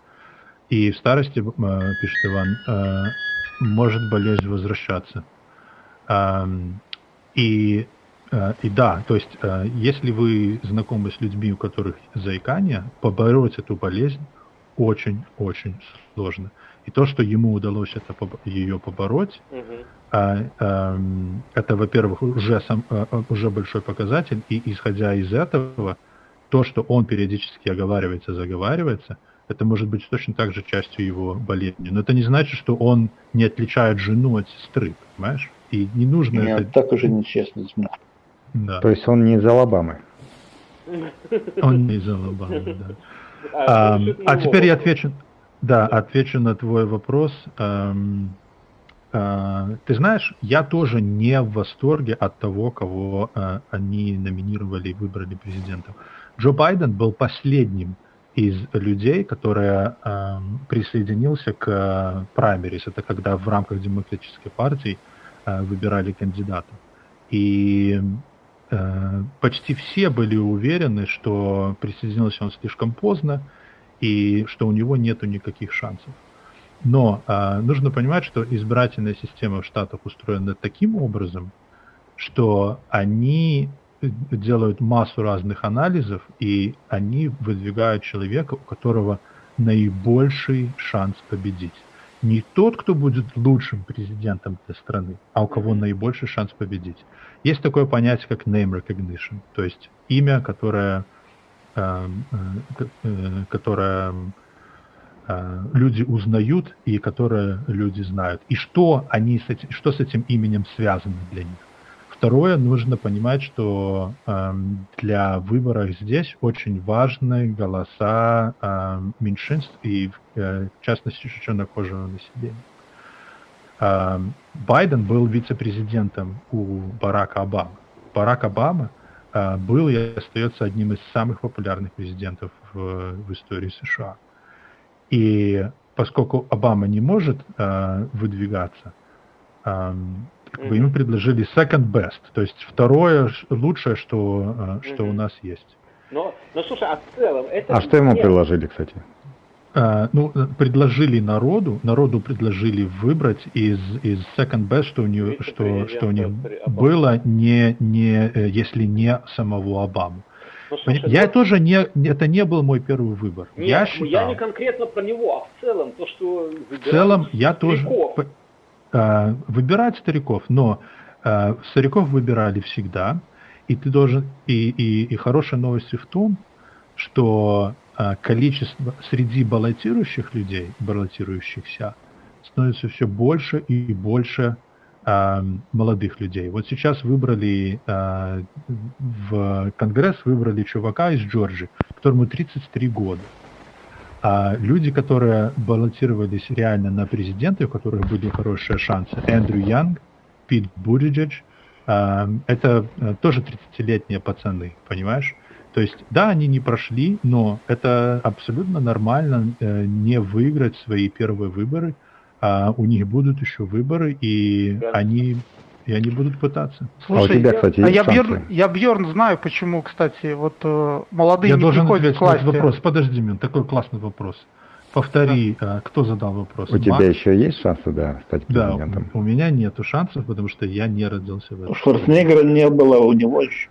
И в старости, э, пишет Иван, э, может болезнь возвращаться. Эм, И, э, и да, то есть, э, если вы знакомы с людьми, у которых заикание, побороть эту болезнь очень-очень сложно. И то, что ему удалось это, побо- ее побороть, Мгм. а, эм, это, во-первых, уже, сам, э, э, уже большой показатель, и исходя из этого, то, что он периодически оговаривается, заговаривается, это может быть точно так же частью его болезни. Но это не значит, что он не отличает жену от сестры, понимаешь? И не нужно Нет, это... так уже нечестно. Да. То есть он не из Алабамы. Он не из Алабамы, да. А, А, решит а моего теперь я вопроса. отвечу, да, отвечу на твой вопрос. Ам, а, Ты знаешь, я тоже не в восторге от того, кого а, они номинировали и выбрали президентом. Джо Байден был последним из людей, который ам, присоединился к праймерис. Это когда в рамках демократической партии а, выбирали кандидата. И э, почти все были уверены, что присоединился он слишком поздно и что у него нету никаких шансов. Но э, нужно понимать, что избирательная система в Штатах устроена таким образом, что они делают массу разных анализов, и они выдвигают человека, у которого наибольший шанс победить. Не тот, кто будет лучшим президентом для страны, а у кого наибольший шанс победить. Есть такое понятие, как name recognition, то есть имя, которое, э, э, э, которое э, люди узнают и которое люди знают. И что, они с этим, что с этим именем связано для них. Второе, нужно понимать, что э, для выборов здесь очень важны голоса э, меньшинств и, э, в частности, чернокожего населения. Э, Байден был вице-президентом у Барака Обамы. Барак Обама э, был и остается одним из самых популярных президентов в, в истории США. И поскольку Обама не может э, выдвигаться, э, как бы ему предложили second best, то есть второе ш- лучшее, что, э, что у Мгм. нас есть. Но, но слушай, а в целом это... А что ему нет, предложили, кстати? А, ну, предложили народу, народу предложили выбрать из, из second best, что у, нее, что, что у них было, не, не, если не самого Обаму. Ну, слушай, я ну, тоже не, это не был мой первый выбор. Нет, я, считал, я не конкретно про него, а в целом то, что в целом я стариков. тоже а, выбирать стариков, но а, стариков выбирали всегда, и ты должен и, и, и хорошая новость в том, что а, количество среди баллотирующих людей, баллотирующихся, становится все больше и больше а, молодых людей. Вот сейчас выбрали а, в Конгресс выбрали чувака из Джорджии, которому тридцать три года. А люди, которые баллотировались реально на президента, у которых были хорошие шансы, Эндрю Янг, Пит Бутиджедж, а, это тоже тридцатилетние пацаны, понимаешь? То есть, да, они не прошли, но это абсолютно нормально э, не выиграть свои первые выборы. А у них будут еще выборы, и да. они, и они будут пытаться. Слушай, а у тебя, кстати, а есть я, шансы? Бьерн, я Бьерн знаю, почему, кстати, вот э, молодые я не должен приходят к власти. Вопрос. Подожди, Мин, такой классный вопрос. Повтори, да. кто задал вопрос? У Мак? Тебя еще есть шансы, да, стать президентом? Да, у меня нету шансов, потому что я не родился в этом. У Шварценеггера не было, у него еще.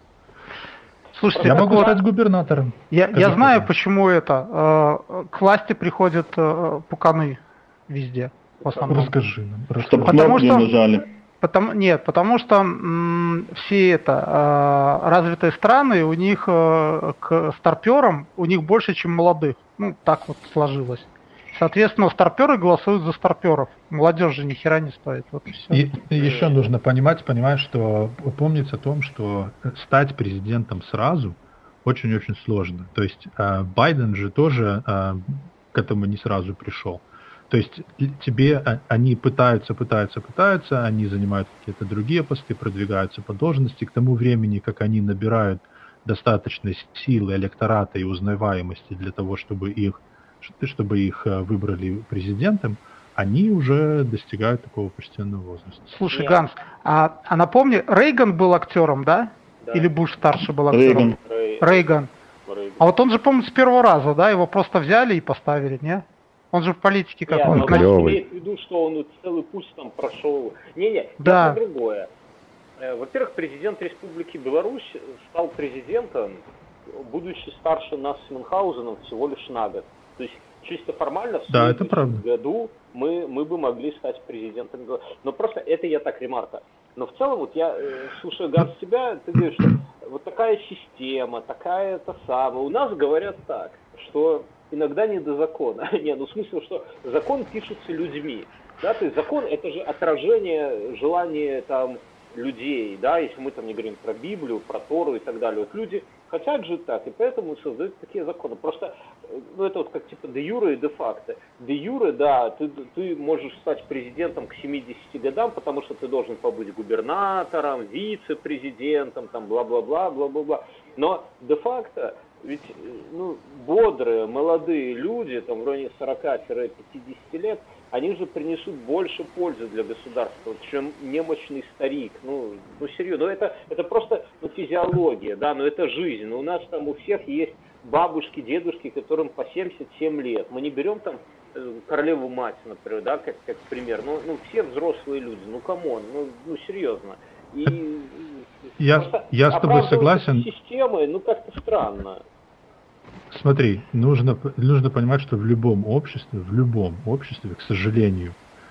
Слушайте, я могу вот, стать губернатором. Я, я знаю, это. почему это. Э, к власти приходят э, пуканы везде. В основном. Расскажи нам. Расскажи. Чтобы потому что нажали. Потому, нет, потому что м, все это э, развитые страны, у них э, к старперам у них больше, чем молодых. Ну, так вот сложилось. Соответственно, старперы голосуют за старперов. Молодежь же ни хера не стоит. Вот и все. И, и еще нужно понимать, понимать, что помнить о том, что стать президентом сразу очень-очень сложно. То есть э, Байден же тоже э, к этому не сразу пришел. То есть тебе они пытаются, пытаются, пытаются, они занимают какие-то другие посты, продвигаются по должности. К тому времени, как они набирают достаточной силы, электората и узнаваемости для того, чтобы их чтобы их выбрали президентом, они уже достигают такого почтенного возраста. Слушай, Нет. Ганс, а, а напомни, Рейган был актером, да? да? Или Буш старший был актером? Рейган. Рейган. Рейган. А вот он же, помню, с первого раза, да? Его просто взяли и поставили, не? Он же в политике как он. Он имеет в виду, что он целый путь там прошел. Не-не, да. это другое. Во-первых, президент Республики Беларусь стал президентом, будучи старше нас с Мюнхгаузеном всего лишь на год. То есть чисто формально в да, следующем году мы, мы бы могли стать президентом. Но просто это я так ремарка. Но в целом, вот я э, слушаю, Ганс, тебя, ты говоришь, что вот такая система, такая-то самая. У нас говорят так, что иногда не до закона. Не, ну в смысле, что закон пишется людьми. Да, то есть закон это же отражение желания там людей, да, если мы там не говорим про Библию, про Тору и так далее. Вот люди хотят жить так, и поэтому создают такие законы. Просто, ну это вот как типа де юре и де факто. Де юре, да, ты, ты можешь стать президентом к семидесяти годам, потому что ты должен побыть губернатором, вице-президентом, там бла-бла-бла, бла-бла-бла. Но де факто, ведь, ну, бодрые, молодые люди, там, в районе сорока-пятидесяти лет, они же принесут больше пользы для государства, чем немощный старик. Ну, ну серьезно, ну, это, это просто ну, физиология, да, но это жизнь. Но у нас там у всех есть бабушки, дедушки, которым по семьдесят семь лет. Мы не берем там королеву мать, например, да, как, как пример. Ну, ну, все взрослые люди, ну, камон, ну, ну серьезно. И я, я с тобой согласен. Системой, ну, как-то странно. Смотри, нужно, нужно понимать, что в любом обществе, в любом обществе, к сожалению,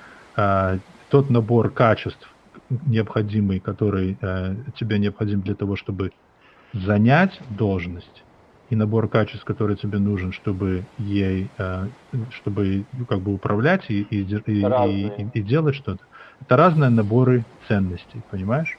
э, тот набор качеств, необходимый, который э, тебе необходим для того, чтобы занять должность, и набор качеств, который тебе нужен, чтобы ей, э, чтобы ну, как бы управлять и, и, и, и, и делать что-то, это разные наборы ценностей, понимаешь?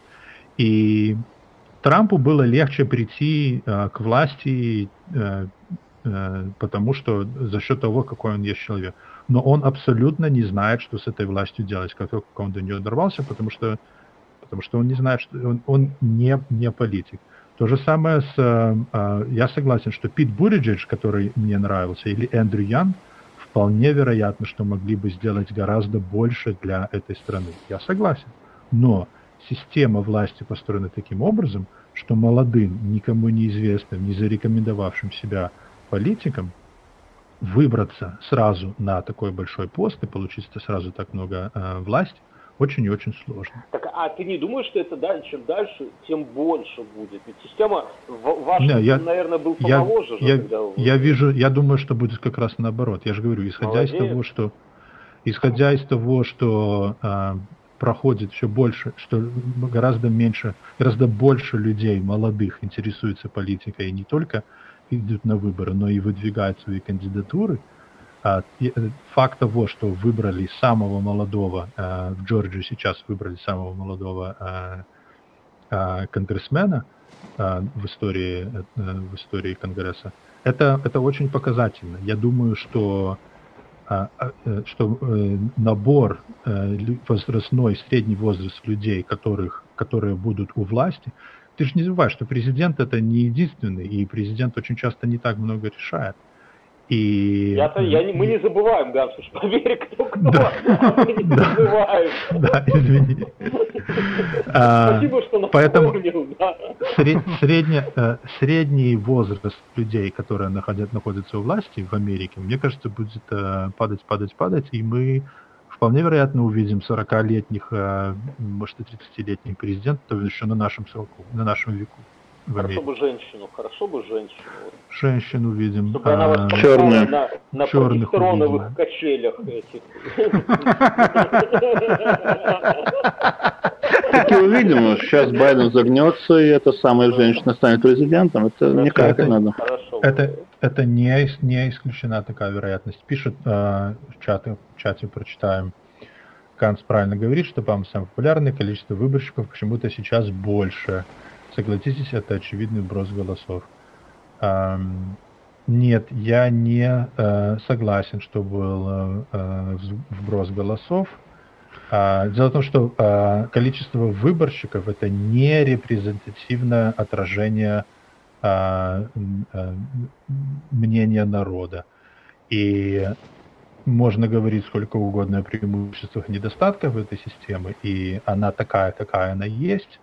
И Трампу было легче прийти э, к власти, э, э, потому что за счет того, какой он есть человек. Но он абсолютно не знает, что с этой властью делать, как только он до нее дорвался, потому что, потому что он не знает, что он, он не, не политик. То же самое с... Э, я согласен, что Пит Бутиджедж, который мне нравился, или Эндрю Янг, вполне вероятно, что могли бы сделать гораздо больше для этой страны. Я согласен. Но система власти построена таким образом, что молодым, никому неизвестным, не зарекомендовавшим себя политикам выбраться сразу на такой большой пост и получить сразу так много э, власти очень и очень сложно. Так, а ты не думаешь, что это дальше, чем дальше, тем больше будет? Ведь система ваша, Не, я, наверное, был я, помоложе. Я, же, когда вы... я вижу, я думаю, что будет как раз наоборот. Я же говорю, исходя Молодец. из того, что исходя из того, что э, проходит все больше, что гораздо меньше, гораздо больше людей молодых интересуется политикой и не только идут на выборы, но и выдвигают свои кандидатуры. А, и, факт того, что выбрали самого молодого, э, в Джорджии сейчас выбрали самого молодого э, э, конгрессмена э, в истории, э, в истории Конгресса, это, это очень показательно. Я думаю, что, э, э, что э, набор э, возрастной, средний возраст людей, которых, которые будут у власти, ты же не забывай, что президент это не единственный, и президент очень часто не так много решает. И... Я-то, я не, мы не забываем, Ганс, уж поверь, кто кто, да. а мы не да. забываем. Да, извини. Спасибо, что напомнил. Поэтому да. сред, средне, средний возраст людей, которые находят, находятся у власти в Америке, мне кажется, будет падать, падать, падать, и мы вполне вероятно увидим сорокалетних, может и тридцатилетних президентов еще на нашем сроку, на нашем веку. Хорошо бы женщину, хорошо бы женщину. Женщину видим. Чтобы она вас черная. на, на прогестероновых качелях этих. Так и увидим, сейчас Байден загнется, и эта самая женщина станет президентом. Это не как надо. Это, это не, не исключена такая вероятность. Пишет э, в, чате, в чате, прочитаем. Ганс правильно говорит, что Обама самый популярный, количество выборщиков почему-то сейчас больше. Согласитесь, это очевидный вброс голосов. Эм, нет, я не э, согласен, что был э, вброс голосов. Э, дело в том, что э, количество выборщиков это не репрезентативное отражение э, э, мнения народа. И можно говорить сколько угодно о преимуществах и недостатках этой системы, и она такая, какая она есть.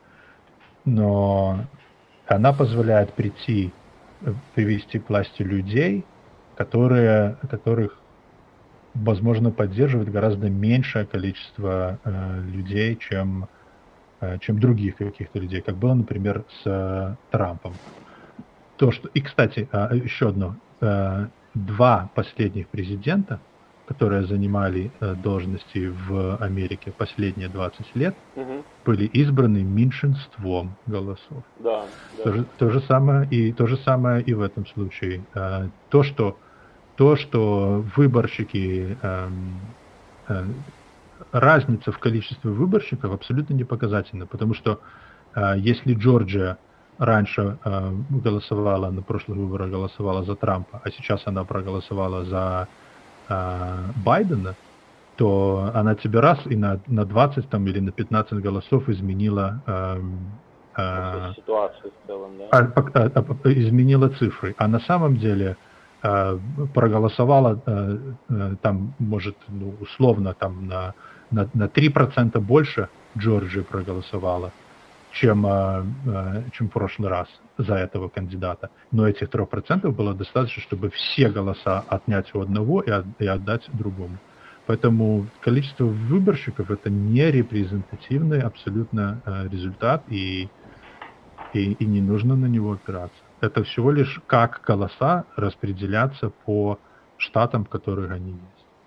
Но она позволяет прийти, привести к власти людей, которые, которых, возможно, поддерживает гораздо меньшее количество э, людей, чем, э, чем других каких-то людей, как было, например, с э, Трампом. То, что... И, кстати, э, еще одно. Э, два последних президента, которые занимали э, должности в Америке последние двадцать лет, угу. были избраны меньшинством голосов. Да, да. То, же, то, же самое, и, то же самое и в этом случае. Э, то, что, то, что выборщики, э, э, разница в количестве выборщиков абсолютно не показательна, потому что э, если Джорджия раньше э, голосовала, на прошлых выборах голосовала за Трампа, а сейчас она проголосовала за Байдена, то она тебе раз и на, на двадцать там, или на пятнадцать голосов изменила э, э, ситуацию в целом, да? а, а, а, изменила цифры. А на самом деле э, проголосовала э, э, там, может, ну, условно там на, на, на три процента больше Джорджия проголосовала, чем, э, э, чем в прошлый раз за этого кандидата. Но этих трех процентов было достаточно, чтобы все голоса отнять у одного и, от, и отдать другому. Поэтому количество выборщиков это не репрезентативный абсолютно э, результат, и, и, и не нужно на него опираться. Это всего лишь как голоса распределятся по штатам, в которых они есть.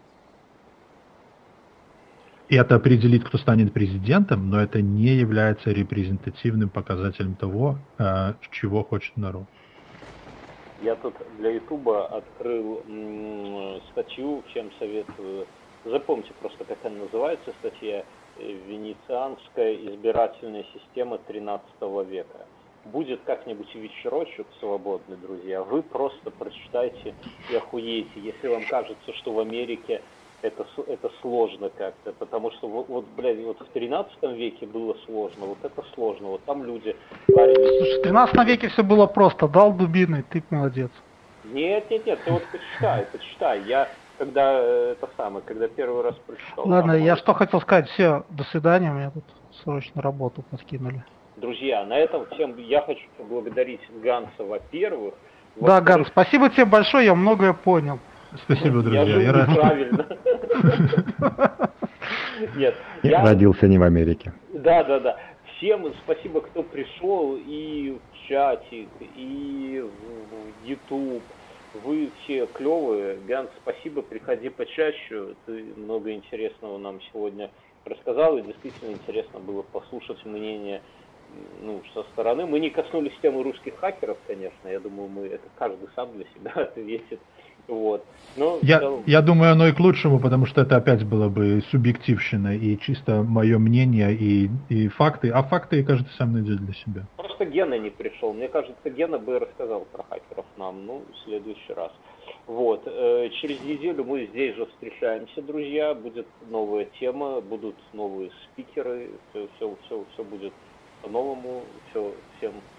И это определит, кто станет президентом, но это не является репрезентативным показателем того, чего хочет народ. Я тут для Ютуба открыл м- статью, чем советую. Запомните просто, как она называется, статья «Венецианская избирательная система тринадцатого века». Будет как-нибудь вечерочек свободный, друзья. Вы просто прочитайте и охуеете, если вам кажется, что в Америке Это, это сложно как-то, потому что вот, вот, блядь, вот в тринадцатом веке было сложно, вот это сложно, вот там люди парились. Слушай, в тринадцатом веке все было просто, дал дубиной, ты молодец. Нет, нет, нет, ты вот почитай, почитай, я когда, это самое, когда первый раз прочитал. Ладно, там, я может... что хотел сказать, все, до свидания, меня тут срочно работу подкинули. Друзья, на этом всем я хочу поблагодарить Ганса, во-первых. Да, Ганс, спасибо тебе большое, я многое понял. Спасибо, друзья. Я Я жил рад. неправильно. Нет, Я я... родился не в Америке. Да, да, да. Всем спасибо, кто пришел и в чатик, и в YouTube. Вы все клевые. Ганс, спасибо, приходи почаще. Ты много интересного нам сегодня рассказал, и действительно интересно было послушать мнение, ну, со стороны. Мы не коснулись темы русских хакеров, конечно. Я думаю, мы это каждый сам для себя ответит. Вот. Но Я, целом... я думаю, оно и к лучшему, потому что это опять было бы субъективщина и чисто мое мнение и, и факты, а факты каждый сам найдет для себя. Просто Гена не пришел. Мне кажется, Гена бы рассказал про хакеров нам, ну, в следующий раз. Вот. Через неделю мы здесь же встречаемся, друзья. Будет новая тема, будут новые спикеры. Все, все, все, все будет по-новому. Все, всем